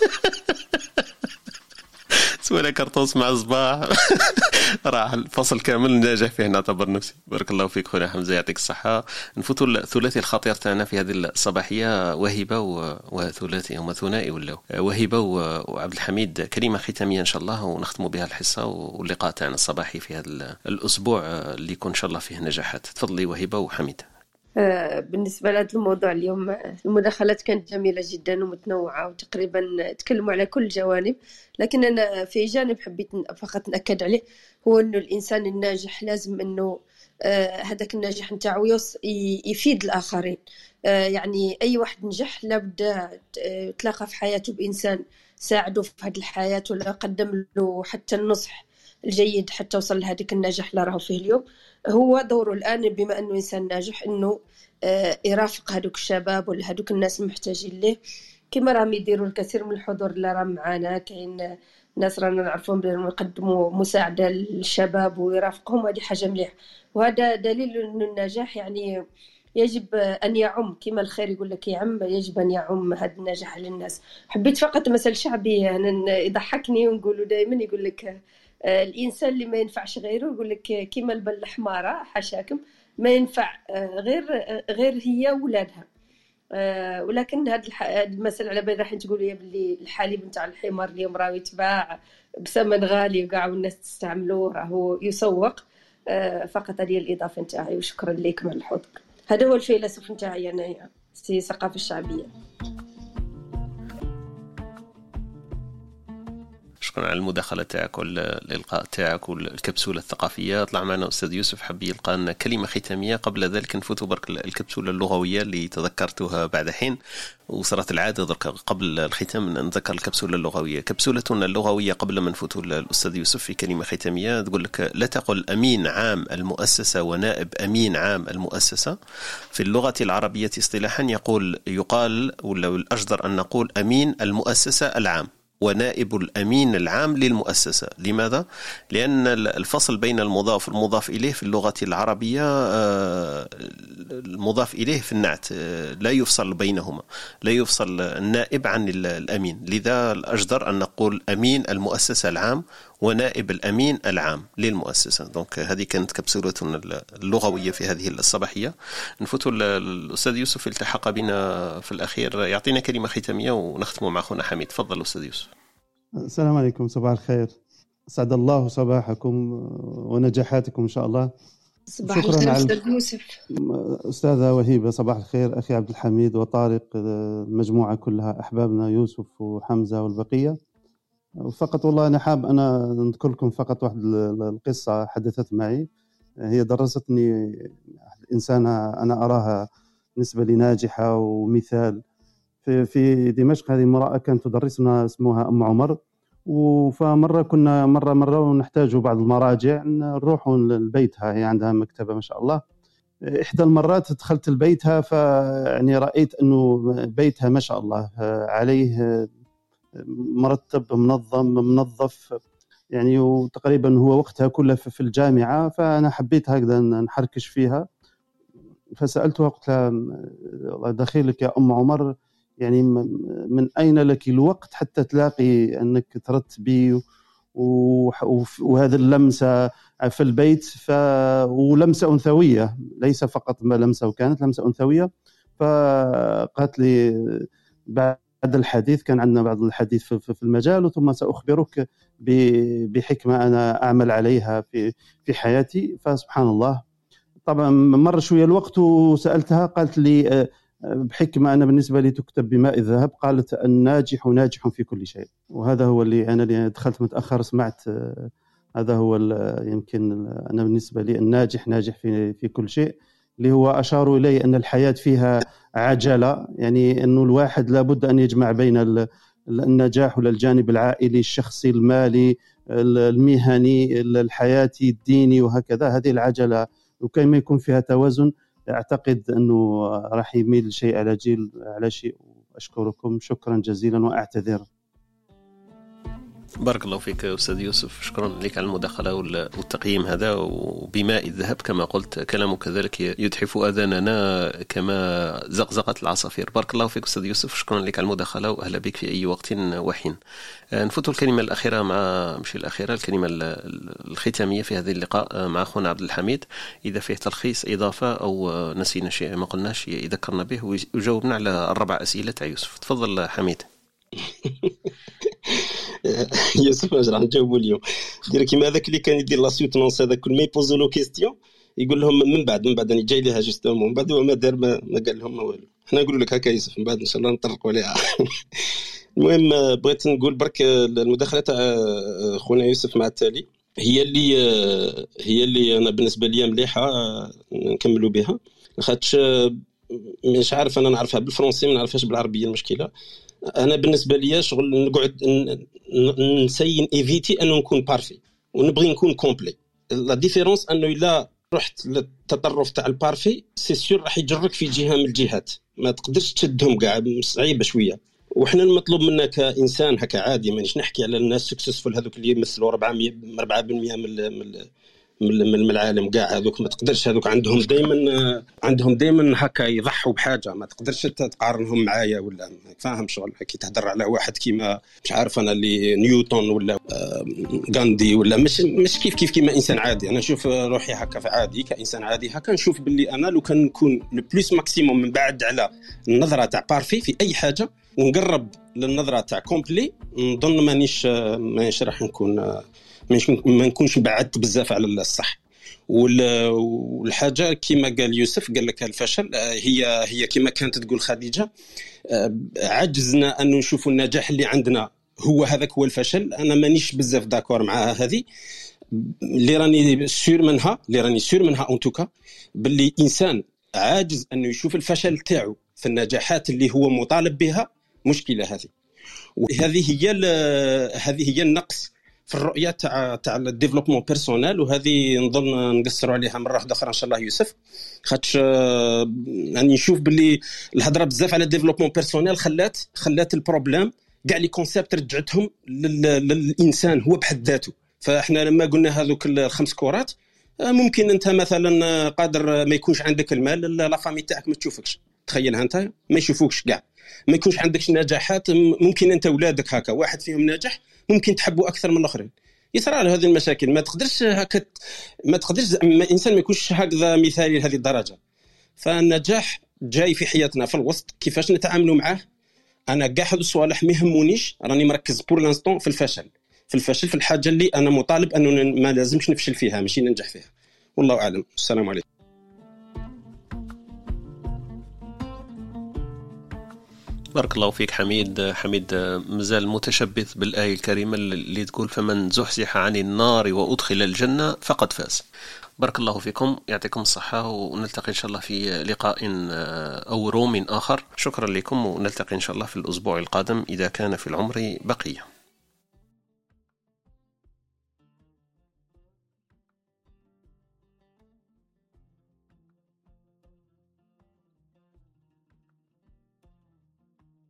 E: سواله كرطوس مع الصباح. راح الفصل كامل ناجح فيه نعتبر نفسي. بارك الله فيك خويا حمزه، يعطيك الصحه. نفوتوا الثلاثي الخطير تاعنا في هذه الصباحيه، وهبه وثلاثي هما ثنائي ولا وهبه وعبد الحميد. كلمه ختاميه ان شاء الله ونختموا بها الحصه واللقاء تاعنا الصباحي في هذا الاسبوع اللي يكون ان شاء الله فيه نجاحات. تفضلي وهبه وحميد.
A: بالنسبة لهذا الموضوع اليوم المداخلات كانت جميلة جدا ومتنوعة وتقريبا تكلموا على كل الجوانب، لكن أنا في جانب حبيت فقط نأكد عليه، هو أنه الإنسان الناجح لازم أنه هذاك الناجح نتاعو يفيد الآخرين. يعني أي واحد نجح لابد تلاقى في حياته بإنسان ساعده في هذه الحياة ولا قدم له حتى النصح الجيد حتى وصل لهذيك النجاح اللي راهو فيه اليوم. هو دوره الآن بما أنه إنسان ناجح أنه يرافق هذوك الشباب ولا هذوك الناس المحتاجين له، كما راهم يديروا الكثير من الحضور اللي راه معنا. كاين ناس رانا نعرفهم بأنهم يقدموا مساعدة للشباب ويرافقهم، هذه حاجة مليحة. وهذا دليل أنه النجاح يعني يجب أن يعم، كما الخير يقول لك يعم، يجب أن يعم هذا النجاح للناس. حبيت فقط مثل شعبي أنا يضحكني ونقوله دائما، يقول لك الإنسان اللي ما ينفعش غيره يقول لك كيما البل الحمارة حاشاكم ما ينفع غير هي ولادها. ولكن هذا المثل على بالي راح تقولوا يا باللي الحليب نتاع الحمار اليوم راه يتباع بثمن غالي وقاع والناس تستعملوه راهو يسوق. فقط هذه الإضافة نتاعي، وشكرا لكم على الحضور. هذا هو الفيلسوف نتاعي أنا في الثقافة الشعبية.
E: شكرا على المداخلة تاعك والإلقاء تاعك والكبسولة الثقافية. طلع معنا أستاذ يوسف حب يلقى لنا كلمة ختامية. قبل ذلك نفوتوا برك الكبسولة اللغوية اللي تذكرتها بعد حين، وصارت العادة درك قبل الختام نذكر الكبسولة اللغوية. كبسولتنا اللغوية قبل ما نفوتوا الأستاذ يوسف في كلمة ختامية تقول لك: لا تقل أمين عام المؤسسة ونائب أمين عام المؤسسة. في اللغة العربية اصطلاحا يقال ولا الأجدر أن نقول أمين المؤسسة العام ونائب الأمين العام للمؤسسة. لماذا؟ لأن الفصل بين المضاف والمضاف إليه في اللغة العربية المضاف إليه في النعت لا يفصل بينهما، لا يفصل النائب عن الأمين. لذا الأجدر أن نقول أمين المؤسسة العام ونائب الأمين العام للمؤسسة. دونك هذه كانت كبسولتنا اللغوية في هذه الصباحية. نفوتوا الأستاذ يوسف التحق بنا في الأخير يعطينا كلمة ختامية ونختم مع أخونا حميد. تفضل أستاذ يوسف.
D: السلام عليكم، صباح الخير، أسعد الله صباحكم ونجاحاتكم إن شاء الله.
A: صباح الخير أستاذ يوسف.
D: أستاذة وهيبة صباح الخير. أخي عبد الحميد وطارق، المجموعة كلها أحبابنا يوسف وحمزة والبقية. فقط والله أنا حاب أنا نذكر لكم فقط واحد القصة حدثت معي، هي درستني إنسانة أنا أراها بالنسبة لي ناجحة ومثال. في دمشق هذه امرأة كانت تدرسنا اسمها أم عمر، فمرة كنا مرة ونحتاج بعض المراجع نروح لبيتها، هي عندها مكتبة ما شاء الله. إحدى المرات دخلت لبيتها فيعني رأيت أنه بيتها ما شاء الله عليه مرتب منظف يعني، وتقريبا هو وقتها كله في الجامعة. فأنا حبيت هكذا نحركش فيها، فسألتها قلت لها الله دخيلك يا أم عمر، يعني من أين لك الوقت حتى تلاقي أنك ترتبي وهذه اللمسة في البيت، ولمسة أنثوية ليس فقط ما لمسة، وكانت لمسة أنثوية. فقالت لي بعد الحديث، كان عندنا بعض الحديث في المجال، ثم سأخبرك بحكمة أنا أعمل عليها في حياتي. فسبحان الله طبعا مر شوية الوقت وسألتها، قالت لي بحكمة أنا بالنسبة لي تكتب بماء الذهب، قالت الناجح ناجح في كل شيء. وهذا هو اللي دخلت متأخر سمعت، هذا هو يمكن أنا بالنسبة لي الناجح ناجح في كل شيء، اللي هو أشاروا إليه أن الحياة فيها عجلة، يعني أنه الواحد لابد أن يجمع بين النجاح والجانب العائلي الشخصي المالي المهني الحياتي الديني وهكذا. هذه العجلة وكما يكون فيها توازن أعتقد أنه راح يميل شيء على شيء. أشكركم شكرا جزيلا وأعتذر.
E: بارك الله فيك أستاذ يوسف، شكرا لك على المداخلة والتقييم هذا. وبماء الذهب كما قلت، كلامك كذلك يتحف أذاننا كما زقزقة العصافير. بارك الله فيك أستاذ يوسف، شكرا لك على المداخلة، وأهلا بك في أي وقت وحين. نفوت الكلمة الأخيرة مش الأخيرة، الكلمة الختامية في هذه اللقاء مع أخونا عبد الحميد. إذا فيه تلخيص إضافة أو نسينا شيء ما قلناش يذكرنا به ويجاوبنا على 4 أسئلة تاع يوسف. تفضل حميد.
B: يوسف اش راح نجاوبوا اليوم؟ دير كيما هذاك اللي كان يدير لا سوتونس، هذاك كل ما يبوزوا له كيستيون يقول لهم من بعد انا جاي لها جوستومون، من بعد هو ما دار ما قال لهم والو. حنا نقول لك هكا يوسف، من بعد ان شاء الله نطرقوا عليها. المهم بغيت نقول برك المداخله تاع خونا يوسف مع التالي هي اللي انا بالنسبه لي مليحه نكملوا بها، خاطش مش عارف انا نعرفها بالفرنسي ما نعرفهاش بالعربيه. المشكله انا بالنسبه لي شغل نقعد نسين ايفيتي انه نكون بارفي ونبغي نكون كومبلي. لا ديفيرونس انه الا رحت للتطرف تاع البارفي سي سور راح يجرك في جهه من الجهات ما تقدرش تشدهم كاع، صعيبه شويه. وحنا المطلوب منا كانسان هكا عادي، مانيش نحكي على الناس سكسسفول هذوك اللي يمثلوا 4% من العالم كاع، هذوك ما تقدرش، هذوك عندهم دائما هكا يضحوا بحاجه، ما تقدرش تقارنهم معايا ولا فاهم شغل. كي تهضر على واحد كيما مش عارف انا اللي نيوتن ولا غاندي ولا مش كيف كيما انسان عادي. انا نشوف روحي هكا في عادي كانسان عادي هكا، نشوف باللي انا لو كان نكون لو بلوس ماكسيموم من بعد على النظره تاع بارفي في اي حاجه ونقرب للنظره تاع كومبلي، نظن مانيش راح نكون ما نكونش بعدت بزاف على الصح. والحاجه كما قال يوسف قال لك الفشل هي كما كانت تقول خديجه، عجزنا ان نشوف النجاح اللي عندنا هو هذاك هو الفشل. انا مانيش بزاف داكور مع هذه اللي راني سير منها ان توكا باللي انسان عاجز انه يشوف الفشل تاعو في النجاحات اللي هو مطالب بها، مشكله هذه. وهذه هي النقص في الرؤيه تاع الديفلوبمون بيرسونيل، وهذه نظن نقصروا عليها مره واحده اخرى ان شاء الله يوسف، خاطش يعني نشوف باللي الهضره بزاف على الديفلوبمون بيرسونيل خلات البروبليم كاع لي كونسيبت رجعتهم للانسان هو بحد ذاته. فاحنا لما قلنا هذوك ال5 كورات، ممكن انت مثلا قادر ما يكونش عندك المال، لا فامي تاعك ما تشوفكش، تخيلها انت ما يشوفوكش كاع، ما يكونش عندكش نجاحات، ممكن انت اولادك هكا واحد فيهم ناجح ممكن تحبوا اكثر من الاخرين. يصرى له هذه المشاكل، ما تقدرش انسان ما يكونش هكذا مثالي لهذه الدرجه. فالنجاح جاي في حياتنا في الوسط، كيفاش نتعاملوا معه. انا كاع هذو الصوالح ما يهمونيش، راني مركز بور لانستون في الفشل في الحاجه اللي انا مطالب انه ما لازمش نفشل فيها، ماشي ننجح فيها. والله أعلم. السلام عليكم.
E: بارك الله فيك حميد مازال متشبث بالآية الكريمة اللي تقول فمن زحزح عن النار وأدخل الجنة فقد فاز. بارك الله فيكم، يعطيكم الصحة، ونلتقي إن شاء الله في لقاء أو روم آخر. شكرا لكم، ونلتقي إن شاء الله في الأسبوع القادم إذا كان في العمر بقية.